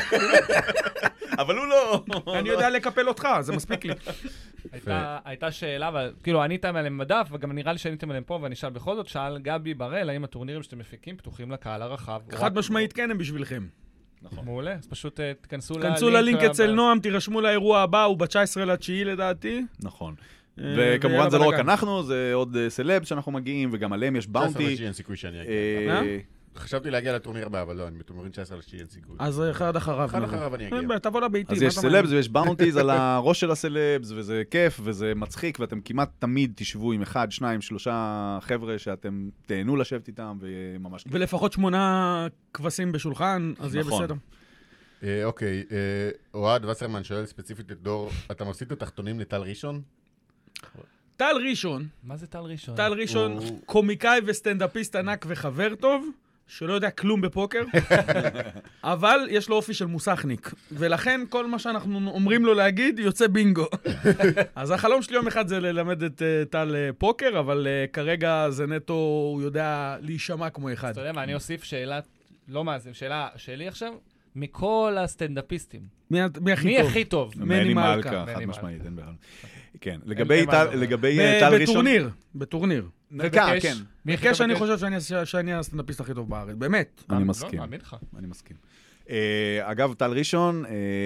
אבל הוא לא. אני יודע לקפל אותך, זה מספיק לי. הייתה שאלה, כאילו עניתם עליהם מדף, וגם נראה לי שעניתם עליהם פה, ואני שאל בכל זאת, שאל גבי בראל, האם הטורנירים שאתם מפיקים פתוחים לקהל הרחב? חד משמעית כן, הם בשבילכם. מעולה, אז פשוט תכנסו ללינק. תכנסו ללינק אצל נועם, תירשמו לאירוע הבא, הוא ב-תשע עשרה לתשיעי לדעתי. נכון. וכמובן זה לא רק אנחנו, זה עוד סלב שאנחנו מגיעים, וגם עליהם יש באונטי. אין סיכוי שאני אגיע. חשבתי להגיע לטורניר הבא, אבל לא, אני אומרים תשע עשרה לתשיעי אין סיכוי. אז אחד אחריו. אחד אחריו אני אגיע. תבוא לביתי. אז יש סלבס ויש באונטיז על הראש של הסלבס, וזה כיף, וזה מצחיק, ואתם כמעט תמיד תשבו עם אחד, שניים, שלושה חבר'ה שאתם תהנו לשבת איתם, וממש... ולפחות שמונה כבשים בשולחן, אז יהיה בסדר. אוקיי, אוהד וסרמן שואל ספציפית את דור, אתה מוסיף את התחתונים לטל ראשון? טל ראשון. מה זה טל ראשון? טל ראשון, קומיקאי וסטנדאפיסט ענק וחבר טוב, שלא יודע כלום בפוקר, אבל יש לו אופי של מוסכניק, ולכן כל מה שאנחנו אומרים לו להגיד יוצא בינגו. אז החלום שלי יום אחד זה ללמד את טל פוקר, אבל כרגע זה נטו, הוא יודע להישמע כמו אחד. אתה יודע מה, אני אוסיף שאלה, לא מה זה, שאלה שלי עכשיו, מכל הסטנדאפיסטים. מי הכי מי טוב? הכי טוב? מני מלכה, חד משמעית, אין בכלל. כן, לגבי טל ראשון... בטורניר, בטורניר. כן, כן. בקש אני חושב שאני הסטנדאפיסט הכי טוב בארץ, באמת. אני מסכים. אני מסכים. אגב, טל ראשון,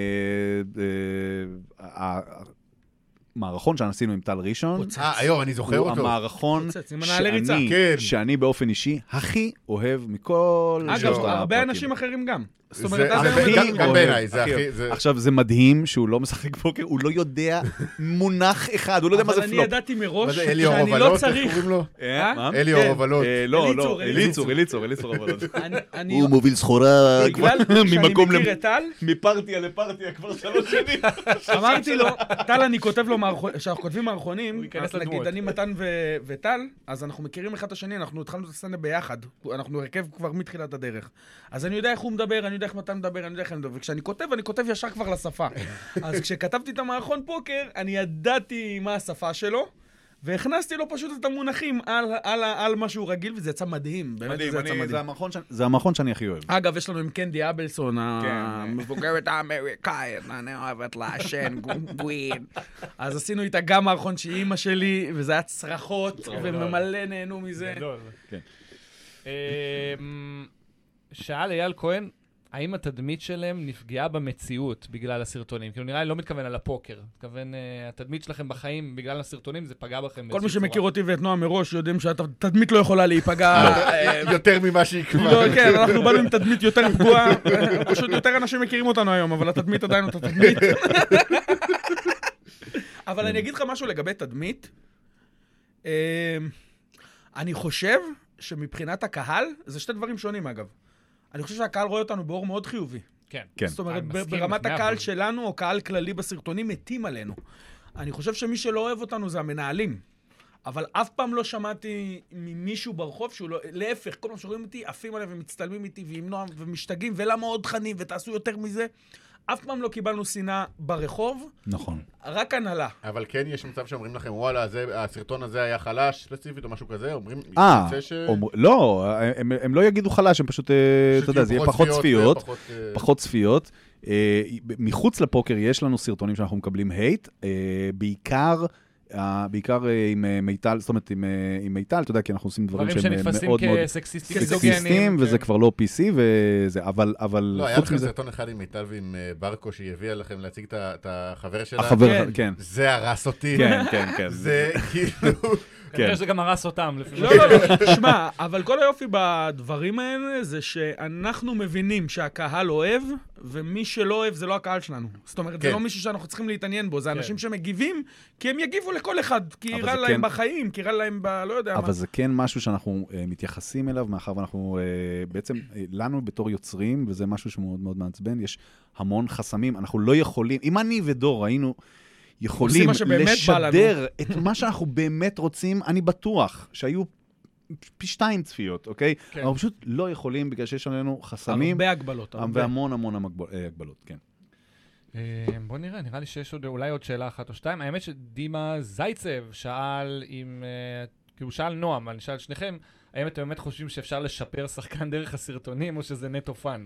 המערכון שעשינו עם טל ראשון, אה, היום, אני זוכר אותו. הוא המערכון שאני באופן אישי הכי אוהב מכל... אגב, הרבה אנשים אחרים גם. זאת אומרת, גם בעיניי, זה הכי... עכשיו, זה מדהים שהוא לא משחק פוקר, הוא לא יודע מונח אחד, הוא לא יודע מה זה פלופ. אבל אני ידעתי מראש שאני לא צריך... אלי אורבלות. לא, לא, אליצור, אליצור, אליצור אורבלות. הוא מוביל סחורה ממקום שאני מכיר את טל, מפרטיה לפרטיה כבר שלוש שנים. אמרתי לו, טל, אני כותב לו מערכונים, כשאנחנו כותבים מערכונים, אז נגיד, אני מתן וטל, אז אנחנו מכירים אחד את השני, אנחנו התחלנו את הסצנה ביחד, אנחנו הרכב כבר מתחילת הדרך. אז אני יודע איך הוא מדבר, אני יודע איך מתן מדבר, אני יודע איך אני מדבר, וכשאני כותב, אני כותב ישר כבר לשפה. אז כשכתבתי את המערכון פוקר, אני ידעתי מה השפה שלו, והכנסתי לו פשוט את המונחים על, על, על מה שהוא רגיל, וזה יצא מדהים. באמת מדהים, זה יצא מדהים. זה המערכון, זה המערכון שאני הכי אוהב. אגב, יש לנו עם קנדי אבלסון, המבוגרת האמריקאית, אני אוהבת לעשן גווין. אז עשינו איתה גם מערכון שהיא אימא שלי, וזה היה צרחות, וממלא נהנו מזה. שאל אייל כהן, האם התדמית שלהם נפגעה במציאות בגלל הסרטונים? כאילו נראה לי לא מתכוון על הפוקר. מתכוון, התדמית שלכם בחיים בגלל הסרטונים, זה פגע בכם. כל מי שמכיר אותי ואת נועה מראש יודעים שהתדמית לא יכולה להיפגע. יותר ממה שהיא כבר. כן, אנחנו באנו עם תדמית יותר פגועה. פשוט יותר אנשים מכירים אותנו היום, אבל התדמית עדיין אותה תדמית. אבל אני אגיד לך משהו לגבי תדמית. אני חושב שמבחינת הקהל, זה שתי דברים שונים אגב. אני חושב שהקהל רואה אותנו באור מאוד חיובי. כן. כן. זאת אומרת, ברמת הקהל שלנו, או קהל כללי בסרטונים, מתים עלינו. אני חושב שמי שלא אוהב אותנו זה המנהלים. אבל אף פעם לא שמעתי ממישהו ברחוב שהוא לא... להפך, כל מה שרואים אותי, עפים עליהם ומצטלמים איתי, ועם נועם ומשתגעים, ולמה עוד חנים, ותעשו יותר מזה. אף פעם לא קיבלנו שנאה ברחוב. נכון. רק הנהלה. אבל כן, יש מצב שאומרים לכם, וואלה, הסרטון הזה היה חלש, ספציפית או משהו כזה, אומרים... אה, לא, הם לא יגידו חלש, הם פשוט, אתה יודע, זה יהיה פחות צפיות, פחות צפיות. מחוץ לפוקר יש לנו סרטונים שאנחנו מקבלים הייט, בעיקר... בעיקר עם מיטל, זאת אומרת, עם מיטל, אתה יודע, כי אנחנו עושים דברים שהם מאוד מאוד... דברים שנתפסים כסקסיסטים, סקסיסטים, וזה כבר לא פי סי, וזה, אבל... לא, היה לכם סרטון אחד עם מיטל ועם ברקו, שהיא הביאה לכם להציג את החבר שלה. החבר, כן. זה הרס אותי. כן, כן, כן. זה כאילו... אני חושב שזה גם הרס אותם. לא, לא, לא, שמע, אבל כל היופי בדברים האלה זה שאנחנו מבינים שהקהל אוהב, ומי שלא אוהב זה לא הקהל שלנו. זאת אומרת, זה לא מישהו שאנחנו צריכים להתעניין בו, זה אנשים שמגיבים, כי הם יגיבו לכל אחד, כי יראה להם בחיים, כי יראה להם ב... לא יודע מה. אבל זה כן משהו שאנחנו מתייחסים אליו, מאחר ואנחנו בעצם, לנו בתור יוצרים, וזה משהו שמאוד מאוד מעצבן, יש המון חסמים, אנחנו לא יכולים, אם אני ודור היינו... יכולים לשדר את מה שאנחנו באמת רוצים, אני בטוח שהיו פי שתיים צפיות, אוקיי? כן. אנחנו פשוט לא יכולים בגלל שיש עלינו חסמים. הרבה הגבלות. הרבה. והמון המון הגבלות, כן. בוא נראה, נראה לי שיש עוד, אולי עוד שאלה אחת או שתיים. האמת שדימה זייצב שאל אם, כי הוא שאל נועם, אני שאל שניכם, האם אתם באמת חושבים שאפשר לשפר שחקן דרך הסרטונים או שזה נטו פן?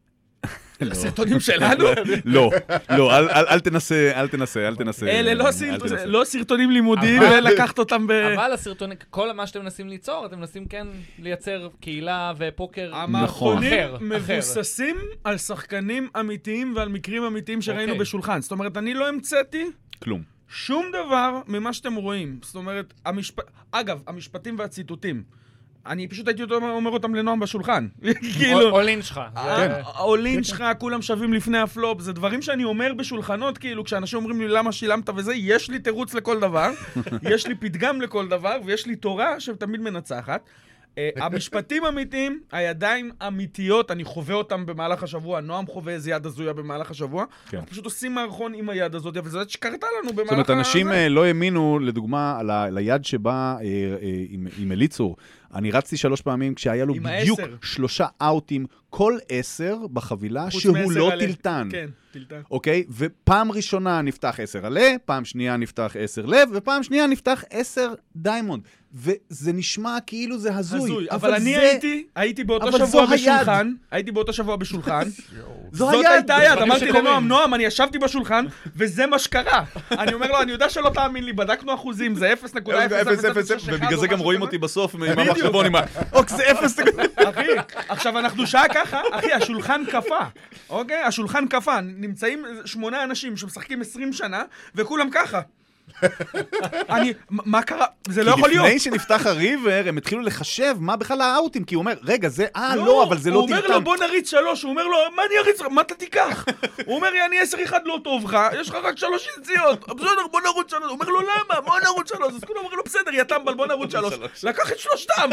הסרטונים שלנו? לא, לא, אל תנסה, אל תנסה, אל תנסה. אלה לא סרטונים לימודיים, ולקחת אותם ב... אבל הסרטונים, כל מה שאתם מנסים ליצור, אתם מנסים כן לייצר קהילה ופוקר אחר. המערכונים מבוססים על שחקנים אמיתיים ועל מקרים אמיתיים שראינו בשולחן. זאת אומרת, אני לא המצאתי כלום. שום דבר ממה שאתם רואים. זאת אומרת, אגב, המשפטים והציטוטים. אני פשוט הייתי אומר אותם לנועם בשולחן. אולין שלך. אולין שלך, כולם שווים לפני הפלופ. זה דברים שאני אומר בשולחנות, כאילו, כשאנשים אומרים לי למה שילמת וזה, יש לי תירוץ לכל דבר, יש לי פתגם לכל דבר, ויש לי תורה שתמיד מנצחת. המשפטים אמיתיים, הידיים אמיתיות, אני חווה אותם במהלך השבוע, נועם חווה איזה יד הזויה במהלך השבוע, אנחנו פשוט עושים מערכון עם היד הזאת, אבל זה שקרתה לנו במהלך... זאת אומרת, אנשים לא האמינו, לדוגמה, ליד שבא עם אליצור, אני רצתי שלוש פעמים כשהיה לו בדיוק שלושה אאוטים, כל עשר בחבילה שהוא לא טילטן. כן, טילטן. אוקיי? ופעם ראשונה נפתח עשר עלה, פעם שנייה נפתח עשר לב, ופעם שנייה נפתח עשר דיימונד. וזה נשמע כאילו זה הזוי. הזוי, אבל אני הייתי, הייתי באותו שבוע בשולחן, הייתי באותו שבוע בשולחן. זאת הייתה היד, אמרתי לנועם, נועם, אני ישבתי בשולחן, וזה מה שקרה. אני אומר לו, אני יודע שלא תאמין לי, בדקנו אחוזים, זה אפס נקודה אפס אפס אפס, ובגלל זה גם רואים אותי בסוף עם המחשבון עם ה... אוק, זה אפס נקודה... אחי, עכשיו אנחנו שעה ככה, אחי, השולחן קפה, אוקיי? השולחן קפה, נמצאים שמונה אנשים שמשחקים עשרים שנה, וכולם ככה. אני, מה קרה? זה לא יכול להיות. לפני שנפתח הריבר, הם התחילו לחשב מה בכלל האוטים, כי הוא אומר, רגע, זה, אה, לא, אבל זה לא טילטן. הוא אומר לו, בוא נריץ שלוש, הוא אומר לו, מה אני אריץ? מה אתה תיקח? הוא אומר לי, אני עשר אחד לא טוב לך, יש לך רק שלוש יציאות. בסדר, בוא נרוץ שלוש. הוא אומר לו, למה? בוא נרוץ שלוש. אז כולם אומר לו, בסדר, יא טמבל, בוא נרוץ שלוש. לקח את שלושתם.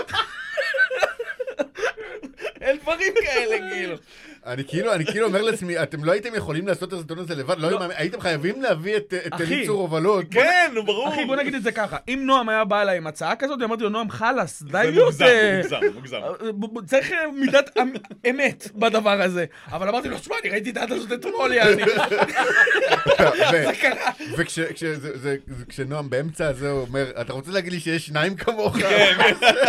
אין דברים כאלה, כאילו. אני כאילו, אני כאילו אומר לעצמי, אתם לא הייתם יכולים לעשות את הסרטון הזה לבד, לא הייתם חייבים להביא את אליצור הובלות. כן, נו ברור. אחי, בוא נגיד את זה ככה, אם נועם היה בא אליי עם הצעה כזאת, אמרתי לו, נועם חלס, די להיות... זה מוגזם, מוגזם. צריך מידת אמת בדבר הזה. אבל אמרתי לו, שמע, אני ראיתי את העד הזאת אתמול, יעני. זה קרה. וכשנועם באמצע הזה הוא אומר, אתה רוצה להגיד לי שיש שניים כמוך? כן.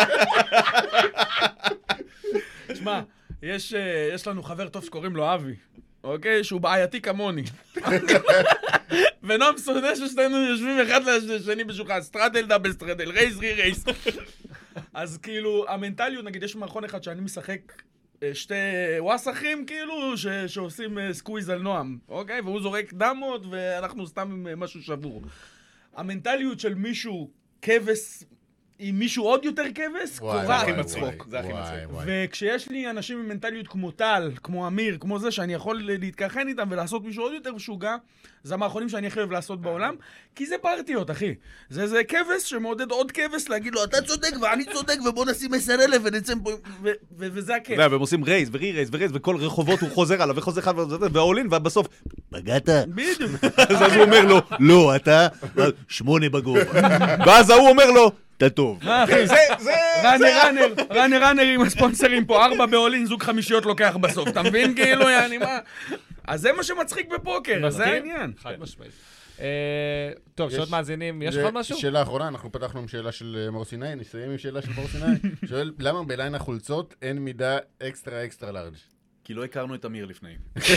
שמע, יש, יש לנו חבר טוב שקוראים לו אבי, אוקיי? שהוא בעייתי כמוני. ונועם שונא ששתינו יושבים אחד לשני בשולחן, סטרדל, דאבל סטרדל, רייס, רי רייס. אז כאילו, המנטליות, נגיד, יש מערכון אחד שאני משחק שתי וואסחים, כאילו, ש- שעושים סקוויז על נועם, אוקיי? והוא זורק דמות, ואנחנו סתם עם משהו שבור. המנטליות של מישהו כבש... עם מישהו עוד יותר כבש, קורה הכי מצחוק. זה הכי מצחוק. וכשיש לי אנשים עם מנטליות כמו טל, כמו אמיר, כמו זה, שאני יכול להתכחן איתם ולעשות מישהו עוד יותר משוגע, זה המאחרונים שאני הכי אוהב לעשות בעולם, כי זה פרטיות, אחי. זה זה כבש שמעודד עוד כבש להגיד לו, אתה צודק ואני צודק, ובוא נשים עשר אלף ונצא פה, וזה הכיף. והם עושים רייס ורי רייס ורייס, וכל רחובות הוא חוזר עליו, וחוזר אחד והעולין, ובסוף, פגעת? בדיוק. אז הוא אומר לו, לא, אתה שמונה בגובה. ואז הוא אומר לו, אתה טוב. מה אחי? זה, זה... ראנר ראנר, ראנר ראנר עם הספונסרים פה, ארבע בעולין, זוג חמישיות לוקח בסוף, אתה מבין כאילו, יעני מה? אז זה מה שמצחיק בפוקר, זה העניין. חד משמעית. טוב, שעוד מאזינים, יש לך משהו? שאלה אחרונה, אנחנו פתחנו עם שאלה של מור סיני, נסיים עם שאלה של מור סיני. שואל, למה בליין החולצות אין מידה אקסטרה אקסטרה לארג'? כי לא הכרנו את אמיר לפני.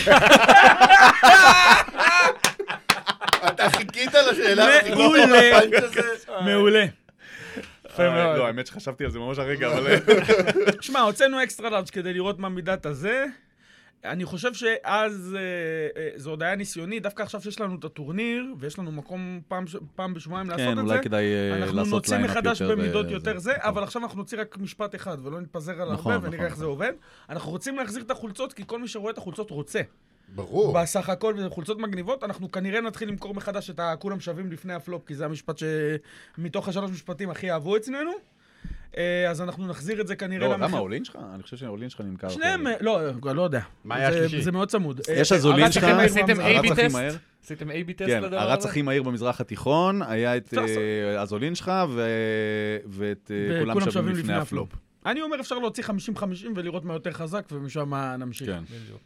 אתה חיכית לשאלה? מעולה. מעולה. לא, האמת שחשבתי על זה ממש הרגע, אבל... שמע, הוצאנו אקסטרה לארג' כדי לראות מה מידת הזה. אני חושב שאז זה עוד היה ניסיוני, דווקא עכשיו שיש לנו את הטורניר, ויש לנו מקום פעם בשבועיים לעשות את זה. כן, אולי כדאי לעשות ליינאפ יותר. אנחנו נוציא מחדש במידות יותר זה, אבל עכשיו אנחנו נוציא רק משפט אחד, ולא נתפזר על הרבה, ונראה איך זה עובד. אנחנו רוצים להחזיר את החולצות, כי כל מי שרואה את החולצות רוצה. ברור. בסך הכל, וזה חולצות מגניבות, אנחנו כנראה נתחיל למכור מחדש את הכולם שווים לפני הפלופ, כי זה המשפט שמתוך השלוש משפטים הכי אהבו אצלנו. אז אנחנו נחזיר את זה כנראה למחיר. לא, למה, אולין שלך? אני חושב שהאולין שלך נמכר. שניהם, לא, לא יודע. מה היה השלישי? זה מאוד צמוד. יש אז אולין שלך, עשיתם איי בי טסט? עשיתם איי בי טסט לדבר הזה? כן, הרץ הכי מהיר במזרח התיכון, היה את אז אולין שלך, ואת כולם שווים לפני הפלופ. אני אומר, אפשר להוציא חמישים חמישים ולראות מה יותר חזק, ומשם נמשיך. כן.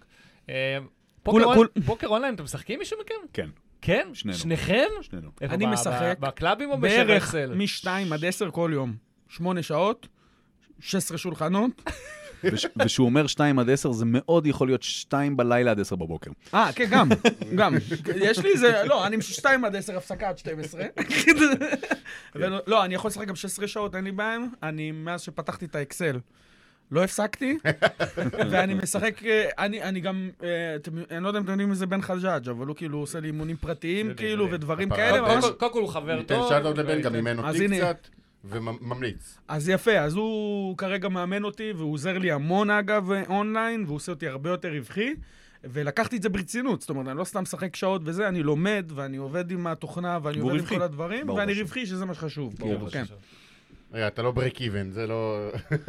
פוקר אונליין, אתם משחקים מישהו מכם? כן. כן? שנינו. שניכם? שנינו. אני משחק. בקלאבים או בערך בשבע-אקסל? משתיים עד עשר כל יום. שמונה שעות, שש עשרה שולחנות. ושהוא אומר שתיים עד עשר, זה מאוד יכול להיות שתיים בלילה עד עשר בבוקר. אה, כן, גם. גם. יש לי זה, לא, אני שתיים עד עשר, הפסקה עד שתים עשרה. לא, אני יכול לשחק גם שש עשרה שעות, אין לי בהם. אני, מאז שפתחתי את האקסל, לא הפסקתי, ואני משחק, אני, אני גם, אני לא יודע אם אתם יודעים איזה בן חג'אג', אבל הוא כאילו עושה לי אימונים פרטיים, כאילו, ודברים כאלה. קודם כל הוא חבר טוב. ניתן שאלות לבן, גם ממנו אותי קצת, וממליץ. אז יפה, אז הוא כרגע מאמן אותי, והוא עוזר לי המון אגב אונליין, והוא עושה אותי הרבה יותר רווחי, ולקחתי את זה ברצינות, זאת אומרת, אני לא סתם משחק שעות וזה, אני לומד, ואני עובד עם התוכנה, ואני עובד עם כל הדברים, ואני רווחי, שזה מה שחשוב. רגע, אתה לא ברייק איבן, זה לא...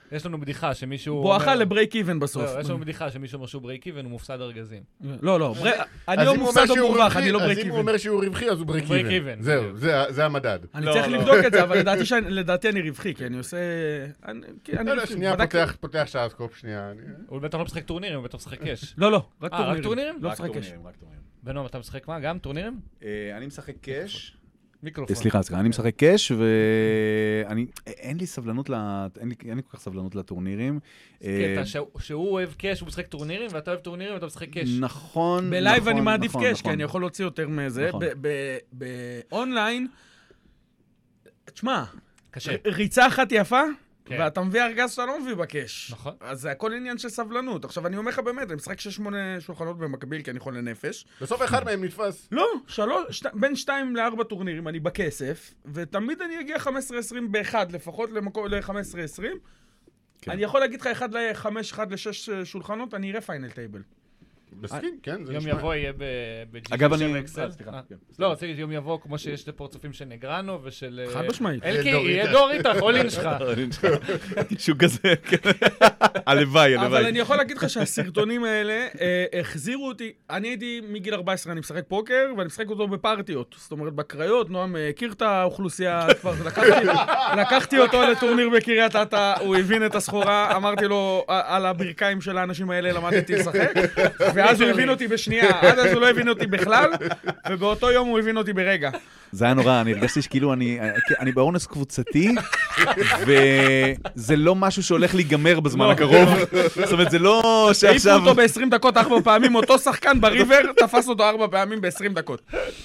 יש לנו בדיחה שמישהו... בואכה לברייק איבן בסוף. יש לנו בדיחה שמישהו אומר שהוא ברייק איבן, הוא מופסד ארגזים. לא, לא, אני לא מופסד או מורווח, אני לא ברייק אז אם הוא איבן. אומר שהוא רווחי, אז הוא ברייק איבן. זהו, זה המדד. אני צריך לבדוק את זה, אבל לדעתי אני רווחי, כי אני עושה... שנייה, פותח שעסקופ, שנייה. הוא בטח לא משחק טורנירים, הוא בטח משחק קש. לא, לא, רק טורנירים. לא משחק קש. בנועם, אתה משחק מה? גם טורנירים? אני משחק קש. מיקרופון. סליחה, סליחה, אני משחק קש, ואני, אין לי סבלנות, אין לי כל כך סבלנות לטורנירים. קטע, שהוא אוהב קש, הוא משחק טורנירים, ואתה אוהב טורנירים, ואתה משחק קש. נכון, בלייב אני מעדיף קש, כי אני יכול להוציא יותר מזה. באונליין, תשמע, ריצה אחת יפה, ואתה מביא ארגז שאתה לא מביא בקש. נכון. אז זה הכל עניין של סבלנות. עכשיו, אני אומר לך באמת, אני משחק שש שמונה שולחנות במקביל, כי אני חולה נפש. בסוף אחד מהם נתפס. לא, שלוש, בין שתיים לארבע טורנירים אני בכסף, ותמיד אני אגיע חמש עשרה עשרים באחד, לפחות ל-חמש עשרה עשרים. אני יכול להגיד לך אחד ל-חמש, אחד לשש שולחנות, אני אראה פיינל טייבל. מסכים, כן, זה נשמע. יום יבוא יהיה ב-ג'י אגב, של אני... אקסל. לא, רציתי יום יבוא, כמו שיש לפרצופים של נגרנו ושל... חד משמעית. אלקי, יהיה דור איתך, אולין שלך. שהוא כזה, הלוואי, הלוואי. אבל אני יכול להגיד לך שהסרטונים האלה החזירו אותי, אני הייתי מגיל ארבע עשרה, אני משחק פוקר, ואני משחק אותו בפארטיות. זאת אומרת, בקריות, נועם הכיר את האוכלוסייה, כבר לקחתי אותו לטורניר בקריית אתא, הוא הבין את הסחורה, אמרתי לו, על הברכיים של האנשים האלה למדתי לשחק, ואז הוא הבין אותי בשנייה, עד אז הוא לא הבין אותי בכלל, ובאותו יום הוא הבין אותי ברגע. זה היה נורא, אני הרגשתי שכאילו אני, אני באונס קבוצתי, וזה לא משהו שהולך להיגמר בזמן הקרוב. זאת אומרת, זה לא שעכשיו... העיפו אותו ב-עשרים דקות ארבע פעמים, אותו שחקן בריבר תפס אותו ארבע פעמים ב-עשרים דקות.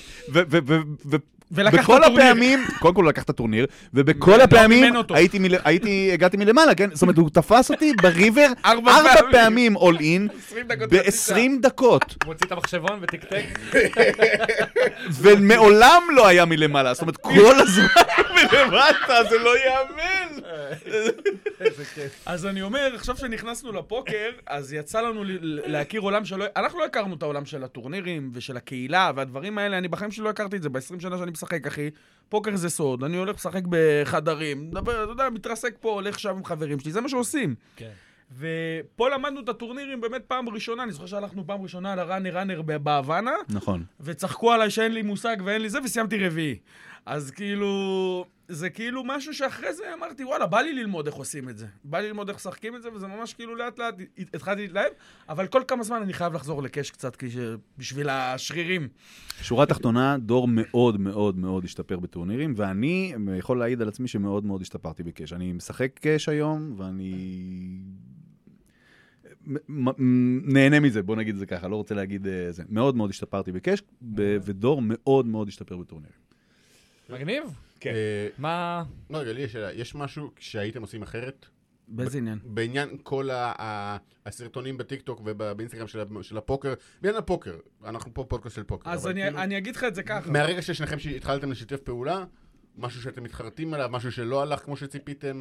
ובכל הפעמים, קודם כל לקח את הטורניר, ובכל הפעמים הייתי, הגעתי מלמעלה, כן? זאת אומרת, הוא תפס אותי בריבר ארבע פעמים all in, ב-עשרים דקות. מוציא את המחשבון וטיקטק. ומעולם לא היה מלמעלה, זאת אומרת, כל הזמן מלמטה, זה לא יאמן. איזה כיף. אז אני אומר, עכשיו שנכנסנו לפוקר, אז יצא לנו להכיר עולם שלא... אנחנו לא הכרנו את העולם של הטורנירים ושל הקהילה והדברים האלה, אני בחיים שלי לא הכרתי את זה, ב-עשרים שנה שאני משחק, אחי. פוקר זה סוד, אני הולך לשחק בחדרים, מדבר, אתה יודע, מתרסק פה, הולך שם עם חברים שלי, זה מה שעושים. כן. ופה למדנו את הטורנירים באמת פעם ראשונה, אני זוכר שהלכנו פעם ראשונה לראנר ראנר בהוואנה. נכון. וצחקו עליי שאין לי מושג ואין לי זה, וסיימתי רביעי. אז כאילו, זה כאילו משהו שאחרי זה אמרתי, וואלה, בא לי ללמוד איך עושים את זה. בא לי ללמוד איך שחקים את זה, וזה ממש כאילו לאט לאט התחלתי להתלהב, אבל כל כמה זמן אני חייב לחזור לקש קצת, בשביל השרירים. שורה תחתונה, דור מאוד מאוד מאוד השתפר בטורנירים, ואני יכול להעיד על עצמי שמאוד מאוד השתפרתי בקש. אני משחק קש היום, ואני... נהנה מזה, בוא נגיד את זה ככה, לא רוצה להגיד זה. מאוד מאוד השתפרתי בקש, ודור מאוד מאוד השתפר בטורנירים. מגניב? כן. מה... לא, רגע, לי יש שאלה. יש משהו שהייתם עושים אחרת? באיזה עניין? בעניין כל הסרטונים בטיקטוק ובאינסטגרם של הפוקר, בעניין הפוקר, אנחנו פה פודקאסט של פוקר. אז אני אגיד לך את זה ככה. מהרגע ששניכם שהתחלתם לשתף פעולה, משהו שאתם מתחרטים עליו, משהו שלא הלך כמו שציפיתם?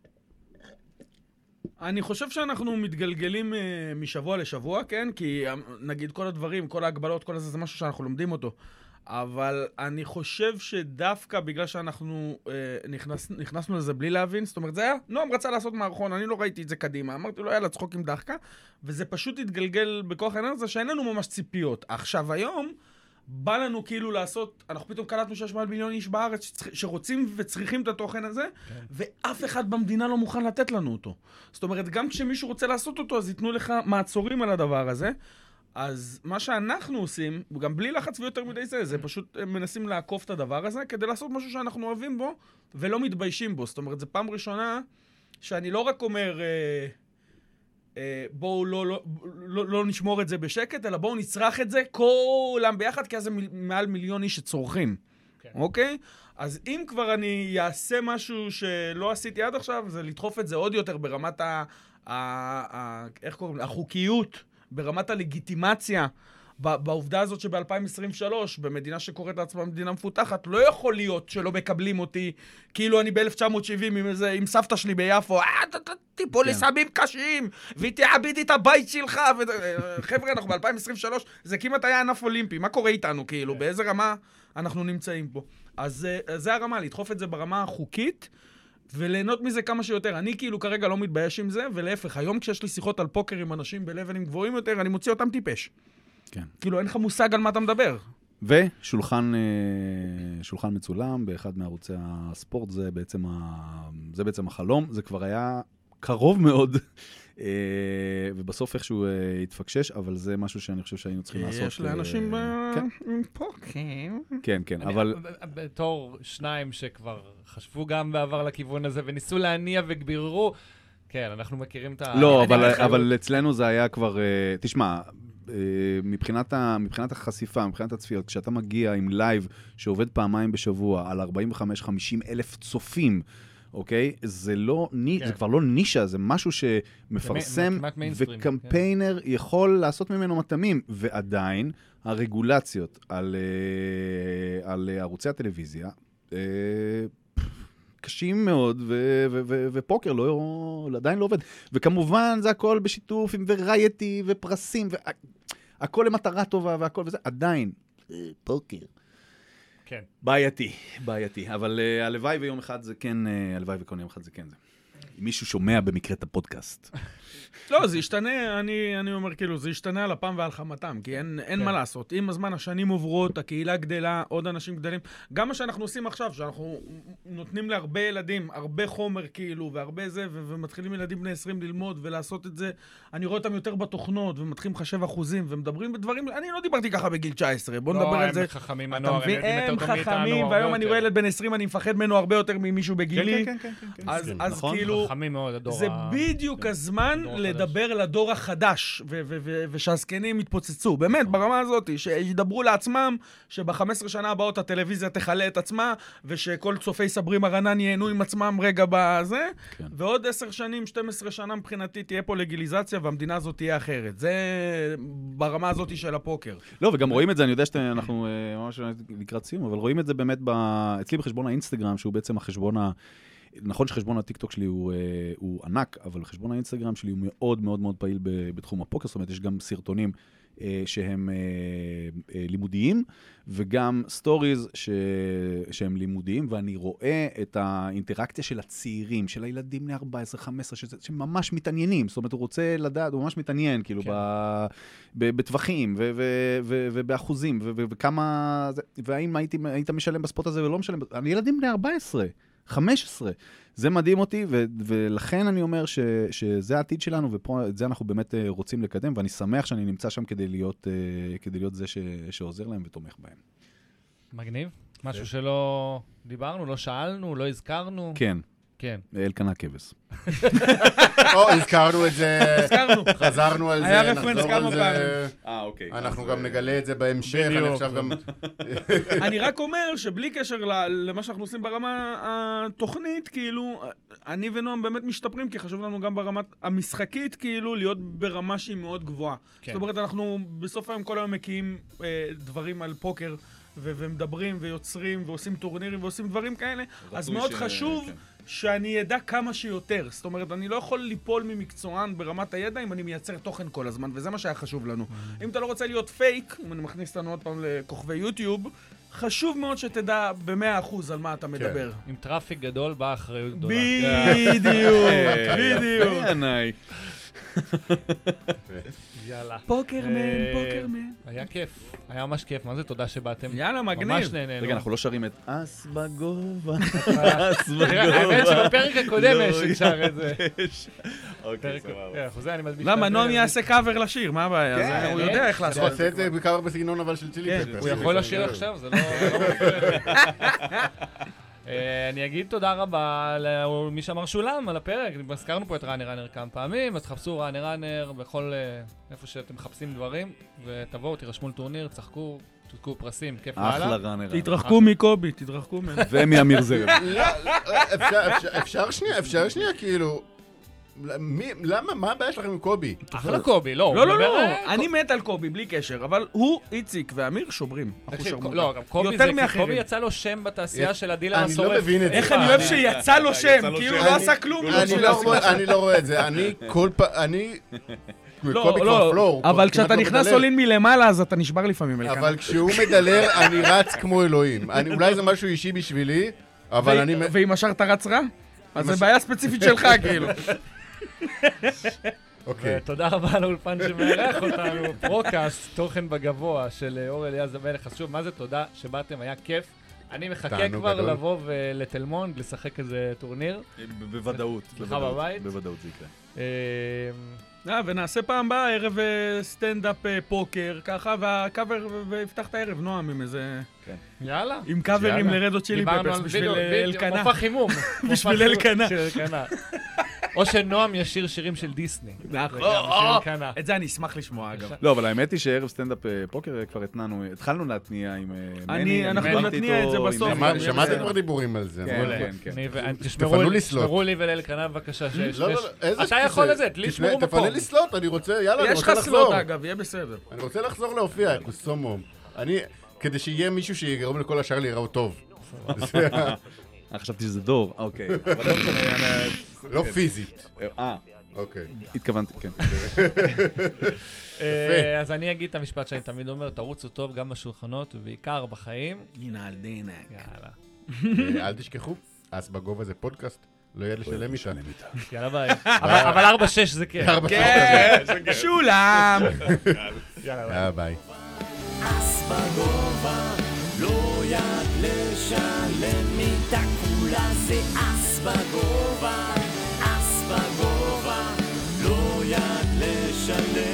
אני חושב שאנחנו מתגלגלים uh, משבוע לשבוע, כן? כי um, נגיד כל הדברים, כל ההגבלות, כל הזה, זה משהו שאנחנו לומדים אותו. אבל אני חושב שדווקא בגלל שאנחנו uh, נכנס, נכנסנו לזה בלי להבין, זאת אומרת, זה היה, נועם רצה לעשות מערכון, אני לא ראיתי את זה קדימה, אמרתי לו, יאללה, צחוק עם דחקה, וזה פשוט התגלגל בכוח העניין הזה שאין לנו ממש ציפיות. עכשיו היום, בא לנו כאילו לעשות, אנחנו פתאום קלטנו שיש מעל מיליון איש בארץ שרוצים וצריכים את התוכן הזה, כן. ואף אחד במדינה לא מוכן לתת לנו אותו. זאת אומרת, גם כשמישהו רוצה לעשות אותו, אז ייתנו לך מעצורים על הדבר הזה. אז מה שאנחנו עושים, גם בלי לחץ ויותר מדי זה, זה פשוט מנסים לעקוף את הדבר הזה, כדי לעשות משהו שאנחנו אוהבים בו, ולא מתביישים בו. זאת אומרת, זו פעם ראשונה שאני לא רק אומר... בואו לא, לא, לא, לא נשמור את זה בשקט, אלא בואו נצרח את זה כולם ביחד, כי אז זה מעל מיליון איש שצורכים. כן. אוקיי? אז אם כבר אני אעשה משהו שלא עשיתי עד עכשיו, זה לדחוף את זה עוד יותר ברמת ה... ה, ה איך קוראים? החוקיות, ברמת הלגיטימציה, בעובדה הזאת שב-אלפיים עשרים ושלוש, במדינה שקוראת לעצמה מדינה מפותחת, לא יכול להיות שלא מקבלים אותי, כאילו אני ב-אלף תשע מאות שבעים עם, איזה, עם סבתא שלי ביפו, אה, תיפול לסמים קשים, ותעביד את הבית שלך, חבר'ה, אנחנו ב-אלפיים עשרים ושלוש, זה כמעט היה ענף אולימפי, מה קורה איתנו, כאילו, באיזה רמה אנחנו נמצאים פה? אז זה הרמה, לדחוף את זה ברמה החוקית, וליהנות מזה כמה שיותר. אני כאילו כרגע לא מתבייש עם זה, ולהפך, היום כשיש לי שיחות על פוקר עם אנשים בלבלים גבוהים יותר, אני מוציא אותם טיפש. כן. כאילו, אין לך מושג על מה אתה מדבר. ושולחן שולחן מצולם באחד מערוצי הספורט, זה בעצם, ה, זה בעצם החלום, זה כבר היה קרוב מאוד, ובסוף איכשהו התפקשש, אבל זה משהו שאני חושב שהיינו צריכים לעשות. יש לאנשים עם פוקר. כן, כן, אבל... בתור שניים שכבר חשבו גם בעבר לכיוון הזה, וניסו להניע וגבירו, כן, אנחנו מכירים את ה... לא, אבל אצלנו זה היה כבר... תשמע, מבחינת, ה, מבחינת החשיפה, מבחינת הצפיות, כשאתה מגיע עם לייב שעובד פעמיים בשבוע על ארבעים וחמש חמישים אלף צופים, אוקיי? זה לא, כן. זה כבר לא נישה, זה משהו שמפרסם, וקמפיינר כן. יכול לעשות ממנו מתאמים, ועדיין הרגולציות על, על ערוצי הטלוויזיה, קשים מאוד, ו- ו- ו- ופוקר לא, עדיין לא עובד. וכמובן, זה הכל בשיתוף עם ורייטי ופרסים, והכל למטרה טובה והכל וזה, עדיין, פוקר. כן. בעייתי, בעייתי. אבל uh, הלוואי ויום אחד זה כן, uh, הלוואי וכל יום אחד זה כן זה. אם מישהו שומע במקרה את הפודקאסט. לא, זה ישתנה, אני, אני אומר כאילו, זה ישתנה על הפעם ועל חמתם, כי אין, אין כן. מה לעשות. עם הזמן השנים עוברות, הקהילה גדלה, עוד אנשים גדלים. גם מה שאנחנו עושים עכשיו, שאנחנו נותנים להרבה ילדים, הרבה חומר כאילו, והרבה זה, ו- ומתחילים ילדים בני עשרים ללמוד ולעשות את זה. אני רואה אותם יותר בתוכנות, ומתחילים לחשב אחוזים, ומדברים בדברים, אני לא דיברתי ככה בגיל תשע עשרה, בוא נדבר על זה. לא, הם חכמים הנוער, הם יודעים הם יותר טוב מאיתנו. חכמים, והיום אני רואה ילד בן עשרים, אני מפחד ממנו הרבה יותר ממישהו בגילי. כן, כן, כן, כן, כן. אז, כן. אז נכון? כאילו, חכמים מאוד, הדור זה ה... בדיוק כן. הזמן הדור לדבר לדור החדש, ו- ו- ו- ושהזקנים יתפוצצו. באמת, ברמה הזאת, שידברו לעצמם, שב-חמש עשרה שנה הבאות הטלוויזיה תחלה את עצמה, ושכל צופי סברי מרנן ייהנו עם עצמם רגע בזה, כן. ועוד עשר שנים, שתים עשרה שנה מבחינתי תהיה פה לגיליזציה, והמדינה הזאת תהיה אחרת. זה ברמה הזאת של הפוקר. לא, וגם רואים את זה, אני יודע שאנחנו ממש לקראת סיום, אבל רואים את זה באמת אצלי בחשבון האינסטגרם, שהוא בעצם החשבון ה... נכון שחשבון הטיקטוק שלי הוא, הוא ענק, אבל חשבון האינסטגרם שלי הוא מאוד מאוד מאוד פעיל בתחום הפוקר, זאת אומרת, יש גם סרטונים שהם לימודיים, וגם סטוריז שהם לימודיים, ואני רואה את האינטראקציה של הצעירים, של הילדים בני ארבע עשרה חמש עשרה, שממש מתעניינים, זאת אומרת, הוא רוצה לדעת, הוא ממש מתעניין, כאילו, כן. בטווחים, ובאחוזים, וכמה, והאם היית משלם בספורט הזה ולא משלם, אני ילדים בני ארבע עשרה. חמש עשרה. זה מדהים אותי, ו- ולכן אני אומר ש- שזה העתיד שלנו, ופה את זה אנחנו באמת רוצים לקדם, ואני שמח שאני נמצא שם כדי להיות, כדי להיות זה ש- שעוזר להם ותומך בהם. מגניב. משהו שלא דיברנו, לא שאלנו, לא הזכרנו. כן. כן. אלקנה כבש. או, הזכרנו את זה, הזכרנו. חזרנו על זה, היה רפרנס כמה פעמים. אה, אוקיי. אנחנו גם נגלה את זה בהמשך, אני עכשיו גם... אני רק אומר שבלי קשר למה שאנחנו עושים ברמה התוכנית, כאילו, אני ונועם באמת משתפרים, כי חשוב לנו גם ברמה המשחקית, כאילו, להיות ברמה שהיא מאוד גבוהה. זאת אומרת, אנחנו בסוף היום כל היום מקיאים דברים על פוקר, ומדברים ויוצרים ועושים טורנירים ועושים דברים כאלה, אז מאוד חשוב שאני ידע כמה שיותר. זאת אומרת, אני לא יכול ליפול ממקצוען ברמת הידע אם אני מייצר תוכן כל הזמן, וזה מה שהיה חשוב לנו. אם אתה לא רוצה להיות פייק, אם אני מכניס אותנו עוד פעם לכוכבי יוטיוב, חשוב מאוד שתדע במאה אחוז על מה אתה מדבר. עם טראפיק גדול באה אחריות גדולה. בדיוק, בדיוק. עיניי. יאללה. פוקרמן, פוקרמן. היה כיף, היה ממש כיף. מה זה תודה שבאתם? יאללה, מגניב. ממש נהנינו. רגע, אנחנו לא שרים את אס בגובה, אס האמת בגובה. שבפרק הקודם יש ששר את זה. אוקיי, סבבה. אחוזי, אני מדביש. למה, נועם יעשה קאבר לשיר, מה הבעיה? הוא יודע איך אתה לעשות. עושה את זה בעיקר בסגנון אבל של צ'ילי פפר. הוא יכול לשיר עכשיו, זה לא מפריע. אני אגיד תודה רבה למי שאמר שולם על הפרק. הזכרנו פה את ראנר ראנר כמה פעמים, אז תחפשו ראנר ראנר בכל איפה שאתם מחפשים דברים, ותבואו, תירשמו לטורניר, צחקו, תתקעו פרסים, כיף מעלה. אחלה ראנר. תתרחקו מקובי, תתרחקו ממנו. ומאמיר זרם. אפשר שנייה, אפשר שנייה, כאילו... למה? מה הבעיה שלכם עם קובי? אחלה קובי, לא. לא, לא, לא, אני מת על קובי, בלי קשר, אבל הוא, איציק ואמיר שוברים. לא, גם קובי זה, כי קובי יצא לו שם בתעשייה של הדילר הסורף. אני לא מבין את זה. איך אני אוהב שיצא לו שם, כאילו לא עשה כלום. אני לא רואה את זה, אני כל פעם, אני... לא, לא, אבל כשאתה נכנס עולין מלמעלה, אז אתה נשבר לפעמים. אבל כשהוא מדלר, אני רץ כמו אלוהים. אולי זה משהו אישי בשבילי, אבל אני... ואם השאר אתה רץ רע? אז זה בעיה ספציפית שלך, כאילו. אוקיי. תודה רבה לאולפן שמארח אותנו, פרוקאסט, תוכן בגבוה של אור אליעז המלך. אז שוב, מה זה תודה שבאתם, היה כיף. אני מחכה כבר לבוא לתל מונד, לשחק איזה טורניר. בוודאות. לך בבית. בוודאות זה יקרה. אה, ונעשה פעם באה ערב סטנדאפ פוקר, ככה, והקאבר, ויפתח את הערב, נועם, עם איזה... יאללה. עם קאברים לרדו צ'ילי פפרס, בשביל אלקנה. מופע חימום. בשביל אלקנה. או שנועם ישיר שירים של דיסני. נכון. את זה אני אשמח לשמוע, אגב. לא, אבל האמת היא שערב סטנדאפ פוקר כבר התנענו, התחלנו להתניע עם מני. אנחנו נתניע את זה בסוף. שמעתם כבר דיבורים על זה. כן, כן. תפנו לסלוט. תשמרו לי ולאלקנה בבקשה. לא, לא, איזה... אתה יכול לזה, לי שמרו מקום. תפנה לסלוט, אני רוצה, יאללה, אני יש רוצה לך לחזור. סלוט, אגב, יהיה בסדר. אני רוצה לחזור להופיע, קוסומו. אני, כדי שיהיה מישהו שיגרום לכל השאר להיראות טוב. חשבתי שזה דור, אוקיי. לא פיזית. אה, אוקיי. התכוונתי, כן. אז אני אגיד את המשפט שאני תמיד אומר, תרוצו טוב גם בשולחנות ובעיקר בחיים. דינה על דינה. יאללה. אל תשכחו, אז בגובה זה פודקאסט, לא יהיה לשלם איתה. יאללה ביי. אבל ארבע שש זה כן. כן, שולם. יאללה ביי. אס בגובה, לא יד לשלם מיטה כולה, זה אס בגובה, אס בגובה, לא יד לשלם